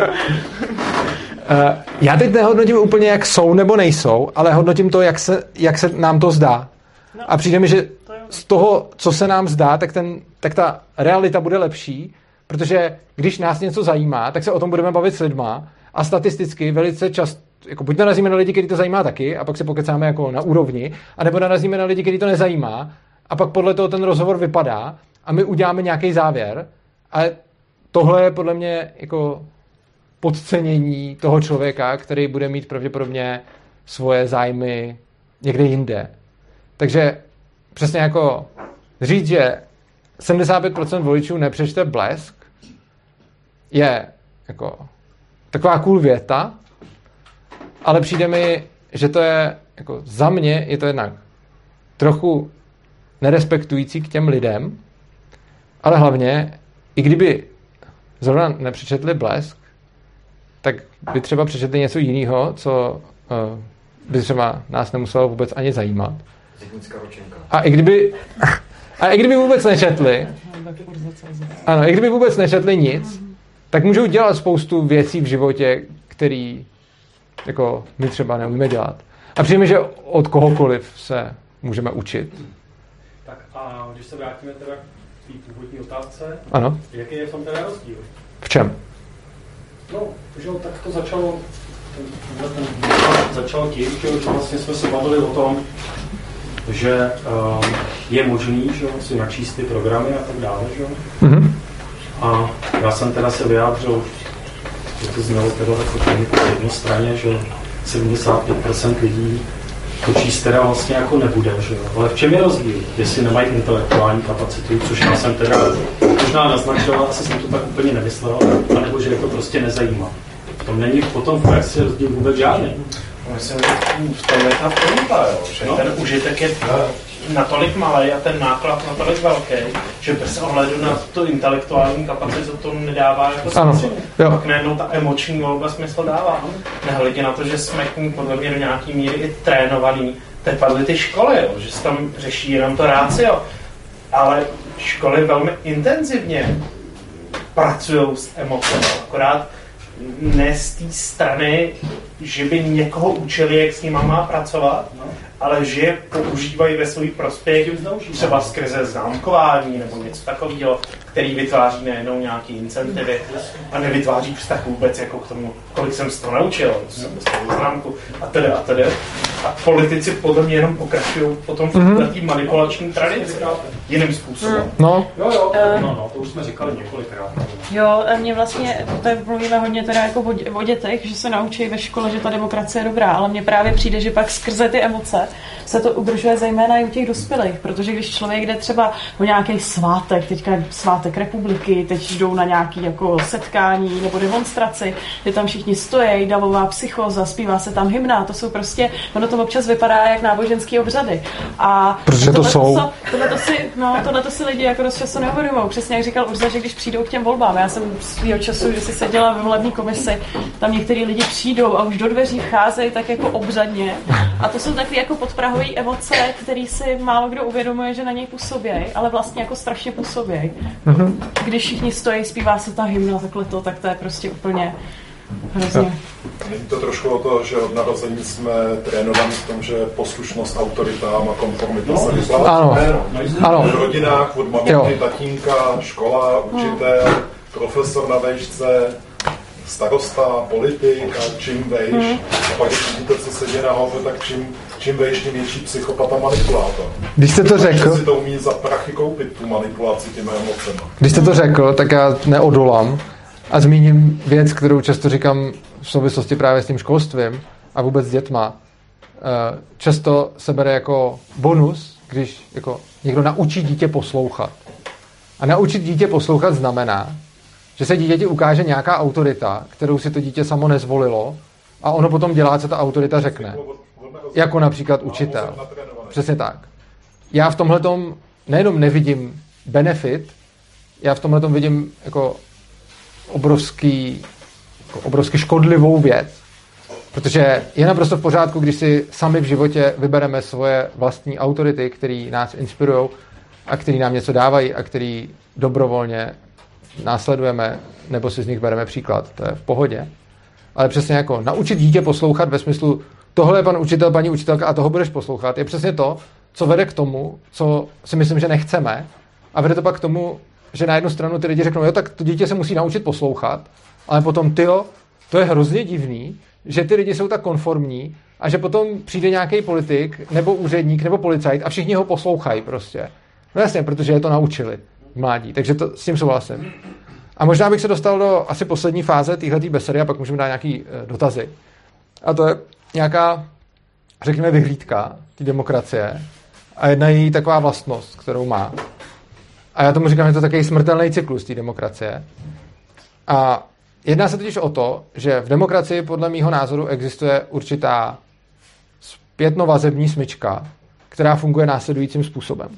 A: Já teď nehodnotím úplně, jak jsou nebo nejsou, ale hodnotím to, jak se nám to zdá. No, a přijde mi, že z toho, co se nám zdá, tak ta realita bude lepší, protože když nás něco zajímá, tak se o tom budeme bavit s lidma a statisticky velice často jako buď narazíme na lidi, který to zajímá taky a pak se pokecáme jako na úrovni, anebo narazíme na lidi, který to nezajímá a pak podle toho ten rozhovor vypadá a my uděláme nějaký závěr, ale tohle je podle mě jako podcenění toho člověka, který bude mít pravděpodobně svoje zájmy někde jinde. Takže přesně jako říct, že 75% voličů nepřečte Blesk, je jako taková cool věta, ale přijde mi, že to je, jako za mě je to jednak trochu nerespektující k těm lidem, ale hlavně, i kdyby zrovna nepřečetli Blesk, tak by třeba přečetli něco jiného, co by třeba nás nemuselo vůbec ani zajímat. A i kdyby vůbec nečetli, ano, i kdyby vůbec nečetli nic, tak můžou dělat spoustu věcí v životě, který jako my třeba neumíme dělat. A přijde, že od kohokoliv se můžeme učit.
G: Tak a když se vrátíme teda k té původní otázce,
A: ano.
G: Jaký je v tom teda rozdíl?
A: V čem?
G: No, že tak to začalo tím, že vlastně jsme se bavili o tom, že je možný, že si načíst ty programy a tak dále, že? Mm-hmm. A já jsem teda se vyjádřil, že to znělo teda jako jednostranně, že 75% lidí to číst teda vlastně jako nebude, že jo. Ale v čem je rozdíl? Jestli nemají intelektuální kapacitu, což já jsem teda možná naznačoval, asi jsem to tak úplně nemyslel, anebo že je to prostě nezajímá. V tom není potom v praxi rozdíl vůbec žádný.
D: Myslím, že v tom je ta pointa, že ten užitek je natolik malý a ten náklad natolik velký, že bez ohledu na tu intelektuální kapacitu to nedává jako smysl. Pak najednou ta emoční volba smysl dává. Nehledě na to, že jsme k ní podle mě do nějaký míry i trénovaný. Teď padly ty školy, jo, že se tam řeší jenom to rácio, ale školy velmi intenzivně pracují s emocemi. Akorát ne z té strany, že by někoho učili, jak s nima má pracovat, ale že je používají ve svůj prospěch třeba skrze známkování nebo něco takového, který vytváří nejenom nějaký incentivy a nevytváří vztah vůbec jako k tomu, kolik jsem z toho naučil, jsem dostal známku a tedy a tedy. A politici podle mě jenom pokračují potom v té manipulační tradici jiným způsobem.
A: No,
G: to už jsme říkali několikrát.
E: Jo, a mě vlastně, tady mluvíme hodně teda jako o dětech, že se naučí ve škole, že ta demokracie je dobrá, ale mně právě přijde, že pak skrze ty emoce se to udržuje zejména i u těch dospělých, protože když člověk jde třeba o nějaký svátek, teďka je svátek republiky, teď jdou na nějaký jako setkání nebo demonstraci, že tam všichni stojí, davová psychóza, zpívá se tam hymna, to jsou prostě, ono to občas vypadá jak náboženský obřady. A
A: protože to jsou.
E: Tohleto si lidi jako dost času neuvědomují. Přesně jak říkal Urza, že když přijdou k těm volbám, já jsem svýho času, že si seděla ve volební komisi, tam některý lidi přijdou a už do dveří vcházejí tak jako obřadně. A to jsou takové jako podprahové emoce, které si málo kdo uvědomuje, že na něj působějí, ale vlastně jako strašně působějí. Když všichni stojí, zpívá se ta hymna, tak to je prostě úplně hrozně.
C: Není to trošku o to, že od narození jsme trénovaní v tom, že poslušnost autoritám a konformita se vyplácí?
A: Ano.
C: V rodinách, od maminky, tatínka, škola, učitel, profesor na vejšce, starosta, politik a čím vejš. A pak když vidíte, co se děje nahoře, tak čím vejš, tím větší psychopat a manipulátor.
A: Když jste to řekl,
C: si to umí za prachy koupit, tu manipulaci těmi emocemi.
A: Když jste to řekl, tak já neodolám a zmíním věc, kterou často říkám v souvislosti právě s tím školstvím a vůbec s dětma. Často se bere jako bonus, když jako někdo naučí dítě poslouchat. A naučit dítě poslouchat znamená, že se dítěti ukáže nějaká autorita, kterou si to dítě samo nezvolilo a ono potom dělá, co ta autorita řekne. Jako například učitel. Přesně tak. Já v tomhletom nejenom nevidím benefit, já v tomhletom vidím jako obrovský škodlivou věc. Protože je naprosto v pořádku, když si sami v životě vybereme svoje vlastní autority, který nás inspirují a který nám něco dávají a který dobrovolně následujeme, nebo si z nich bereme příklad. To je v pohodě. Ale přesně jako naučit dítě poslouchat ve smyslu tohle je pan učitel, paní učitelka a toho budeš poslouchat, je přesně to, co vede k tomu, co si myslím, že nechceme. A vede to pak k tomu, že na jednu stranu ty lidi řeknou, jo, tak to dítě se musí naučit poslouchat, ale potom, to je hrozně divný, že ty lidi jsou tak konformní a že potom přijde nějaký politik, nebo úředník, nebo policajt a všichni ho poslouchají prostě. No jasně, protože je to naučili v mládí, takže to s tím souhlasím. A možná bych se dostal do asi poslední fáze téhletý besedy a pak můžeme dát nějaký dotazy. A to je nějaká, řekněme, vyhlídka té demokracie a jedna její taková vlastnost, kterou má. A já tomu říkám, že to je takový smrtelný cyklus té demokracie. A jedná se totiž o to, že v demokracii podle mýho názoru existuje určitá zpětnovazební smyčka, která funguje následujícím způsobem.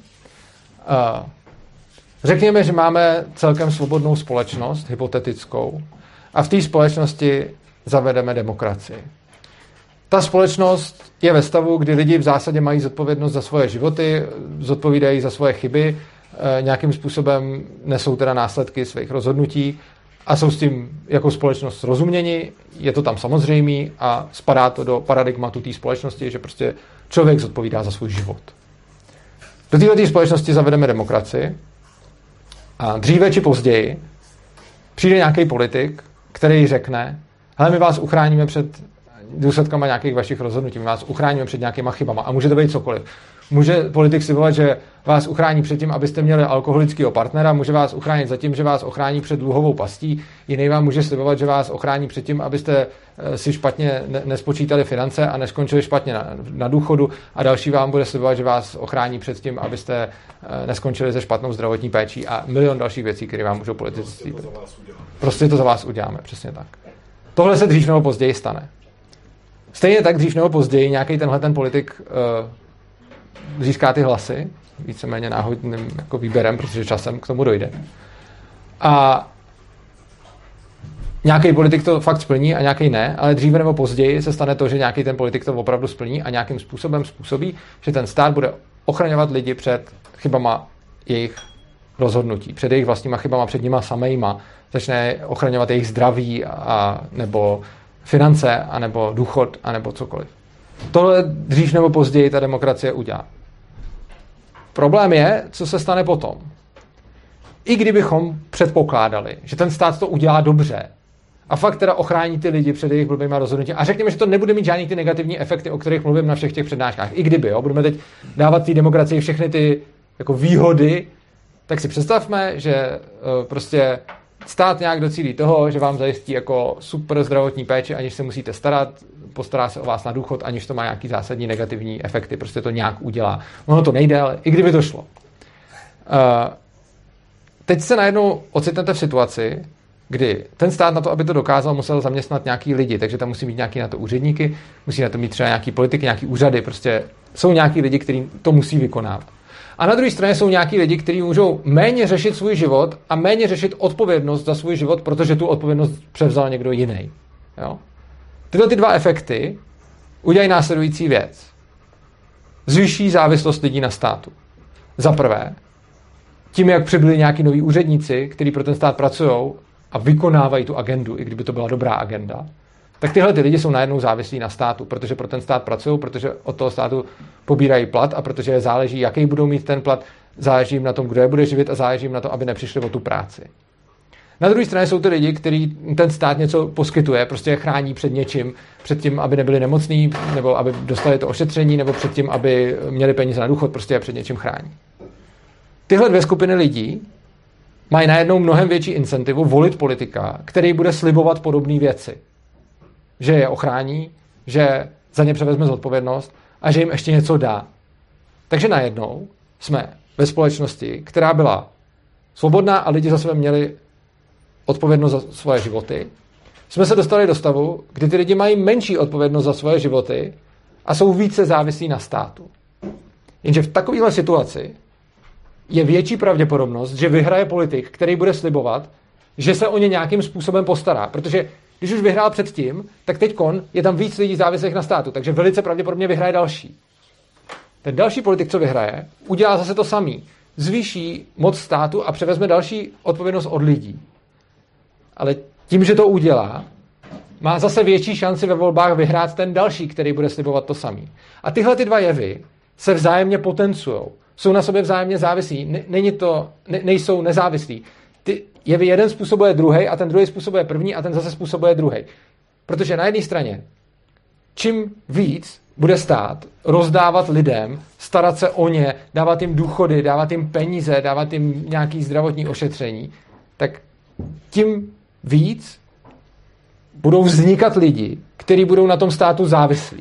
A: Řekněme, že máme celkem svobodnou společnost, hypotetickou, a v té společnosti zavedeme demokracii. Ta společnost je ve stavu, kdy lidi v zásadě mají zodpovědnost za svoje životy, zodpovídají za svoje chyby, nějakým způsobem nesou teda následky svých rozhodnutí a jsou s tím jako společnost rozuměni, je to tam samozřejmý a spadá to do paradigmatu té společnosti, že prostě člověk zodpovídá za svůj život. Do této společnosti zavedeme demokracii a dříve či později přijde nějaký politik, který řekne, hele, my vás uchráníme před důsledkama nějakých vašich rozhodnutí, my vás uchráníme před nějakýma chybama a může to být cokoliv. Může politik slibovat, že vás uchrání před tím, abyste měli alkoholického partnera, může vás uchránit za tím, že vás ochrání před dluhovou pastí, jiný vám může slibovat, že vás ochrání před tím, abyste si špatně nespočítali finance a neskončili špatně na důchodu a další vám bude slibovat, že vás ochrání před tím, abyste neskončili se špatnou zdravotní péčí a milion dalších věcí, které vám můžou politici slíbit. Prostě to za vás uděláme, přesně tak. Tohle se dřív nebo později stane. Stejně tak dřív nebo později nějaký tenhle ten politik získá ty hlasy, víceméně náhodným jako výběrem, protože časem k tomu dojde. A nějaký politik to fakt splní a nějaký ne, ale dříve nebo později se stane to, že nějaký ten politik to opravdu splní a nějakým způsobem způsobí, že ten stát bude ochraňovat lidi před chybama jejich rozhodnutí, před jejich vlastníma chybama, před nima samejma, začne ochraňovat jejich zdraví a nebo finance, a nebo důchod, a nebo cokoliv. Tohle dřív nebo později ta demokracie udělá. Problém je, co se stane potom. I kdybychom předpokládali, že ten stát to udělá dobře a fakt teda ochrání ty lidi před jejich blbýma rozhodnutí a řekněme, že to nebude mít žádný ty negativní efekty, o kterých mluvím na všech těch přednáškách. I kdyby, jo, budeme teď dávat té demokracii všechny ty jako výhody, tak si představme, že prostě stát nějak docílí toho, že vám zajistí jako super zdravotní péči, aniž se musíte starat, postará se o vás na důchod, aniž to má nějaký zásadní negativní efekty, prostě to nějak udělá. Ono to nejde, ale i kdyby to šlo. Teď se najednou ocitnete v situaci, kdy ten stát na to, aby to dokázal, musel zaměstnat nějaký lidi, takže tam musí mít nějaký na to úředníky, musí na to mít třeba nějaký politiky, nějaký úřady, prostě jsou nějaký lidi, kteří to musí vykonávat. A na druhé straně jsou nějaký lidi, kteří můžou méně řešit svůj život a méně řešit odpovědnost za svůj život, protože tu odpovědnost převzal někdo jiný. Jo? Tyhle ty dva efekty udělají následující věc. Zvýší závislost lidí na státu. Za prvé, tím, jak přibyli nějaký noví úředníci, kteří pro ten stát pracují a vykonávají tu agendu, i kdyby to byla dobrá agenda, tak tyhle ty lidi jsou najednou závislí na státu, protože pro ten stát pracují, protože od toho státu pobírají plat a protože je záleží, jaký budou mít ten plat, záleží jim na tom, kdo je bude živit a záleží jim na to, aby nepřišli o tu práci. Na druhé straně jsou ty lidi, který ten stát něco poskytuje, prostě je chrání před něčím, před tím, aby nebyli nemocní, nebo aby dostali to ošetření, nebo před tím, aby měli peníze na důchod, prostě je před něčím chrání. Tyhle dvě skupiny lidí mají najednou mnohem větší incentivu volit politika, který bude slibovat podobné věci. Že je ochrání, že za ně převezme zodpovědnost a že jim ještě něco dá. Takže najednou jsme ve společnosti, která byla svobodná a lidi za sebe měli odpovědnost za svoje životy. Jsme se dostali do stavu, kdy ty lidi mají menší odpovědnost za svoje životy a jsou více závislí na státu. Jenže v takovéhle situaci je větší pravděpodobnost, že vyhraje politik, který bude slibovat, že se o ně nějakým způsobem postará. Protože když už vyhrál předtím, tak teďkon je tam víc lidí závislých na státu, takže velice pravděpodobně vyhraje další. Ten další politik, co vyhraje, udělá zase to samý. Zvýší moc státu a převezme další odpovědnost od lidí. Ale tím, že to udělá, má zase větší šanci ve volbách vyhrát ten další, který bude slibovat to samý. A tyhle ty dva jevy se vzájemně potenciujou. Jsou na sobě vzájemně závislí. Nejsou nezávislí. Ty jevy jeden způsobuje druhý a ten druhý způsobuje první a ten zase způsobuje druhý. Protože na jedné straně, čím víc bude stát rozdávat lidem, starat se o ně, dávat jim důchody, dávat jim peníze, dávat jim nějaký zdravotní ošetření, tak tím víc budou vznikat lidi, kteří budou na tom státu závislí.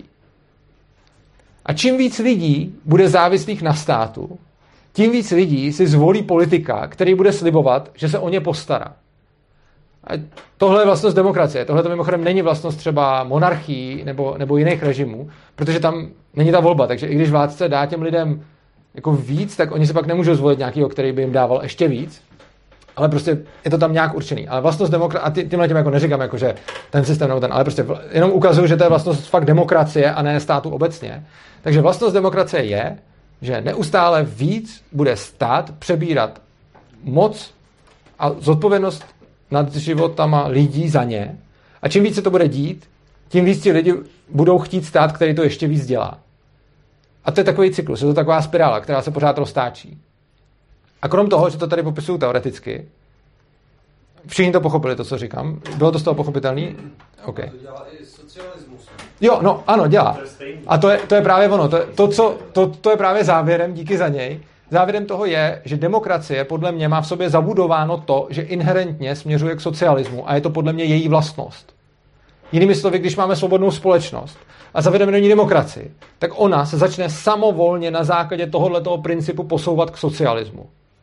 A: A čím víc lidí bude závislých na státu, tím víc lidí si zvolí politika, který bude slibovat, že se o ně postará. A tohle je vlastnost demokracie. Tohle to mimochodem není vlastnost třeba monarchií nebo jiných režimů, protože tam není ta volba. Takže i když vládce dá těm lidem jako víc, tak oni si pak nemůžou zvolit nějakýho, který by jim dával ještě víc. Ale prostě je to tam nějak určený. Ale vlastnost demokracie, a tímhle tím jako neříkám, jako, že ten systém nebo ten, ale prostě jenom ukazuju, že to je vlastnost fakt demokracie a ne státu obecně. Takže vlastnost demokracie je, že neustále víc bude stát přebírat moc a zodpovědnost nad životama lidí za ně. A čím víc se to bude dít, tím víc ti lidi budou chtít stát, který to ještě víc dělá. A to je takový cyklus, je to taková spirála, která se pořád roztáčí. A krom toho, že to tady popisuju teoreticky, všichni to pochopili, to, co říkám. Bylo to z toho pochopitelný? OK.
H: To dělá i socialismus.
A: Jo, no, ano, dělá. A to je právě ono. To je právě závěrem, díky za něj. Závěrem toho je, že demokracie podle mě má v sobě zabudováno to, že inherentně směřuje k socialismu a je to podle mě její vlastnost. Jinými slovy, když máme svobodnou společnost a zavedeme do ní demokracii, tak ona se začne samovolně na základě tohoto principu posouvat k socialismu.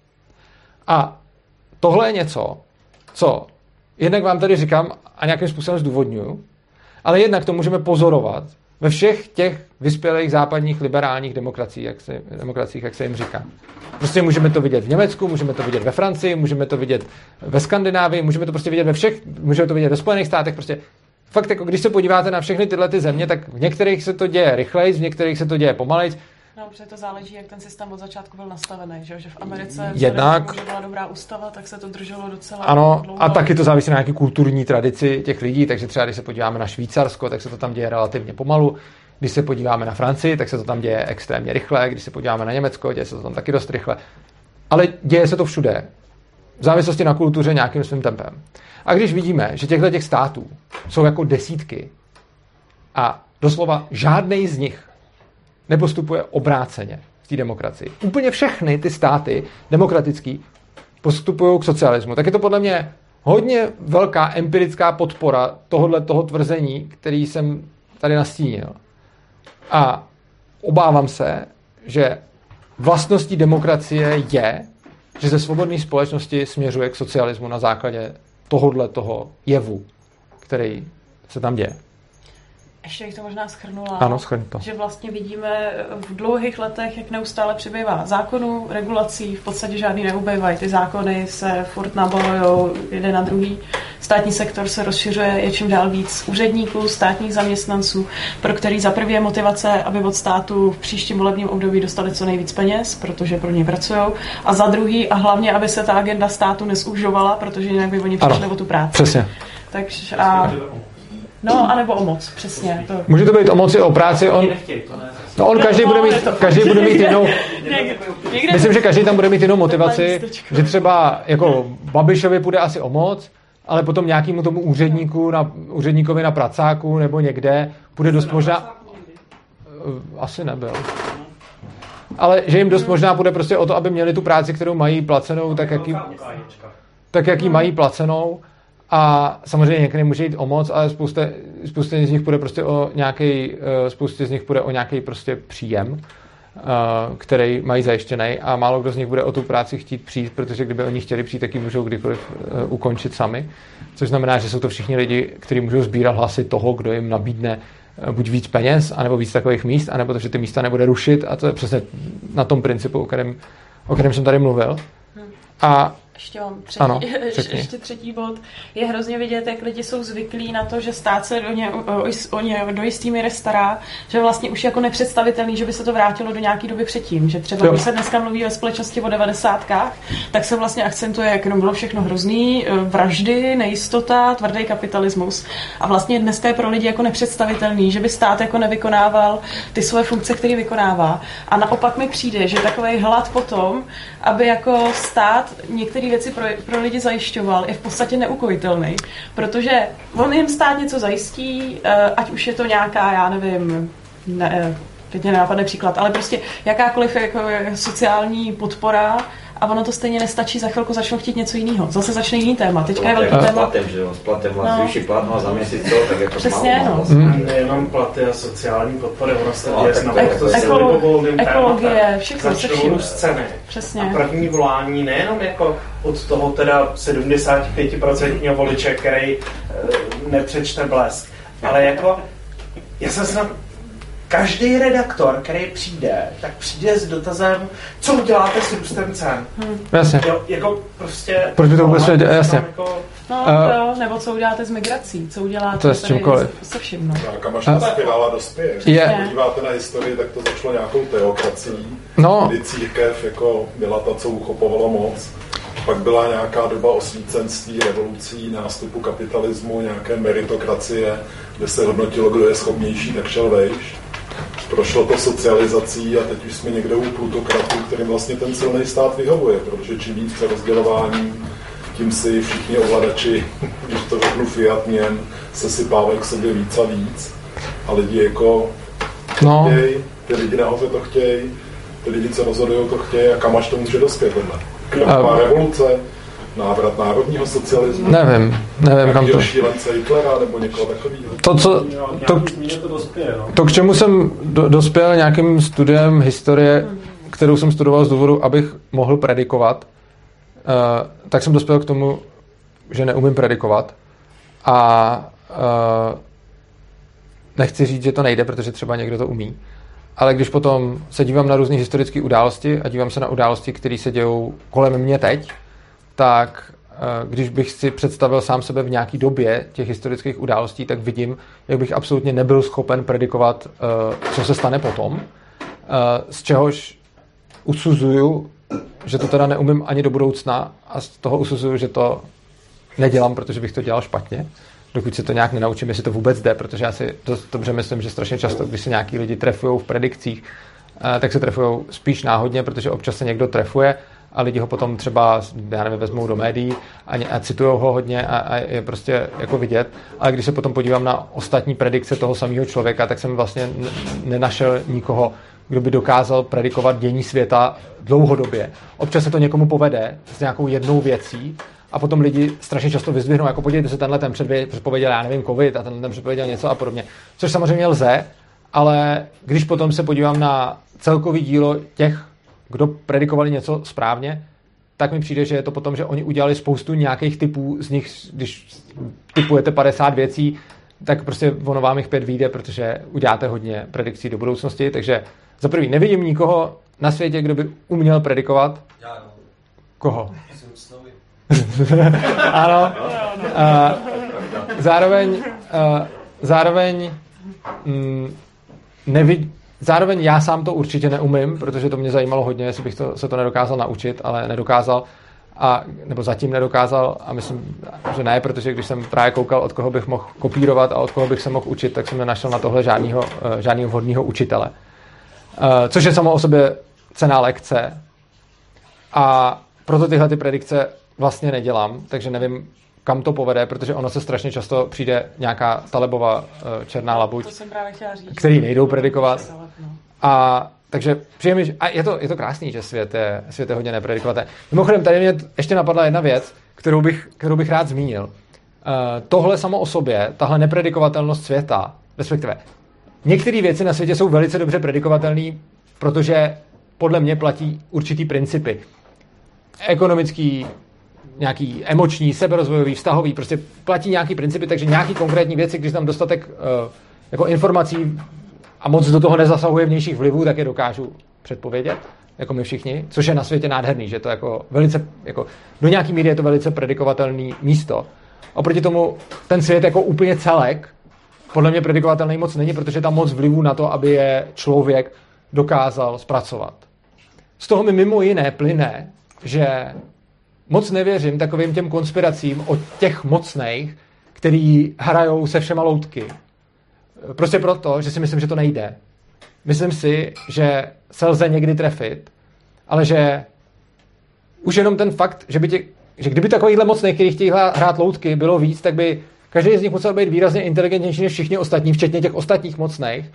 A: A tohle je něco, co jednak vám tady říkám a nějakým způsobem zdůvodňuju, ale jednak to můžeme pozorovat ve všech těch vyspělých západních liberálních demokraciích, jak se jim říká. Prostě můžeme to vidět v Německu, můžeme to vidět ve Francii, můžeme to vidět ve Skandinávii, můžeme to prostě vidět ve všech, můžeme to vidět ve Spojených státech, prostě fakt jako když se podíváte na všechny tyhle ty země, tak v některých se to děje rychleji, v některých se to děje pomalejc,
E: No, protože to záleží, jak ten systém od začátku byl nastavený, že v Americe
A: jednak,
E: tomu, že byla dobrá ústava, tak se to drželo docela
A: dlouho. A taky to závisí na nějaké kulturní tradici těch lidí, takže třeba když se podíváme na Švýcarsko, tak se to tam děje relativně pomalu. Když se podíváme na Francii, tak se to tam děje extrémně rychle, když se podíváme na Německo, děje se to tam taky dost rychle. Ale děje se to všude. V závislosti na kultuře nějakým svým tempem. A když vidíme, že těchto států jsou jako desítky a doslova žádnej z nich nepostupuje obráceně v té demokracii. Úplně všechny ty státy demokratický postupují k socialismu. Tak je to podle mě hodně velká empirická podpora toho tvrzení, který jsem tady nastínil. A obávám se, že vlastností demokracie je, že ze svobodné společnosti směřuje k socialismu na základě toho jevu, který se tam děje.
E: Ještě bych to možná shrnula,
A: ano, shrň to.
E: Že vlastně vidíme v dlouhých letech, jak neustále přibývá zákonů, regulací, v podstatě žádný neubývají. Ty zákony se furt nabalujou jeden na druhý. Státní sektor se rozšiřuje, je čím dál víc úředníků, státních zaměstnanců, pro který za prvé je motivace, aby od státu v příštím volebním období dostali co nejvíc peněz, protože pro ně pracují, a za druhý a hlavně, aby se ta agenda státu nezúžovala, protože jinak by oni přišli o tu práci.
A: Přesně.
E: Takže anebo o moc, přesně. To.
A: Může to být o moci, o práci, každý bude mít jinou. Myslím, že každý tam bude mít jinou motivaci, že třeba jako Babišovi půjde asi o moc, ale potom nějakému tomu úředníkovi na pracáku nebo někde půjde dost možná. Asi nebyl. Ale že jim dost možná půjde prostě o to, aby měli tu práci, kterou mají placenou, tak jak ji mají placenou. A samozřejmě někdy může jít o moc, ale spoustě z nich půjde prostě o nějaký prostě příjem, který mají zajištěný, a málo kdo z nich bude o tu práci chtít přijít, protože kdyby oni chtěli přijít, tak ji můžou kdykoliv ukončit sami. Což znamená, že jsou to všichni lidi, kteří můžou sbírat hlasy toho, kdo jim nabídne buď víc peněz, anebo víc takových míst, anebo to, že ty místa nebude rušit, a to je přesně na tom principu, o kterém jsem tady mluvil. A
E: ještě mám třetí bod. Je hrozně vidět, jak lidi jsou zvyklí na to, že stát se o ně do jistý míry stará, že vlastně už jako nepředstavitelný, že by se to vrátilo do nějaký doby předtím. Že třeba, když se dneska mluví ve společnosti o 90kách, tak se vlastně akcentuje, jak bylo všechno hrozný, vraždy, nejistota, tvrdý kapitalismus. A vlastně dneska je pro lidi jako nepředstavitelný, že by stát jako nevykonával ty svoje funkce, které vykonává. A naopak mi přijde, že takovej hlad potom, aby jako stát některé věci pro lidi zajišťoval, je v podstatě neukojitelný, protože on jim stát něco zajistí, ať už je to nějaká, já nevím, teď mě nenapadne příklad, ale prostě jakákoliv jako sociální podpora, a ono to stejně nestačí, za chvilku začnou chtít něco jiného. Zase začne jiný téma. Teďka je velký téma.
F: Platem, že jo? S platem zvýší plat, a za měsíc to, tak je to
E: přesně,
F: málo.
D: Nejenom platy a sociální podpory, ono se děje
E: ekologie, všechno.
D: Začnou růst ceny.
E: Přesně.
D: A první volání nejenom jako od toho teda 75% voliče, který nepřečte Blesk, ale jako já jsem snad každý redaktor, který přijde, tak přijde s dotazem, co uděláte s růstem cen.
A: Jasně.
D: Jako prostě...
A: Proč by to vůbec jasně.
D: Jako,
E: nebo co uděláte s migrací, co uděláte
A: to je s čímkoliv.
E: Se všimno.
C: Kam až ta spirála dospěje. Když se podíváte na historii, tak to začalo nějakou teokracií, kdy církev jako byla ta, co uchopovala moc. Pak byla nějaká doba osvícenství, revolucí, nástupu kapitalismu, nějaké meritokracie, kde se hodnotilo, kdo je schopnější, tak šel vejš. Prošlo to socializací a teď už jsme někde u plutokratů, kterým vlastně ten silný stát vyhovuje, protože čím víc přerozdělování, tím si všichni ovladači, když to řeknu Fiat měn, se sypávají k sobě víc a víc. A lidi jako chtějí, ty lidi nahoře to chtějí, ty lidi, co rozhodují, to chtějí, a kam až to může dospět tohle? Nějaká revoluce, návrat národního socialismu,
A: nevím kam to.
C: Šílence Hitlera nebo někoho takového.
A: To, k čemu jsem dospěl nějakým studiem historie, kterou jsem studoval z důvodu, abych mohl predikovat, tak jsem dospěl k tomu, že neumím predikovat, a nechci říct, že to nejde, protože třeba někdo to umí. Ale když potom se dívám na různé historické události a dívám se na události, které se dějou kolem mě teď, tak když bych si představil sám sebe v nějaké době těch historických událostí, tak vidím, jak bych absolutně nebyl schopen predikovat, co se stane potom. z čehož usuzuju, že to teda neumím ani do budoucna a z toho usuzuju, že to nedělám, protože bych to dělal špatně, dokud se to nějak nenaučím, jestli to vůbec jde, protože já si dost dobře myslím, že strašně často, když se nějaký lidi trefujou v predikcích, tak se trefujou spíš náhodně, protože občas se někdo trefuje a lidi ho potom třeba, já nevím, vezmou do médií a citujou ho hodně a je prostě jako vidět. Ale když se potom podívám na ostatní predikce toho samého člověka, tak jsem vlastně nenašel nikoho, kdo by dokázal predikovat dění světa dlouhodobě. Občas se to někomu povede s nějakou jednou věcí a potom lidi strašně často vyzdvihnou, jako podívejte se, tenhle ten předpověděl, já nevím, covid a tenhle ten předpověděl něco a podobně. Což samozřejmě lze, ale když potom se podívám na celkový dílo těch, kdo predikovali něco správně, tak mi přijde, že je to potom, že oni udělali spoustu nějakých typů, z nich, když typujete 50 věcí, tak prostě ono vám jich 5 vyjde, protože uděláte hodně predikcí do budoucnosti, takže za prvý nevidím nikoho na světě, kdo by uměl predikovat.
H: Já no.
A: Koho?
H: Jsem snový.
A: Ano. Zároveň zároveň já sám to určitě neumím, protože to mě zajímalo hodně, jestli bych se to nedokázal naučit, ale nedokázal. Nebo zatím nedokázal a myslím, že ne, protože když jsem právě koukal, od koho bych mohl kopírovat a od koho bych se mohl učit, tak jsem nenašel na tohle žádného vhodného učitele. Což je samo o sobě cenná lekce a proto tyhle ty predikce vlastně nedělám, takže nevím, kam to povede, protože ono se strašně často přijde nějaká Talebova černá labuť, který nejdou predikovat. A takže přijde mi, a je to krásný, že svět je hodně nepredikovatelný. Mimochodem, tady mě ještě napadla jedna věc, kterou bych rád zmínil. Tohle samo o sobě, tahle nepredikovatelnost světa, respektive některé věci na světě jsou velice dobře predikovatelné, protože podle mě platí určitý principy. Ekonomický, nějaký emoční, seberozvojový, vztahový, prostě platí nějaký principy, takže nějaký konkrétní věci, když tam dostatek jako informací a moc do toho nezasahuje vnějších vlivů, tak je dokážu předpovědět, jako my všichni, což je na světě nádherný, že to jako velice, jako do nějaký míry je to velice predikovatelný místo. Oproti tomu ten svět jako úplně celek podle mě predikovatelný moc není, protože tam moc vlivů na to, aby je člověk dokázal zpracovat. Z toho mi mimo jiné plyne, že moc nevěřím takovým těm konspiracím od těch mocných, který hrajou se všema loutky. Prostě proto, že si myslím, že to nejde. Myslím si, že se lze někdy trefit, ale že už jenom ten fakt, že kdyby takovýhle mocných, který chtějí hrát loutky, bylo víc, tak by každý z nich musel být výrazně inteligentnější než všichni ostatní, včetně těch ostatních mocných.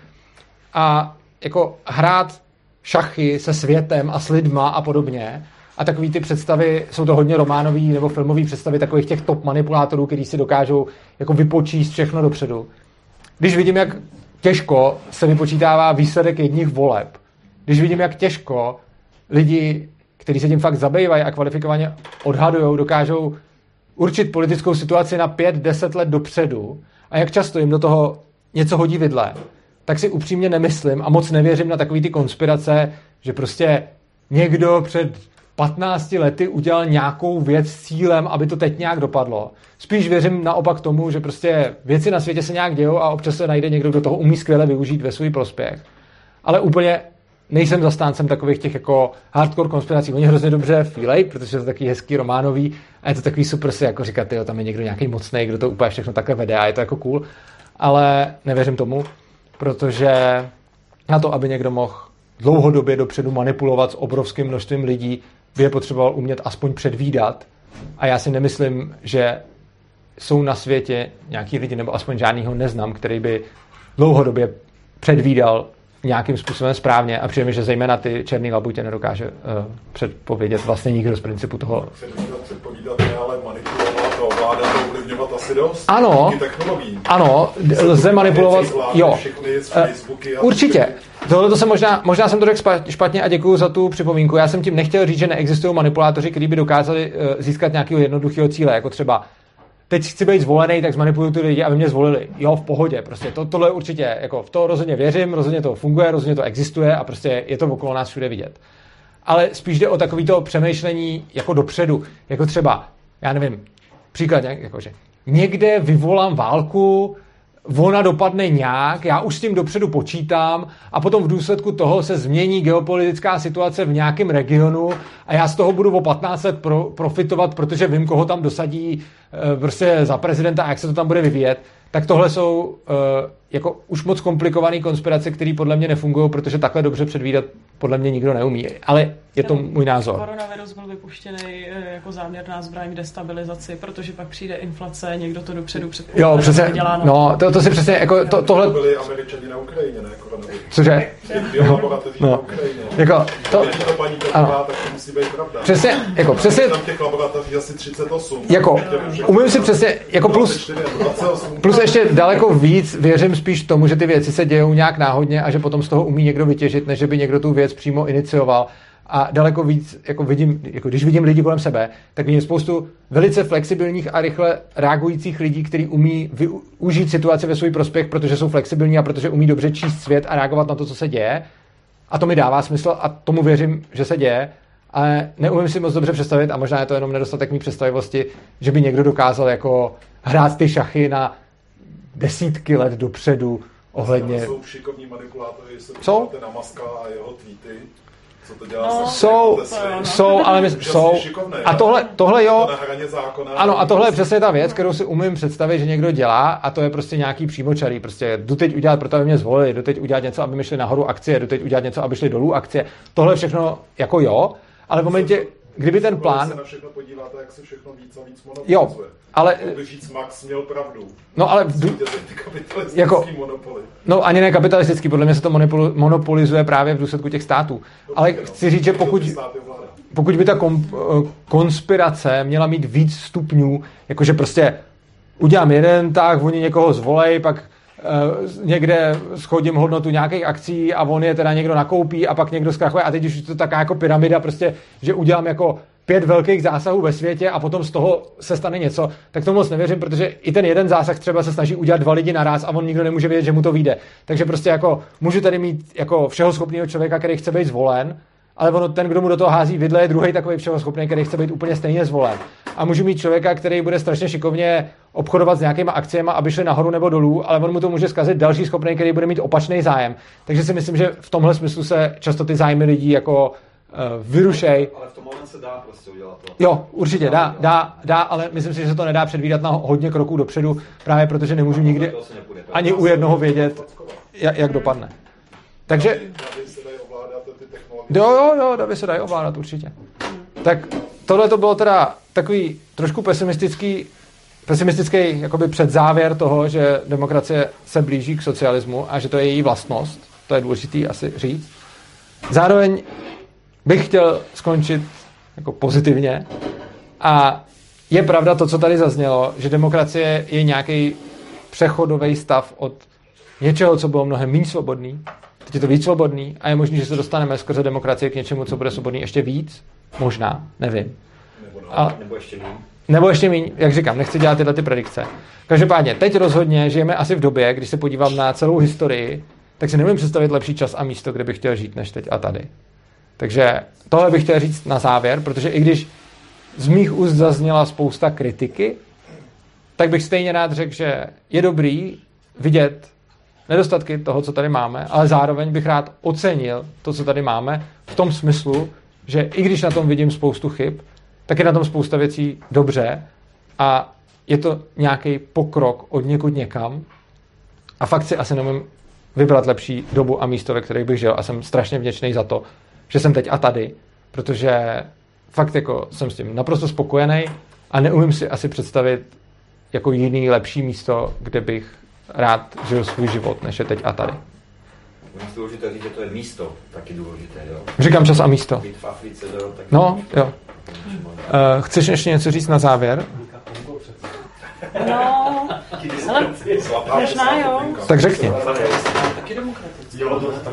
A: A jako hrát šachy se světem a s lidma a podobně. A takový ty představy, jsou to hodně románový nebo filmový představy takových těch top manipulátorů, kteří si dokážou jako vypočíst všechno dopředu. Když vidím, jak těžko se vypočítává výsledek jedních voleb, když vidím, jak těžko lidi, kteří se tím fakt zabývají a kvalifikovaně odhadujou, dokážou určit politickou situaci na 5-10 let dopředu a jak často jim do toho něco hodí vidle, tak si upřímně nemyslím a moc nevěřím na takový ty konspirace, že prostě někdo před 15 lety udělal nějakou věc s cílem, aby to teď nějak dopadlo. Spíš věřím naopak tomu, že prostě věci na světě se nějak dějou a občas se najde někdo, kdo toho umí skvěle využít ve svůj prospěch. Ale úplně nejsem zastáncem takových těch jako hardcore konspirací. Oni hrozně dobře feelej, protože je to takový hezký románový a je to takový super si jako říkat, jo, tam je někdo nějaký mocnej, kdo to úplně všechno takhle vede a je to jako cool. Ale nevěřím tomu, protože na to, aby někdo mohl dlouhodobě dopředu manipulovat s obrovským množstvím lidí, by je potřeboval umět aspoň předvídat. A já si nemyslím, že jsou na světě nějaký lidi, nebo aspoň žádnýho neznám, který by dlouhodobě předvídal nějakým způsobem správně a přijde mi, že zejména ty černý labutě nedokáže předpovědět vlastně nikdo z principu toho.
C: Předpovídat ne, ale manipulovat a ovládat a ovlivňovat asi dost.
A: Ano, lze manipulovat, jo. Určitě. Tohle to se možná jsem to řekl špatně a děkuju za tu připomínku. Já jsem tím nechtěl říct, že neexistují manipulátoři, kteří by dokázali získat nějakého jednoduchého cíle, jako třeba teď chci být zvolený, tak zmanipuluju ty lidi, aby mě zvolili. Jo, v pohodě. Prostě tohle určitě, jako v to rozhodně věřím, rozhodně to funguje, rozhodně to existuje a prostě je to okolo nás všude vidět. Ale spíš jde o takovýto přemýšlení jako dopředu. Jako třeba, já nevím, příklad, jakože někde vyvolám válku, ona dopadne nějak, já už s tím dopředu počítám a potom v důsledku toho se změní geopolitická situace v nějakém regionu a já z toho budu o 15 let profitovat, protože vím, koho tam dosadí prostě za prezidenta a jak se to tam bude vyvíjet, tak tohle jsou jako už moc komplikované konspirace, které podle mě nefungují, protože takhle dobře předvídat podle mě nikdo neumí. Ale je to můj názor.
E: Koronavirus byl vypuštěný jako záměrná zbraň k destabilizaci, protože pak přijde inflace, někdo to dopředu předpokládá.
A: Jo, přesně. No, to si přesně jako tohle.
C: To byli Američani na Ukrajině, ne? Koronavirus.
A: Cože?
C: Laboratoří na Ukrajině.
A: Jako
C: to paní taková, tak to musí být pravda.
A: Přesně, jako přesně.
C: Tam těch laboratoří asi 38.
A: Jako umím si přesně jako plus ještě daleko víc věřím spíš tomu, že ty věci se dějou nějak náhodně a že potom z toho umí někdo vytěžit, než by někdo tu věc přímo inicioval. A daleko víc, jako vidím, jako když vidím lidi kolem sebe, tak vidím spoustu velice flexibilních a rychle reagujících lidí, kteří umí využít situaci ve svůj prospěch, protože jsou flexibilní a protože umí dobře číst svět a reagovat na to, co se děje. A to mi dává smysl a tomu věřím, že se děje. Ale neumím si moc dobře představit, a možná je to jenom nedostatek mý představivosti, že by někdo dokázal jako hrát ty šachy na desítky let dopředu ohledně...
C: Jsou šikovní manipulátoři, že se
A: podíváte
C: na Muska a jeho tweety, co to dělá
A: jsou. A tohle jo.
C: Na hraně zákona.
A: Ano, a tohle je přesně ta věc, kterou si umím představit, že někdo dělá, a to je prostě nějaký přímočarý. Prostě jdu teď udělat proto, aby mě zvolili, jdu teď udělat něco, aby mi šli nahoru akcie, jdu teď udělat něco, aby šli dolů akcie. Tohle všechno jako jo, ale v momentě, kdyby ten plán...
C: se na všechno podíváte, jak se všechno víc a víc monopolizuje.
A: Jo, ale...
C: Když říct Max měl pravdu.
A: No ale...
C: Jako, monopoly.
A: No ani ne kapitalistický, podle mě se to monopolizuje právě v důsledku těch států. Ale chci říct, že pokud by ta konspirace měla mít víc stupňů, jakože prostě udělám jeden tah, oni někoho zvolej, pak někde schodím hodnotu nějakých akcí a on je teda někdo nakoupí a pak někdo zkrachuje a teď už je to taká jako pyramida, prostě, že udělám jako 5 velkých zásahů ve světě a potom z toho se stane něco, tak tomu moc nevěřím, protože i ten jeden zásah třeba se snaží udělat 2 lidi naraz a on nikdo nemůže vědět, že mu to vyjde. Takže prostě jako můžu tady mít jako všeho schopného člověka, který chce být zvolen, ale ono, ten, kdo mu do toho hází vidle, je druhý takový všeho schopný, který chce být úplně stejně zvolen. A můžu mít člověka, který bude strašně šikovně obchodovat s nějakýma akciemi, aby šli nahoru nebo dolů, ale on mu to může zkazit další schopný, který bude mít opačný zájem. Takže si myslím, že v tomhle smyslu se často ty zájmy lidí jako vyrušej.
F: Ale v tom moment se dá prostě udělat to.
A: Jo, určitě dá, ale myslím si, že se to nedá předvídat na hodně kroků dopředu, právě protože nemůžu nikdy ani u jednoho vědět, jak dopadne. Takže Jo, davy se dají ovládat určitě. Tak tohle to bylo teda takový trošku pesimistický jakoby předzávěr toho, že demokracie se blíží k socialismu a že to je její vlastnost. To je důležitý asi říct. Zároveň bych chtěl skončit jako pozitivně a je pravda to, co tady zaznělo, že demokracie je nějaký přechodový stav od něčeho, co bylo mnohem méně svobodný. Teď je to víc svobodný a je možné, že se dostaneme skrze demokracie k něčemu, co bude svobodný ještě víc. Možná, nevím. Nebo ještě míň, jak říkám, nechci dělat tyhle ty predikce. Každopádně, teď rozhodně žijeme asi v době, když se podívám na celou historii, tak si nemůžu představit lepší čas a místo, kde bych chtěl žít, než teď a tady. Takže tohle bych chtěl říct na závěr, protože i když z mých úst zazněla spousta kritiky, tak bych stejně rád řekl, že je dobrý vidět nedostatky toho, co tady máme, ale zároveň bych rád ocenil to, co tady máme, v tom smyslu, že i když na tom vidím spoustu chyb, tak je na tom spousta věcí dobře a je to nějaký pokrok od někud někam a fakt si asi nemůžu vybrat lepší dobu a místo, ve kterých bych žil a jsem strašně vděčný za to, že jsem teď a tady, protože fakt jako jsem s tím naprosto spokojený a neumím si asi představit jako jiný lepší místo, kde bych rád žil svůj život, než je teď a tady.
F: Je důležité říct, že to je místo taky důležité, jo?
A: Říkám čas a místo.
F: Být v Africe, tak...
A: No, jo. Chceš ještě něco říct na závěr?
E: No, ale možná jo.
A: Tak řekni.
D: Taky demokratický.
G: Jo, to taky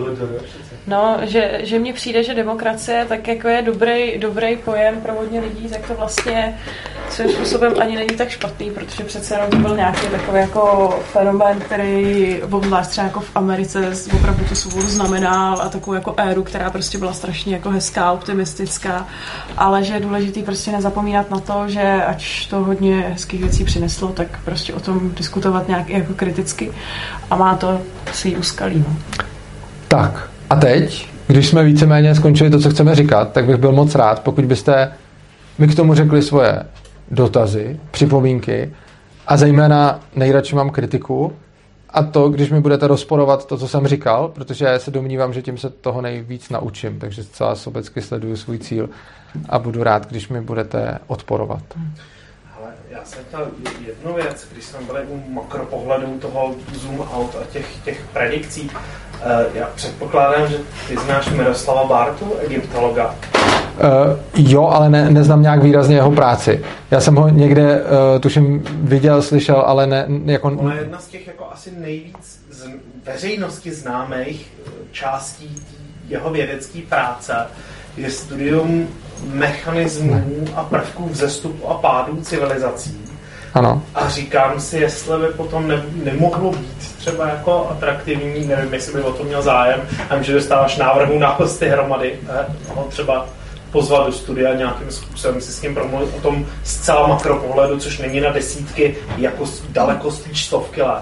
E: No, že mně přijde, že demokracie tak jako je dobrý pojem pro hodně lidí, tak to vlastně svým způsobem ani není tak špatný, protože přece jenom to byl nějaký takový jako fenomén, který obzvlášť třeba jako v Americe opravdu tu svobodu znamenal a takovou jako éru, která prostě byla strašně jako hezká, optimistická, ale že je důležitý prostě nezapomínat na to, že ač to hodně hezkých věcí přineslo, tak prostě o tom diskutovat nějak jako kriticky a má to svý úskalí.
A: Tak a teď, když jsme víceméně skončili to, co chceme říkat, tak bych byl moc rád, pokud byste mi k tomu řekli svoje dotazy, připomínky a zejména nejradši mám kritiku a to, když mi budete rozporovat to, co jsem říkal, protože se domnívám, že tím se toho nejvíc naučím, takže zcela sobecky sleduju svůj cíl a budu rád, když mi budete odporovat.
D: Ale já jsem chtěl jednu věc, když jsme byli u makropohledu toho zoom out a těch predikcí. Já předpokládám, že ty znáš Miroslava Bártu, egyptologa.
A: Jo, ale neznám nějak výrazně jeho práci. Já jsem ho někde, tuším, viděl, slyšel, ale ne jako...
D: Ona je jedna z těch jako asi nejvíc veřejnosti známých částí jeho vědecké práce, je studium mechanismů a prvků vzestupu a pádu civilizací.
A: Ano.
D: A říkám si, jestli by potom nemohlo být třeba jako atraktivní, nevím, jestli by o to měl zájem, a že dostáváš návrhů na hosty hromady, třeba pozvat do studia nějakým způsobem si s ním promluvit o tom zcela makropohledu, což není na desítky, jako daleko spíš stovky let.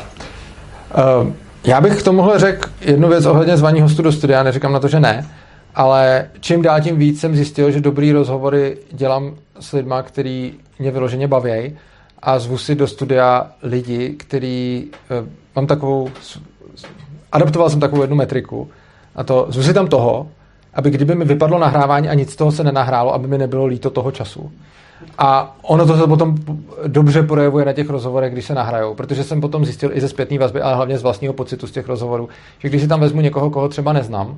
A: Já bych k tomuhle řekl jednu věc ohledně zvaní hostů do studia, neříkám na to, že ne, ale čím dál tím víc jsem zjistil, že dobrý rozhovory dělám s lidma, který mě vyloženě baví a zvu si do studia lidi, který mám takovou, adaptoval jsem takovou jednu metriku a to zvu si tam toho, aby kdyby mi vypadlo nahrávání a nic z toho se nenahrálo, aby mi nebylo líto toho času. A ono to se potom dobře projevuje na těch rozhovorech, když se nahrajou, protože jsem potom zjistil i ze zpětné vazby, ale hlavně z vlastního pocitu z těch rozhovorů, že když si tam vezmu někoho, koho třeba neznám,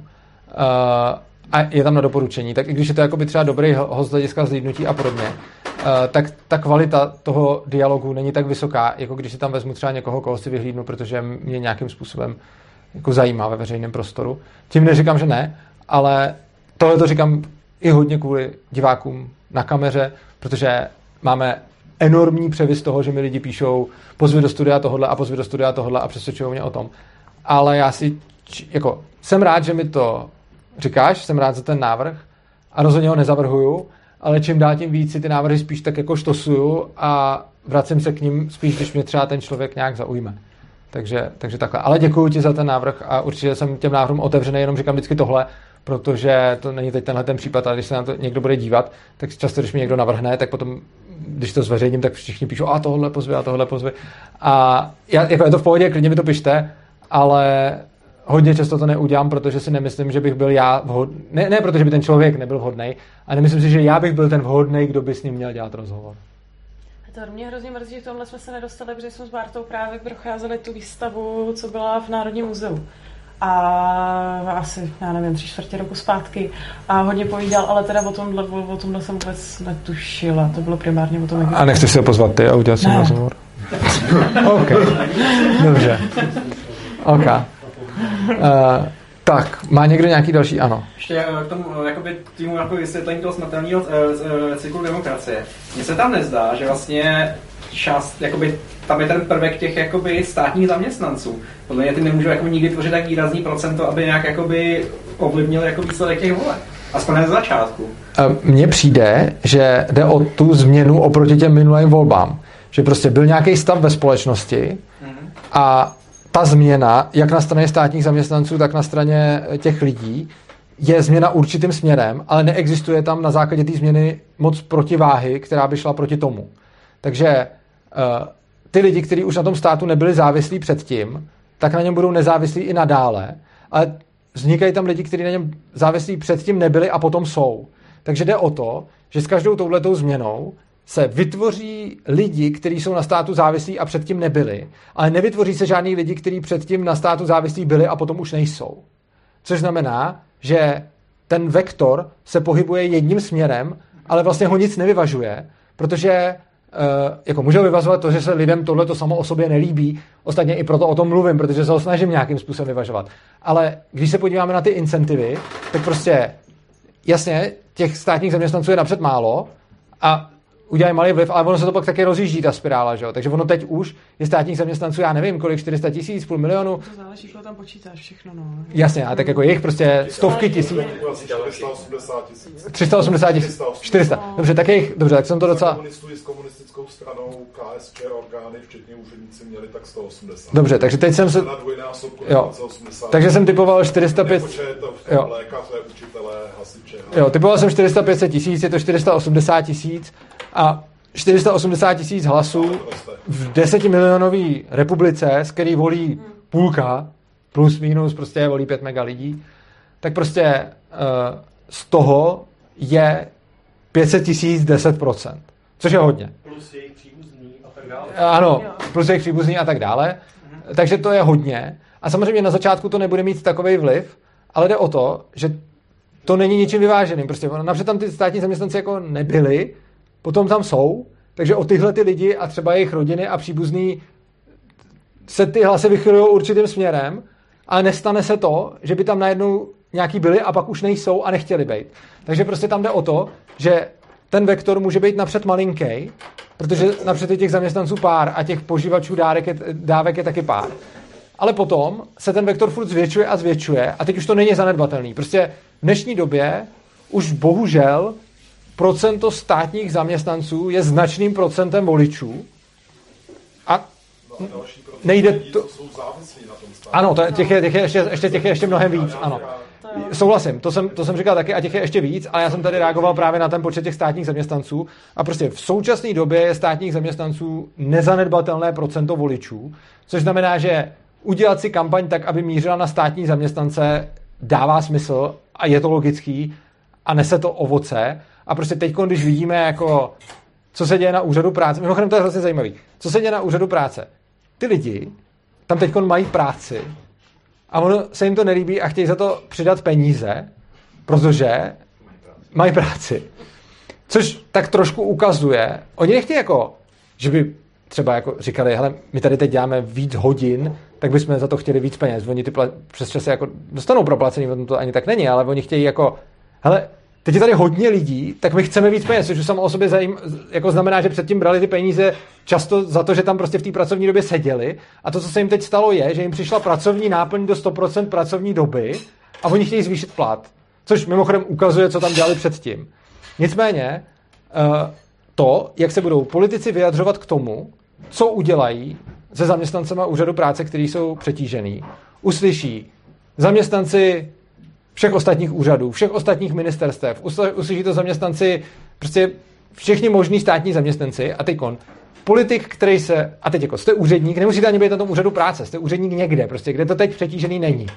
A: a je tam na doporučení, tak i když je to jakoby třeba dobrý host z hlediska zlídnutí a podobně, tak ta kvalita toho dialogu není tak vysoká, jako když si tam vezmu třeba někoho, koho si vyhlídnu, protože mě nějakým způsobem jako zajímá ve veřejném prostoru. Tím neříkám, že ne, ale tohle to říkám i hodně kvůli divákům na kameře, protože máme enormní převis toho, že mi lidi píšou pozvi do studia tohodle a pozvi do studia tohodle a přesvědčují mě o tom. Ale já si jako jsem rád, že mi to říkáš, jsem rád za ten návrh a rozhodně ho nezavrhuju, ale čím dál tím víc si ty návrhy spíš tak jako štosuju a vracím se k ním spíš, když mě třeba ten člověk nějak zaujme. Takže takhle. Ale děkuji ti za ten návrh a určitě jsem těm návrhům otevřený, jenom říkám vždycky tohle, protože to není teď tenhle ten případ, ale když se na to někdo bude dívat, tak často, když mi někdo navrhne, tak potom, když to zveřejním, tak všichni píšou a tohle pozvi. A jako je to v pohodě, klidně mi to pište, ale hodně často to neudělám, protože si nemyslím, že bych byl já vhodný. Ne, protože by ten člověk nebyl vhodný, ale nemyslím si, že já bych byl ten vhodný, kdo by s ním měl dělat rozhovor.
E: To mě hrozně mrzí, že v tomhle jsme se nedostali, protože jsme s Bártou právě procházeli tu výstavu, co byla v Národním muzeu. A asi, já nevím, 3/4 roku zpátky. A hodně povídal, ale teda o tomhle jsem vůbec netušila. To bylo primárně o tom, jak...
A: A nechceš se ho pozvat ty a udělat si rozhovor? OK. Dobře. OK. Tak, má někdo nějaký další? Ano.
B: Ještě k tomu jakoby týmu jako vysvětlení toho smrtelného cyklu demokracie. Mně se tam nezdá, že vlastně část, jakoby, tam je ten prvek těch jakoby státních zaměstnanců. Podle mě ty nemůžou jako nikdy tvořit tak výrazný procento, aby nějak jakoby ovlivnil jako výsledek těch voleb. Aspoň na začátku.
A: Mně přijde, že jde o tu změnu oproti těm minulým volbám. Že prostě byl nějaký stav ve společnosti a ta změna, jak na straně státních zaměstnanců, tak na straně těch lidí, je změna určitým směrem, ale neexistuje tam na základě té změny moc protiváhy, která by šla proti tomu. Takže ty lidi, kteří už na tom státu nebyli závislí předtím, tak na něm budou nezávislí i nadále, ale vznikají tam lidi, kteří na něm závislí předtím nebyli a potom jsou. Takže jde o to, že s každou touhletou změnou se vytvoří lidi, kteří jsou na státu závislí a předtím nebyli, ale nevytvoří se žádný lidi, kteří předtím na státu závislí byli a potom už nejsou. Což znamená, že ten vektor se pohybuje jedním směrem, ale vlastně ho nic nevyvažuje, protože jako můžou vyvazovat to, že se lidem tohle to samo o sobě nelíbí. Ostatně i proto o tom mluvím, protože se ho snažím nějakým způsobem vyvažovat. Ale když se podíváme na ty incentivy, tak prostě jasně, těch státních zaměstnanců je napřed málo a udělají malý vliv, ale ono se to pak taky rozjíždí, ta spirála, že jo? Takže ono teď už je státních zaměstnanců, já nevím, kolik, 400 000, 500 000.
E: To záleží, koho tam počítáš všechno, no.
A: Jasně, a tak jako jich prostě stovky tisíc. 380 000. 400. Dobře, tak tak jsem to docela...
C: Komunistů s komunistickou stranou KSČ orgány, včetně úředníci, měli tak 180.
A: Dobře, takže teď jsem se... Jo. Takže jsem typoval 405...
C: Jo. Lékaře, učitelé, hasiče.
A: Jo, typoval jsem 400-500 tisíc, je to 480 000 a 480 000 hlasů v 10 milionové republice, z který volí půlka, plus minus, prostě volí 5 mega lidí, tak prostě z toho je 500 000 10%, což je hodně.
G: Plus jejich příbuzný a tak dále.
A: Ano, plus jejich příbuzný a tak dále. Takže to je hodně. A samozřejmě na začátku to nebude mít takovej vliv, ale jde o to, že to není ničím vyváženým. Prostě napřed tam ty státní zaměstnanci jako nebyli, potom tam jsou, takže o tyhle ty lidi a třeba jejich rodiny a příbuzný se ty hlasy vychylují určitým směrem, ale nestane se to, že by tam najednou nějaký byli a pak už nejsou a nechtěli být. Takže prostě tam jde o to, že ten vektor může být napřed malinký, protože napřed je těch zaměstnanců pár a těch požívačů dávek je taky pár. Ale potom se ten vektor furt zvětšuje a zvětšuje a teď už to není zanedbatelný. Prostě v dnešní době už bohužel procento státních zaměstnanců je značným procentem voličů a nejde to... Ano, těch je ještě mnohem víc, ano. Souhlasím, to jsem říkal taky a těch je ještě víc, ale já jsem tady reagoval právě na ten počet těch státních zaměstnanců a prostě v současné době je státních zaměstnanců nezanedbatelné procento voličů, což znamená, že udělat si kampaň tak, aby mířila na státní zaměstnance, dává smysl a je to logický a nese to ovoce. A prostě teď, když vidíme, jako, co se děje na úřadu práce, mimochodem to je hrozně zajímavý, co se děje na úřadu práce. Ty lidi tam teď mají práci a ono se jim to nelíbí a chtějí za to přidat peníze, protože mají práci. Což tak trošku ukazuje, oni nechtějí jako, že by třeba jako říkali, hele, my tady teď děláme víc hodin, tak bychom za to chtěli víc peněz. Oni ty přes časy jako dostanou proplacení, potom to ani tak není, ale oni chtějí jako, hele, teď je tady hodně lidí, tak my chceme víc peněz, což už samo o sobě jako znamená, že předtím brali ty peníze často za to, že tam prostě v té pracovní době seděli a to, co se jim teď stalo, je, že jim přišla pracovní náplň do 100% pracovní doby a oni chtějí zvýšit plat, což mimochodem ukazuje, co tam dělali předtím. Nicméně to, jak se budou politici vyjadřovat k tomu, co udělají se zaměstnancema úřadu práce, kteří jsou přetížený, uslyší zaměstnanci všech ostatních úřadů, všech ostatních ministerstev, uslyší to zaměstnanci, prostě všichni možní státní zaměstnanci a teďkon politik, který se, a teď jako jste úředník, nemusíte ani být na tom úřadu práce, jste úředník někde, prostě kde to teď přetížený není.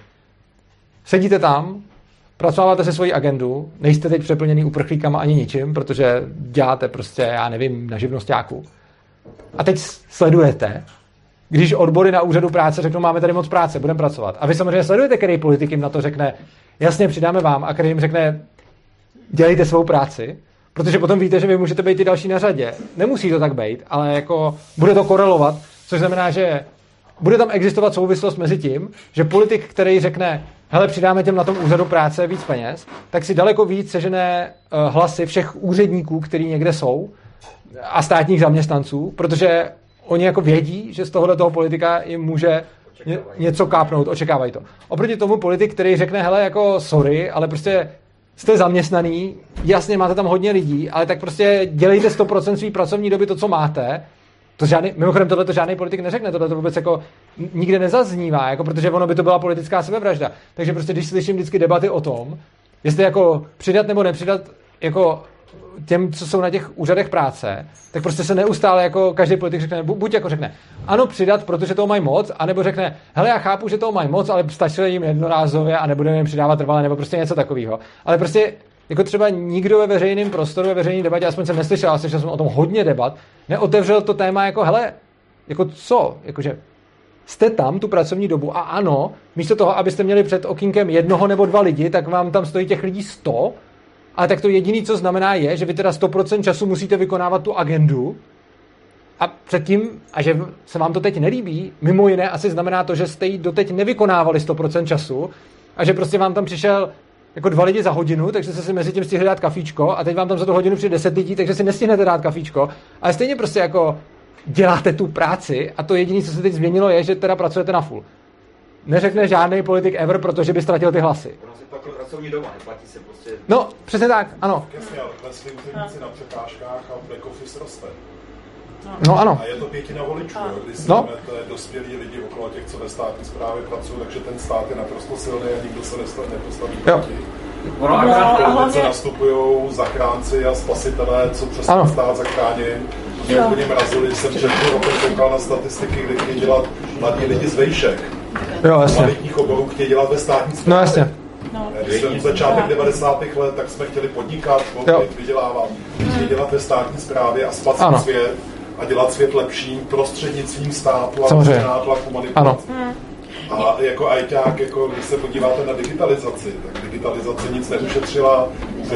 A: Sedíte tam, pracováváte se svoji agendu, nejste teď přeplněný uprchlíkama ani ničím, protože děláte prostě, já nevím, na živnosťáku. A teď sledujete, když odbory na úřadu práce řeknou, máme tady moc práce, budeme pracovat. A vy samozřejmě sledujete, který politik jim na to řekne, jasně, přidáme vám, a který jim řekne, dělejte svou práci, protože potom víte, že vy můžete být i další na řadě. Nemusí to tak být, ale jako bude to korelovat, což znamená, že bude tam existovat souvislost mezi tím, že politik, který řekne, hele, přidáme těm na tom úřadu práce víc peněz, tak si daleko víc sežené hlasy všech úředníků, který někde jsou, a státních zaměstnanců, protože oni jako vědí, že z tohoto politika jim může něco kápnout, očekávají to. Oproti tomu politik, který řekne, hele, jako sorry, ale prostě jste zaměstnaný, jasně máte tam hodně lidí, ale tak prostě dělejte 100% svý pracovní doby to, co máte. To mimochodem tohle to žádný politik neřekne, tohle to vůbec jako nikde nezaznívá, jako protože ono by to byla politická sebevražda. Takže prostě když slyším vždycky debaty o tom, jestli jako přidat nebo nepřidat jako těm, co jsou na těch úřadech práce, tak prostě se neustále jako každý politik řekne, buď jako řekne, ano, přidat, protože toho mají moc, anebo řekne, hele, já chápu, že toho mají moc, ale stačilo jim jednorázově a nebudeme jim přidávat trvale, nebo prostě něco takového. Ale prostě jako třeba nikdo ve veřejném prostoru, ve veřejné debatě, aspoň jsem neslyšel, ale slyšel jsem o tom hodně debat, neotevřel to téma jako, hele, jako co, jakože jste tam tu pracovní dobu a ano, místo toho, abyste měli před okýnkem 1 nebo 2 lidi, tak vám tam stojí těch lidí 100. Ale tak to jediné, co znamená, je, že vy teda 100% času musíte vykonávat tu agendu A předtím, a že se vám to teď nelíbí, mimo jiné asi znamená to, že jste ji doteď nevykonávali 100% času a že prostě vám tam přišel jako 2 lidi za hodinu, takže jste si mezi tím stihli dát kafíčko a teď vám tam za tu hodinu přijde 10 lidí, takže si nestihnete dát kafíčko, ale stejně prostě jako děláte tu práci a to jediné, co se teď změnilo, je, že teda pracujete na full. Neřekne žádný politik ever, protože by ztratil ty hlasy.
F: Pracovní doma, neplatí se prostě...
A: No, přesně tak, ano.
C: Jasně, ale klesli úředníci na překážkách a back office roste.
A: No ano.
C: A je to 1/5 voličů, když si vezmete dospělí lidi okolo těch, co ve státní správě pracují, takže ten stát je naprosto silný a nikdo se nepostaví proti. Politice nastupují zachránci a spasitelé, co přes ten stát zachrání. Mě úplně mrazili, jsem před rokem koukal na statistiky, kde chtějí dělat mladí lidi z vejšek.
A: Jo, jasně.
C: Kvalitních oborů chtějí dělat ve státní správě.
A: No jasně.
C: Když jsem začátek 90. let, tak jsme chtěli podnikat, vydělávat, chtěli dělat ve státní správě a spasit svět a dělat svět lepším prostřednictvím státu a nátlaku manipulace. A jako ajťák, jako když se podíváte na digitalizaci, tak digitalizace nic neušetřila,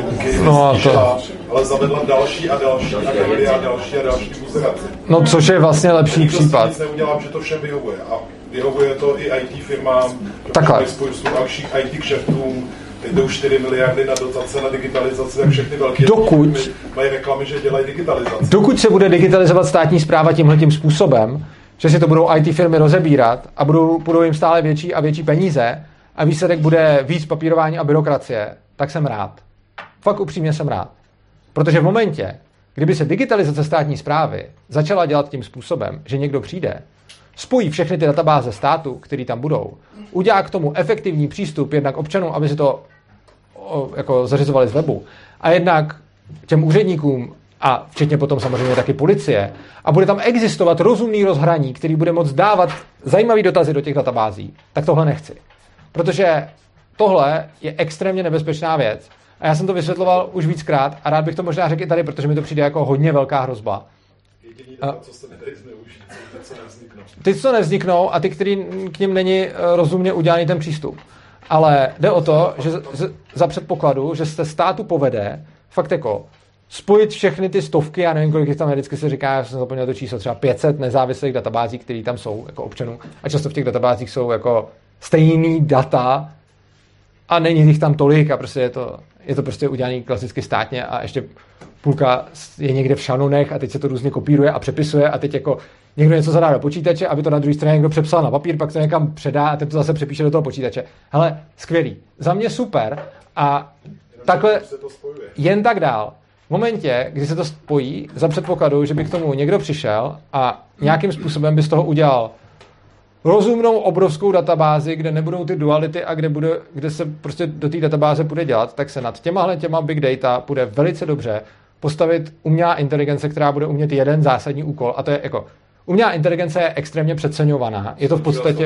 C: ale zavedla další a další agendy a další buzeraci.
A: No což je vlastně lepší případ.
C: Nic neudělám, že to všem vyhovuje. A vyhovuje to i IT firmám, mají spoustu dalších IT kšeftům, teď jdou 4 miliardy na dotace na digitalizaci, tak všechny velké firmy mají reklamy, že dělají digitalizaci.
A: Dokud se bude digitalizovat státní správa tímhletím způsobem, že si to budou IT firmy rozebírat a budou jim stále větší a větší peníze a výsledek bude víc papírování a byrokracie, tak jsem rád. Fakt upřímně jsem rád. Protože v momentě, kdyby se digitalizace státní správy začala dělat tím způsobem, že někdo přijde, spojí všechny ty databáze státu, které tam budou, udělá k tomu efektivní přístup jednak občanům, aby si to jako zařizovali z webu, a jednak těm úředníkům a včetně potom samozřejmě taky policie, a bude tam existovat rozumný rozhraní, který bude moct dávat zajímavý dotazy do těch databází, tak tohle nechci. Protože tohle je extrémně nebezpečná věc. A já jsem to vysvětloval už víckrát a rád bych to možná řekl i tady, protože mi to přijde jako hodně velká hrozba.
C: Jediný data, co se nedají zneužít, co nevzniknou.
A: Ty, co nevzniknou a ty, který k nim není rozumně udělaný ten přístup. Ale jde o to, že za předpokladu, že se státu povede fakt jako spojit všechny ty stovky, já nevím, kolik tam vždycky se říká, já jsem zapomněl to číslo, třeba 500 nezávislých databází, které tam jsou jako občanů, a často v těch databázích jsou jako stejný data a není jich tam tolik a prostě je to prostě udělaný klasicky státně a ještě půlka je někde v šanonech a teď se to různě kopíruje a přepisuje a teď jako někdo něco zadá do počítače, aby to na druhé straně někdo přepsal na papír, pak to někam předá a teď to zase přepíše do toho počítače. Hele, skvělý. Za mě super a takhle jen tak dál. V momentě, kdy se to spojí, za předpokladu, že by k tomu někdo přišel a nějakým způsobem by z toho udělal rozumnou obrovskou databázi, kde nebudou ty duality a kde se prostě do té databáze bude dělat, tak se nad těma big data bude velice dobře postavit umělá inteligence, která bude umět jeden zásadní úkol, a to je jako umělá inteligence je extrémně přeceňovaná. Je to v podstatě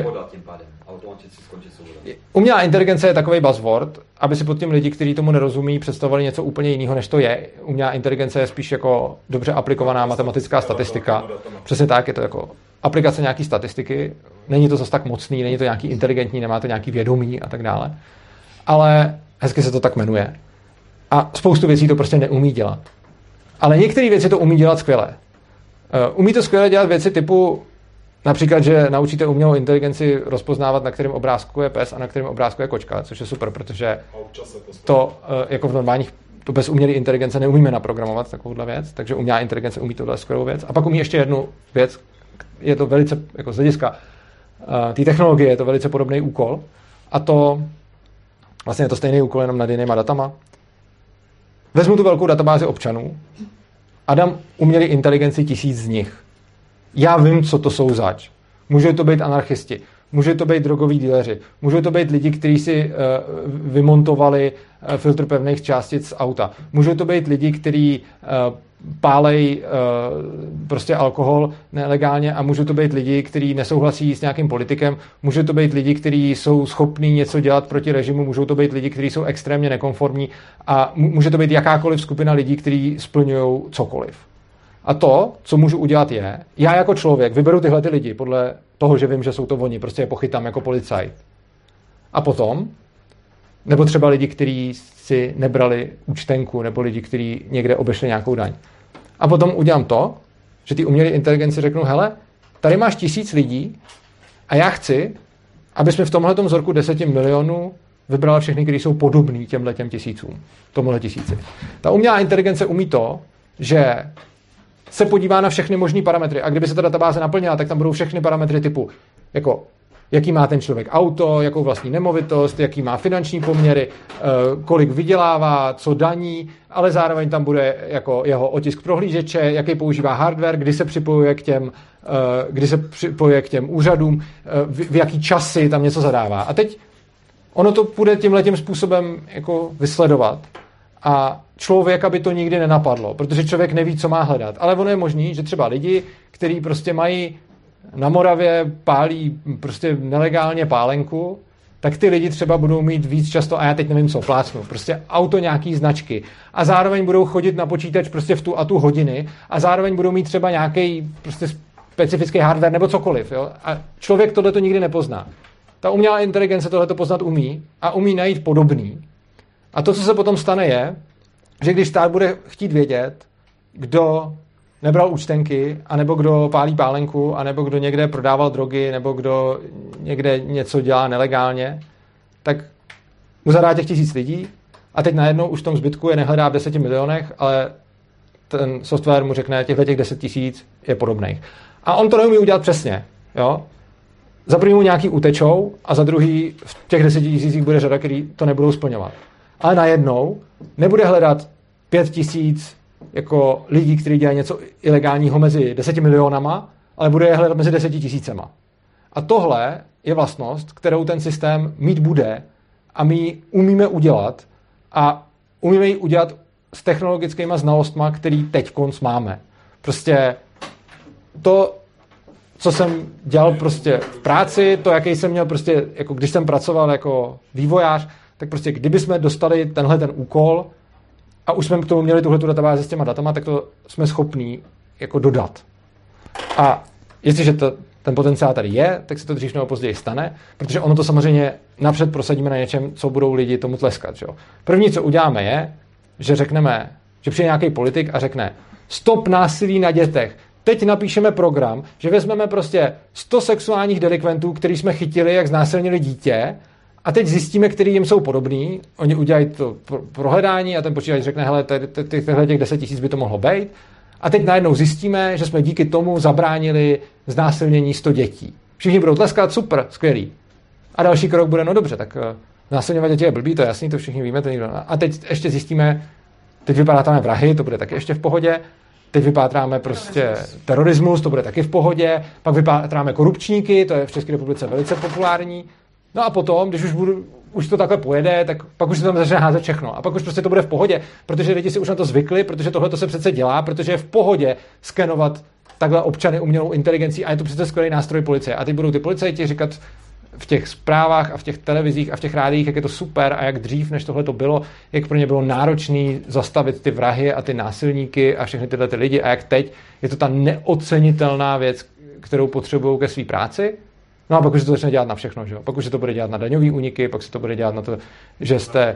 A: umělá inteligence je takovej buzzword, aby si pod tím lidi, kteří tomu nerozumí, představovali něco úplně jiného, než to je. Umělá inteligence je spíš jako dobře aplikovaná matematická statistika. Přesně tak, je to jako aplikace nějaký statistiky. Není to zas tak mocný, není to nějaký inteligentní, nemá to nějaký vědomí a tak dále. Ale hezky se to tak jmenuje. A spoustu věcí to prostě neumí dělat. Ale některé věci to umí dělat skvěle. Umí to skvěle dělat věci typu například, že naučíte umělou inteligenci rozpoznávat, na kterém obrázku je pes a na kterém obrázku je kočka, což je super, protože to jako v normálních, to bez umělé inteligence neumíme naprogramovat takovouhle věc, takže umělá inteligence umí tohle skvělou věc. A pak umí ještě jednu věc, je to velice, jako z hlediska té technologie je to velice podobný úkol, a to vlastně je to stejný úkol, jenom nad jinýma datama. Vezmu tu velkou databázi občanů a dám umělé inteligenci 1000 z nich. Já vím, co to jsou zač. Můžou to být anarchisti, můžou to být drogoví díleři, můžou to být lidi, kteří si vymontovali filtr pevných částic z auta. Můžou to být lidi, kteří pálej prostě alkohol nelegálně, a můžou to být lidi, kteří nesouhlasí s nějakým politikem, můžou to být lidi, kteří jsou schopní něco dělat proti režimu, můžou to být lidi, kteří jsou extrémně nekonformní, a může to být jakákoliv skupina lidí, kteří splňují cokoliv. A to, co můžu udělat, je, já jako člověk vyberu tyhle ty lidi podle toho, že vím, že jsou to oni, prostě je pochytám jako policajt. A potom, nebo třeba lidi, kteří si nebrali účtenku, nebo lidi, kteří někde obešli nějakou daň. A potom udělám to, že ty umělé inteligenci řeknou, hele, tady máš 1000 lidí a já chci, abys mi v tomhletom vzorku 10 milionů vybrala všechny, kteří jsou podobní těmhletěm 1000. Tomuhle 1000. Ta umělá inteligence umí to, že se podívá na všechny možný parametry a kdyby se ta databáze naplnila, tak tam budou všechny parametry typu, jako jaký má ten člověk auto, jakou vlastní nemovitost, jaký má finanční poměry, kolik vydělává, co daní, ale zároveň tam bude jako jeho otisk prohlížeče, jaký používá hardware, kdy se připojuje k těm úřadům, v jaký časy tam něco zadává. A teď ono to půjde tímhletím způsobem jako vysledovat a člověka by to nikdy nenapadlo, protože člověk neví, co má hledat. Ale ono je možný, že třeba lidi, kteří prostě mají na Moravě pálí prostě nelegálně pálenku, tak ty lidi třeba budou mít víc často, a já teď nevím co, plácnu, prostě auto nějaký značky a zároveň budou chodit na počítač prostě v tu a tu hodiny a zároveň budou mít třeba nějaký prostě specifický hardware nebo cokoliv. Jo? A člověk tohleto nikdy nepozná. Ta umělá inteligence tohleto poznat umí a umí najít podobný. A to, co se potom stane, je, že když stát bude chtít vědět, kdo nebral účtenky, anebo kdo pálí pálenku, anebo kdo někde prodával drogy, nebo kdo někde něco dělá nelegálně, tak mu zadá těch 1000 lidí a teď najednou už v tom zbytku je nehledá v 10 milionech, ale ten software mu řekne, těch 10 000 je podobných. A on to neumí udělat přesně. Jo? Za první mu nějaký utečou a za druhý v těch 10 000 bude řada, který to nebudou splňovat. Ale najednou nebude hledat 5000 jako lidí, kteří dělají něco ilegálního mezi 10 milionama, ale bude je hledat mezi 10 000. A tohle je vlastnost, kterou ten systém mít bude a my ji umíme udělat a umíme ji udělat s technologickýma znalostma, který teďkonc máme. Prostě to, co jsem dělal prostě v práci, to, jaký jsem měl prostě, jako když jsem pracoval jako vývojář, tak prostě kdyby jsme dostali tenhle ten úkol a už jsme k tomu měli tuhletu databázi s těma datama, tak to jsme schopní jako dodat. A jestliže ten potenciál tady je, tak se to dřív nebo později stane, protože ono to samozřejmě napřed prosadíme na něčem, co budou lidi tomu tleskat. Že? První, co uděláme, je, že řekneme, že přijde nějaký politik a řekne stop násilí na dětech. Teď napíšeme program, že vezmeme prostě 100 sexuálních delikventů, který jsme chytili, jak znásilnili dítě, a teď zjistíme, který jim jsou podobný. Oni udělají to prohledání a ten počítač řekne, hele, těch 10 000 by to mohlo být. A teď najednou zjistíme, že jsme díky tomu zabránili znásilnění 100 dětí. Všichni budou tleskat, super, skvělý. A další krok bude, no dobře, tak znásilňovat děti je blbý, to je jasný, to všichni víme. To nikdo. A teď ještě zjistíme, teď vypátráme vrahy, to bude taky ještě v pohodě. Teď vypátráme prostě terorismus, to bude taky v pohodě. Pak vypátráme korupčníky, to je v České republice velice populární. No a potom, když už to takhle pojede, tak pak už se tam začne házet všechno. A pak už prostě to bude v pohodě, protože lidi si už na to zvykli, protože tohle to se přece dělá, protože je v pohodě skenovat takhle občany umělou inteligencí a je to přece skvělý nástroj policie. A teď budou ty policajti říkat v těch zprávách a v těch televizích a v těch rádiích, jak je to super a jak dřív, než tohle to bylo, jak pro ně bylo náročný zastavit ty vrahy a ty násilníky a všechny tyhle ty lidi a jak teď je to ta neocenitelná věc, kterou potřebují ke své práci. No a pak už se to začne dělat na všechno, že jo? Pak už se to bude dělat na daňový úniky, pak se to bude dělat na to, že jste...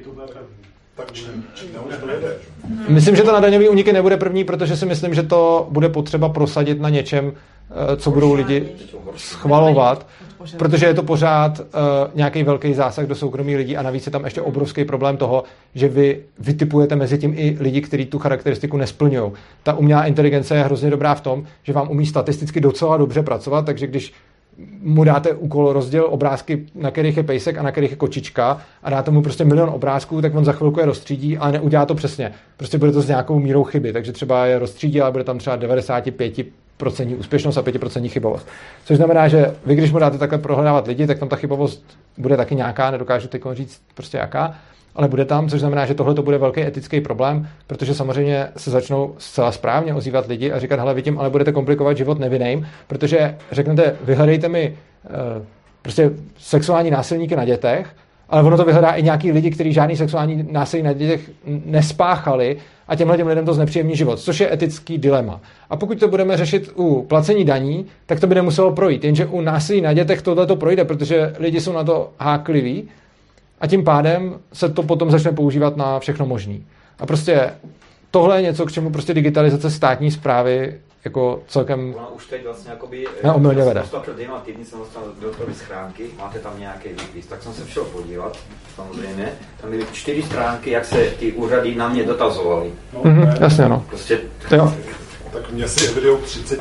A: Myslím, že to na daňový úniky nebude první, protože si myslím, že to bude potřeba prosadit na něčem, co budou lidi schvalovat, protože je to pořád nějaký velký zásah do soukromí lidí a navíc je tam ještě obrovský problém toho, že vy vytipujete mezi tím i lidi, kteří tu charakteristiku nesplňují. Ta umělá inteligence je hrozně dobrá v tom, že vám umí statisticky docela dobře pracovat, takže když mu dáte úkol rozděl obrázky, na kterých je pejsek a na kterých je kočička a dáte mu prostě milion obrázků, tak on za chvilku je rozstřídí, ale neudělá to přesně. Prostě bude to s nějakou mírou chyby, takže třeba je rozstřídí, ale bude tam třeba 95% úspěšnost a 5% chybovost. Což znamená, že vy, když mu dáte takhle prohledávat lidi, tak tam ta chybovost bude taky nějaká, nedokážu teď říct prostě jaká, ale bude tam, což znamená, že tohle to bude velký etický problém, protože samozřejmě se začnou zcela správně ozývat lidi a říkat, hele, vy tím ale budete komplikovat život nevinným, protože řeknete, vyhledejte mi prostě sexuální násilníky na dětech, ale ono to vyhledá i nějaký lidi, kteří žádný sexuální násilí na dětech nespáchali a těm lidem to znepříjemní život, což je etický dilema. A pokud to budeme řešit u placení daní, tak to by nemuselo projít, jenže u násilí na dětech tohle to projde, protože lidi jsou na to hákliví a tím pádem se to potom začne používat na všechno možný. A prostě tohle je něco, k čemu prostě digitalizace státní správy jako celkem
F: Ona už teď vlastně jakoby...
A: neomylně vede.
F: Před 2 týdny jsem dostal do toho schránky, máte tam nějaký výpis, tak jsem se šel podívat, samozřejmě. Tam byly 4 stránky, jak se ty úřady na mě dotazovaly.
A: Jasně, no.
F: Prostě...
A: Jo.
C: Tak mě si evidují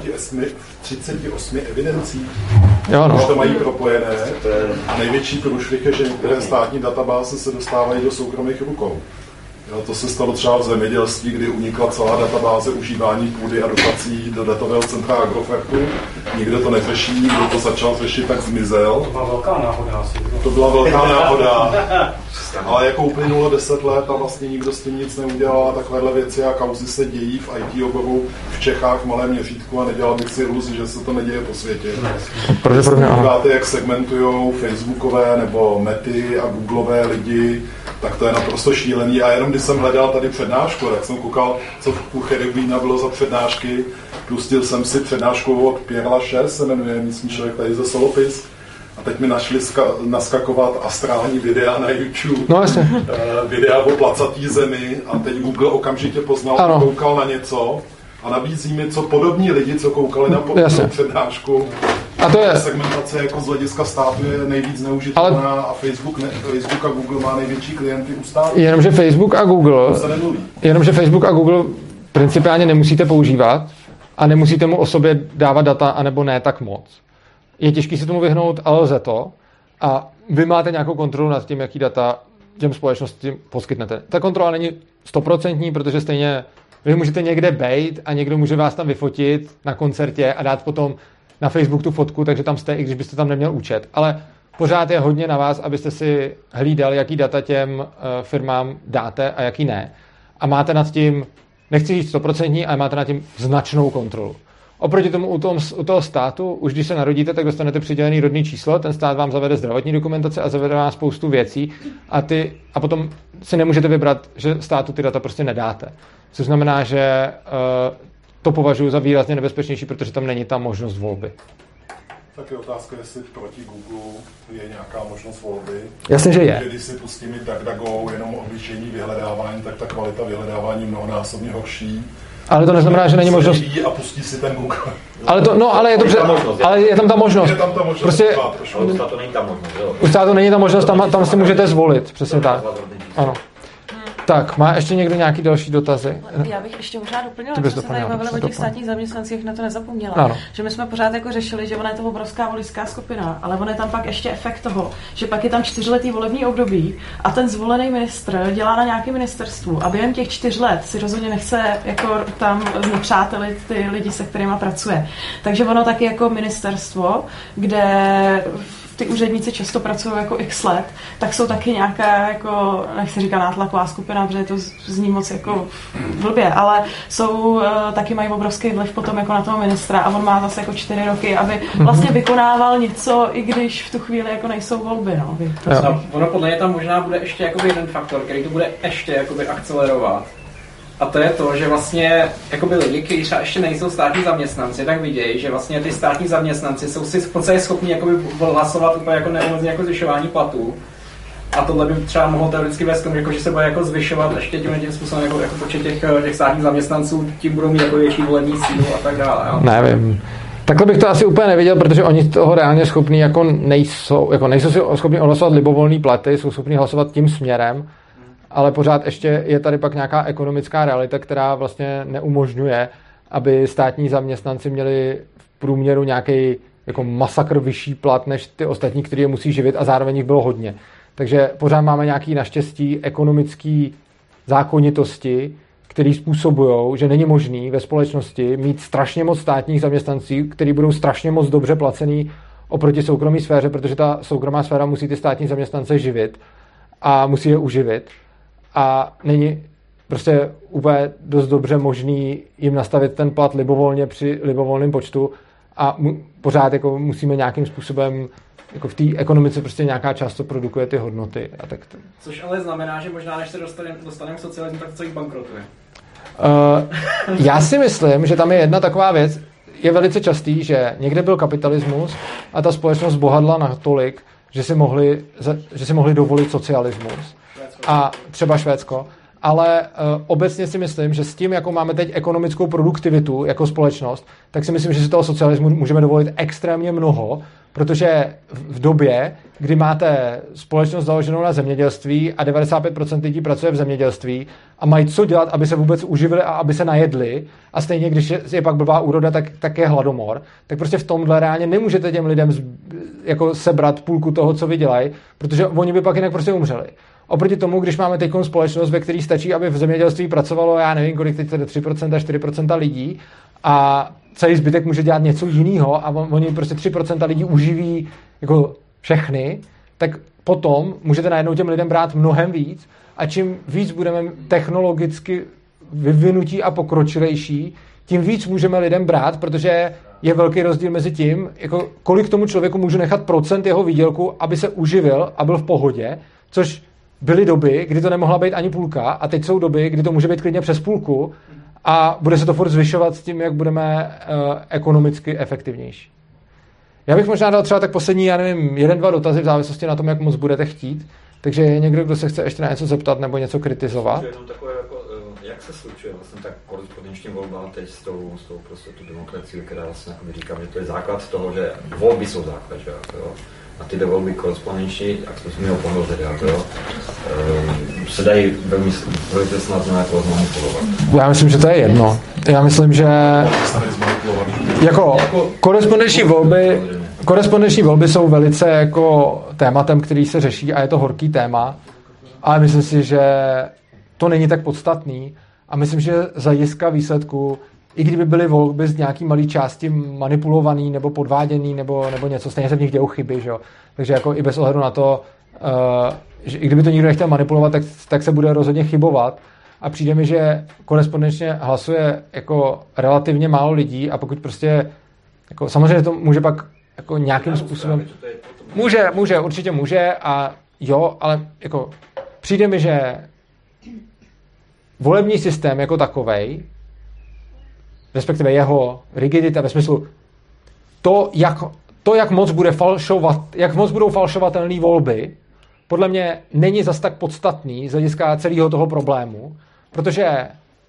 C: 38 evidencí,
A: Jo, no.
C: to mají propojené. A největší průšvih je, že některé státní databáze se dostávají do soukromých rukou. Jo, to se stalo třeba v zemědělství, kdy unikla celá databáze užívání půdy a dotací do datového centra Agrofertu. Nikdo to neřeší, kdo to začal řešit, tak zmizel.
G: To byla velká náhoda asi.
C: To byla velká náhoda. Ale jako uplynulo 10 let a vlastně nikdo s tím nic neudělal a takovéhle věci a kauzy se dějí v IT oboru v Čechách v malém měřítku a nedělal bych si iluz, že se to neděje po světě. Protože díváte, jak segmentujou Facebookové nebo Mety a Googleové lidi, tak to je naprosto šílený. A jenom když jsem hledal tady přednášku, tak jsem koukal, co u Cherubína bylo za přednášky. Pustil jsem si přednášku od Pierre Lachaise, se jmenuje místní člověk tady ze Solopis. A teď mi našli naskakovat astrální videa na YouTube.
A: No jasně.
C: Videa o placatý zemi a teď Google okamžitě poznal, koukal na něco a nabízí mi, co podobní lidi, co koukali na přednášku. A to je... Segmentace jako z hlediska státu je nejvíc zneužitelná a Facebook a Google má největší klienty u státu.
A: Jenomže Facebook a Google principiálně nemusíte používat a nemusíte mu o sobě dávat data, anebo ne tak moc. Je těžké se tomu vyhnout, ale lze to. A vy máte nějakou kontrolu nad tím, jaký data těm společnostem poskytnete. Ta kontrola není 100%, protože stejně vy můžete někde bejt a někdo může vás tam vyfotit na koncertě a dát potom na Facebook tu fotku, takže tam jste, i když byste tam neměl účet. Ale pořád je hodně na vás, abyste si hlídali, jaký data těm firmám dáte a jaký ne. A máte nad tím, nechci říct 100%, ale máte nad tím značnou kontrolu. Oproti tomu u toho státu, už když se narodíte, tak dostanete přidělený rodný číslo, ten stát vám zavede zdravotní dokumentace a zavede vám spoustu věcí a potom si nemůžete vybrat, že státu ty data prostě nedáte. Což znamená, že to považuji za výrazně nebezpečnější, protože tam není ta možnost volby.
C: Tak je otázka, jestli proti Google je nějaká možnost volby.
A: Jasně, že je.
C: Když si pustíme DuckDuckGo jenom obyčejný vyhledávání, tak ta kvalita vyhledávání mnohonásobně horší.
A: Ale to neznamená, že není možnost.
C: A pustí si ten Google.
A: Ale je tam ta možnost.
C: Je tam ta možnost.
A: Prostě
F: u státu není ta možnost, jo.
A: U státu není ta možnost, tam si můžete zvolit, přesně tak. Ano. Tak, má ještě někdo nějaký další dotazy?
E: Já bych ještě možná doplnila, že se tady bavili o těch státních zaměstnancích, na to nezapomněla.
A: Ano.
E: Že my jsme pořád jako řešili, že ona je to obrovská voličská skupina, ale on je tam pak ještě efekt toho, že pak je tam 4letý volební období a ten zvolený ministr dělá na nějakém ministerstvu a během těch 4 let si rozhodně nechce jako tam znepřátelit ty lidi, se kterými pracuje. Takže ono taky jako ministerstvo, kde ty úředníci často pracují jako x let, tak jsou taky nějaká, jako, nechci říkat nátlaková skupina, protože to zní moc jako blbě, ale jsou, taky mají obrovský vliv potom jako na toho ministra a on má zase jako 4 roky, aby vlastně vykonával něco, i když v tu chvíli jako nejsou volby. No.
B: Ono podle mě tam možná bude ještě jakoby jeden faktor, který to bude ještě jakoby akcelerovat. A to je to, že vlastně jakoby lidi, kteří třeba ještě nejsou státní zaměstnanci, tak vidějí, že vlastně ty státní zaměstnanci jsou si v podstatě schopni jakoby hlasovat úplně jako neomezeně jako zvyšování platů. A tohle by třeba mohlo teoreticky vést k tomu, jako, že se bude jako zvyšovat ještě tím způsobem jako počet těch státních zaměstnanců, tím budou mít jako větší volební sílu a tak dále. Jo?
A: Nevím. Takhle bych to asi úplně neviděl, protože oni toho reálně schopní jako nejsou si schopni hlasovat libovolný platy, jsou schopni hlasovat tím směrem, ale pořád ještě je tady pak nějaká ekonomická realita, která vlastně neumožňuje, aby státní zaměstnanci měli v průměru nějaký jako masakr vyšší plat než ty ostatní, kteří je musí živit a zároveň jich bylo hodně. Takže pořád máme nějaký naštěstí ekonomický zákonitosti, které způsobují, že není možný ve společnosti mít strašně moc státních zaměstnanců, kteří budou strašně moc dobře placený oproti soukromé sféře, protože ta soukromá sféra musí ty státní zaměstnance živit a musí je uživit. A není prostě úplně dost dobře možný jim nastavit ten plat libovolně při libovolném počtu a pořád jako musíme nějakým způsobem jako v té ekonomice prostě nějaká část, co produkuje ty hodnoty. A tak to.
B: Což ale znamená, že možná než se dostaneme k socialismu, tak celý bankrotuje.
A: Já si myslím, že tam je jedna taková věc, je velice častý, že někde byl kapitalismus a ta společnost bohatla natolik, že si mohli dovolit socialismus. A třeba Švédsko. ale obecně si myslím, že s tím, jako máme teď ekonomickou produktivitu jako společnost, tak si myslím, že si toho socialismu můžeme dovolit extrémně mnoho, protože v době, kdy máte společnost založenou na zemědělství a 95% lidí pracuje v zemědělství a mají co dělat, aby se vůbec uživili a aby se najedli, a stejně, když je pak blbá úroda, tak je hladomor, tak prostě v tomhle reálně nemůžete těm lidem jako sebrat půlku toho, co vydělají, protože oni by pak jinak prostě umřeli. Oproti tomu, když máme teď společnost, ve které stačí, aby v zemědělství pracovalo, já nevím, kolik teď 3%, 4% lidí a celý zbytek může dělat něco jiného a oni prostě 3% lidí uživí jako všechny, tak potom můžete najednou těm lidem brát mnohem víc a čím víc budeme technologicky vyvinutí a pokročilejší, tím víc můžeme lidem brát, protože je velký rozdíl mezi tím, jako kolik tomu člověku můžu nechat procent jeho výdělku, aby se uživil a byl v pohodě, což byly doby, kdy to nemohla být ani půlka a teď jsou doby, kdy to může být klidně přes půlku a bude se to furt zvyšovat s tím, jak budeme ekonomicky efektivnější. Já bych možná dal třeba tak poslední, já nevím, 1-2 dotazy v závislosti na tom, jak moc budete chtít. Takže je někdo, kdo se chce ještě na něco zeptat nebo něco kritizovat?
F: Jenom takové, jako, jak se slučuje vlastně tak korespondenční volba teď s tou prostě tu demokracii, která vlastně říkám, že to je základ toho, že volby jsou základ, že jo? A ty volby korespondenční, jak jsme si měli pomůžet, se dají velmi snadno jako zmanipulovat.
A: Já myslím, že to je jedno. Já myslím, že jako korespondenční volby jsou velice jako tématem, který se řeší a je to horký téma, ale myslím si, že to není tak podstatný a myslím, že z hlediska výsledku, i kdyby byly volby z nějaký malý části manipulovaný nebo podváděný nebo něco, stejně se v nich dějou chyby, že jo. Takže jako i bez ohledu na to, že i kdyby to nikdo nechtěl manipulovat, tak se bude rozhodně chybovat. A přijde mi, že korespondenčně hlasuje jako relativně málo lidí a pokud prostě, jako samozřejmě to může pak jako nějakým způsobem... Určitě může a jo, ale jako přijde mi, že volební systém jako takovej, respektive jeho rigidita ve smyslu jak moc budou falšovatelné volby, podle mě není zas tak podstatný z hlediska celého toho problému, protože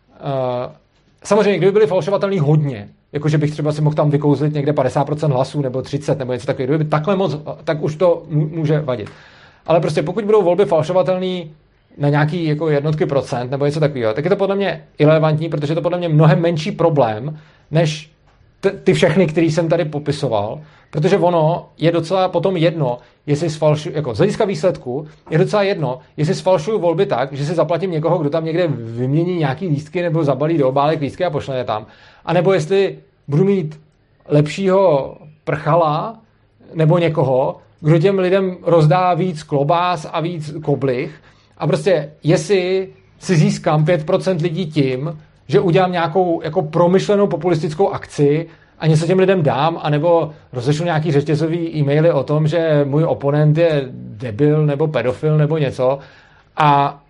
A: samozřejmě, kdyby byly falšovatelný hodně, jakože bych třeba si mohl tam vykouzlit někde 50% hlasů nebo 30 nebo něco takového, kdyby takhle moc, tak už to může vadit. Ale prostě pokud budou volby falšovatelný na nějaký jako jednotky procent nebo něco takového, tak je to podle mě irelevantní, protože je to podle mě mnohem menší problém, než ty všechny, který jsem tady popisoval, protože ono je docela potom jedno, jestli sfalšuju, jako z hlediska výsledku, je docela jedno, jestli sfalšuju volby tak, že si zaplatím někoho, kdo tam někde vymění nějaký lístky nebo zabalí do obálek lístky a pošle je tam. A nebo jestli budu mít lepšího prchala nebo někoho, kdo těm lidem rozdá víc klobás a víc koblih a prostě jestli si získám 5% lidí tím, že udělám nějakou jako promyšlenou populistickou akci a něco těm lidem dám, anebo rozešlu nějaký řetězový e-maily o tom, že můj oponent je debil nebo pedofil nebo něco a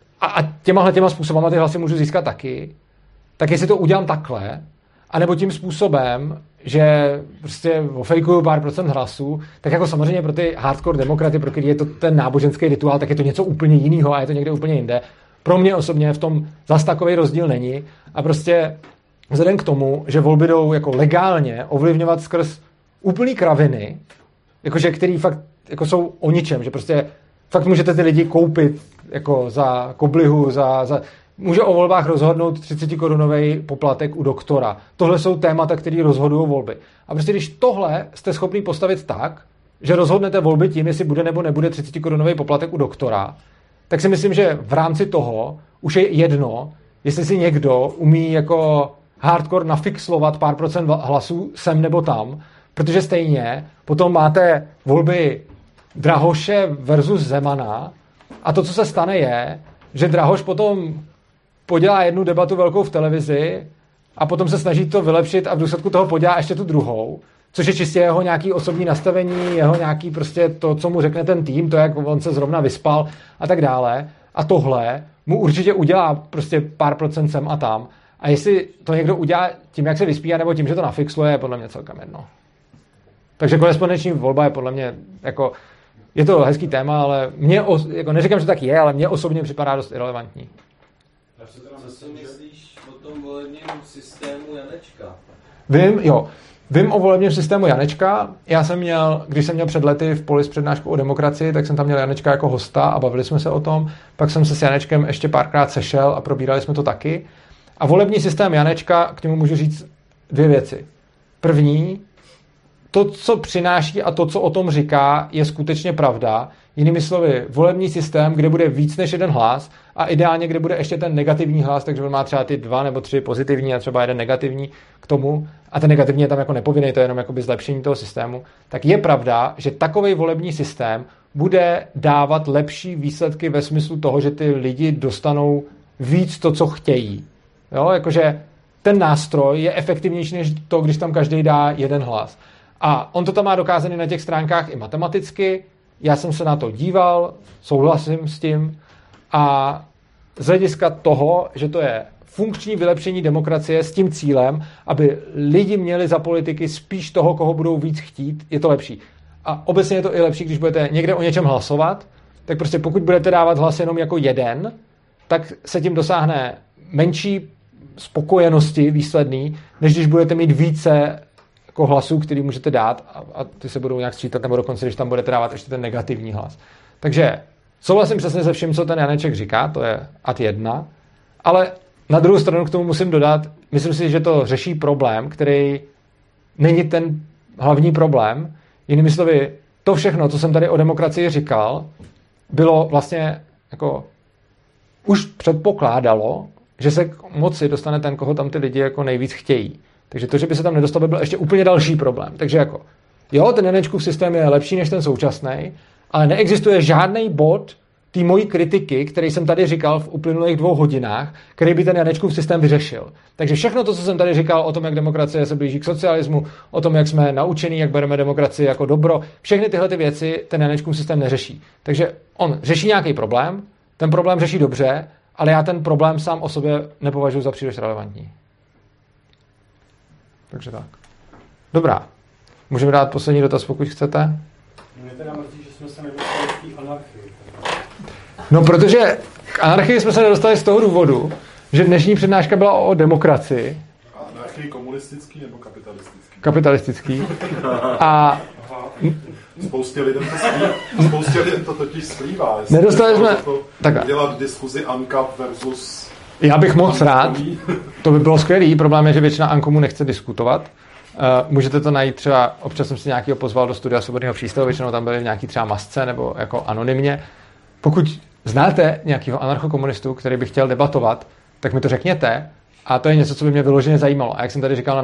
A: těma způsobama ty hlasy můžu získat taky, tak jestli to udělám takhle, anebo tím způsobem, že prostě ofejkuju pár procent hlasů, tak jako samozřejmě pro ty hardcore demokraty, pro který je to ten náboženský rituál, tak je to něco úplně jiného a je to někde úplně jinde. Pro mě osobně v tom zas takový rozdíl není a prostě vzhledem k tomu, že volby jdou jako legálně ovlivňovat skrz úplný kraviny, jakože který fakt jako jsou o ničem, že prostě fakt můžete ty lidi koupit jako za koblihu, může o volbách rozhodnout 30korunový poplatek u doktora. Tohle jsou témata, které rozhodují volby. A prostě když tohle jste schopný postavit tak, že rozhodnete volby tím, jestli bude nebo nebude 30korunový poplatek u doktora, tak si myslím, že v rámci toho už je jedno, jestli si někdo umí jako hardcore nafixlovat pár procent hlasů sem nebo tam, protože stejně potom máte volby Drahoše versus Zemana a to, co se stane, je, že Drahoš potom podělá jednu debatu velkou v televizi a potom se snaží to vylepšit a v důsledku toho podělá ještě tu druhou, což je čistě jeho nějaký osobní nastavení, jeho nějaký prostě to, co mu řekne ten tým, to, jak on se zrovna vyspal a tak dále. A tohle mu určitě udělá prostě pár procent sem a tam. A jestli to někdo udělá tím, jak se vyspí, nebo tím, že to nafixluje, je podle mě celkem jedno. Takže korespondenční volba je podle mě jako, je to hezký téma, ale mě, jako neříkám, že tak je, ale mně osobně připadá dost irelevantní.
H: Co si myslíš o tom volebním systému Janečka?
A: Vím o volebním systému Janečka. Když jsem měl před lety v Polis přednášku o demokracii, tak jsem tam měl Janečka jako hosta a bavili jsme se o tom. Pak jsem se s Janečkem ještě párkrát sešel a probírali jsme to taky. A volební systém Janečka, k němu můžu říct 2 věci. První, to, co přináší a to, co o tom říká, je skutečně pravda. Jinými slovy, volební systém, kde bude víc než jeden hlas a ideálně, kde bude ještě ten negativní hlas, takže on má třeba ty 2 nebo 3 pozitivní a třeba jeden negativní k tomu a ten negativní je tam jako nepovinný, to je jenom jakoby zlepšení toho systému, tak je pravda, že takovej volební systém bude dávat lepší výsledky ve smyslu toho, že ty lidi dostanou víc to, co chtějí. Jo, jakože ten nástroj je efektivnější než to, když tam každý dá jeden hlas. A on to tam má dokázaný na těch stránkách i matematicky. Já jsem se na to díval, souhlasím s tím a z hlediska toho, že to je funkční vylepšení demokracie s tím cílem, aby lidi měli za politiky spíš toho, koho budou víc chtít, je to lepší. A obecně je to i lepší, když budete někde o něčem hlasovat, tak prostě pokud budete dávat hlas jenom jako jeden, tak se tím dosáhne menší spokojenosti výsledný, než když budete mít více jako hlasů, který můžete dát a ty se budou nějak sčítat, nebo dokonce, když tam budete dávat ještě ten negativní hlas. Takže souhlasím přesně se vším, co ten Janeček říká, to je ad 1, ale na druhou stranu k tomu musím dodat, myslím si, že to řeší problém, který není ten hlavní problém. Jinými slovy, to všechno, co jsem tady o demokracii říkal, bylo vlastně jako už předpokládalo, že se k moci dostane ten, koho tam ty lidi jako nejvíc chtějí. Takže to, že by se tam nedostal, by byl ještě úplně další problém. Takže jako, jo, ten Janečkův systém je lepší než ten současný, ale neexistuje žádný bod té mojí kritiky, který jsem tady říkal v uplynulých 2 hodinách, který by ten Janečkův systém vyřešil. Takže všechno to, co jsem tady říkal o tom, jak demokracie se blíží k socialismu, o tom, jak jsme naučení, jak bereme demokracii jako dobro, všechny tyhle ty věci ten Janečkův systém neřeší. Takže on řeší nějaký problém, ten problém řeší dobře, ale já ten problém sám o sobě nepovažuji za příliš relevantní. Takže tak. Dobrá. Můžeme dát poslední dotaz, pokud chcete.
G: Mě teda mrzí, že jsme se nedostali k té anarchii.
A: No, protože k anarchii jsme se nedostali z toho důvodu, že dnešní přednáška byla o demokracii.
C: Anarchii komunistický nebo kapitalistický?
A: Kapitalistický. A
C: Spoustě lidem to totiž splývá.
A: Nedostali jsme...
C: Dělat diskuzi ANCAP versus...
A: Já bych moc rád. To by bylo skvělý. Problém je, že většina ANCOMu nechce diskutovat. Můžete to najít třeba, občas jsem si nějakýho pozval do studia Svobodného přístavu, většinou tam byli v nějaký třeba masce nebo jako anonymně. Pokud znáte nějakého anarchokomunistu, který by chtěl debatovat, tak mi to řekněte a to je něco, co by mě vyloženě zajímalo. A jak jsem tady říkal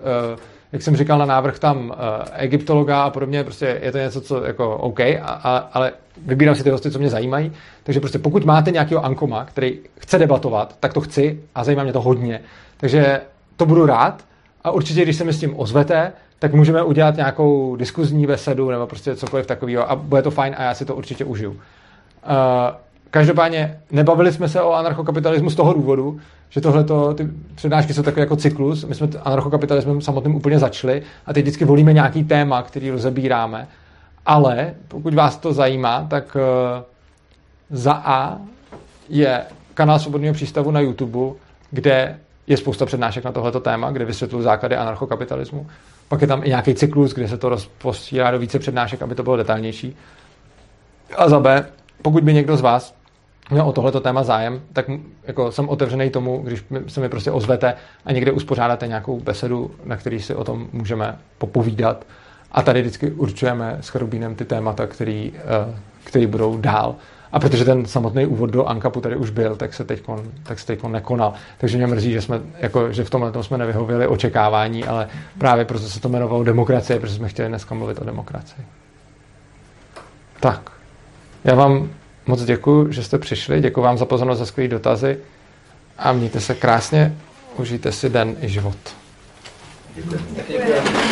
A: na návrh, tam egyptologa a podobně, prostě je to něco, co jako OK, ale vybírám si ty hosty, co mě zajímají. Takže prostě pokud máte nějakého ankoma, který chce debatovat, tak to chci a zajímá mě to hodně. Takže to budu rád a určitě, když se mi s tím ozvete, tak můžeme udělat nějakou diskuzní besedu nebo prostě cokoliv takového a bude to fajn a já si to určitě užiju. Každopádně nebavili jsme se o anarchokapitalismu z toho důvodu, že tohleto, ty přednášky jsou takový jako cyklus. My jsme anarchokapitalismem samotným úplně začali a teď vždycky volíme nějaký téma, který rozebíráme. Ale pokud vás to zajímá, tak za A je kanál Svobodného přístavu na YouTube, kde je spousta přednášek na tohleto téma, kde vysvětluji základy anarchokapitalismu. Pak je tam i nějaký cyklus, kde se to rozposílá do více přednášek, aby to bylo detailnější. A za B, pokud by někdo z vás měl o tohleto téma zájem, tak jako jsem otevřený tomu, když se mi prostě ozvete a někde uspořádáte nějakou besedu, na který si o tom můžeme popovídat. A tady vždycky určujeme s Cherubínem ty témata, který budou dál. A protože ten samotný úvod do ANCAPu tady už byl, tak se teďkon nekonal. Takže mě mrzí, že v tomhle jsme nevyhověli očekávání, ale právě proto se to jmenovalo demokracie, protože jsme chtěli dneska mluvit o demokracii. Tak. Já vám moc děkuji, že jste přišli. Děkuji vám za pozornost, za skvělé dotazy a mějte se krásně. Užijte si den i život.
F: Děkuji.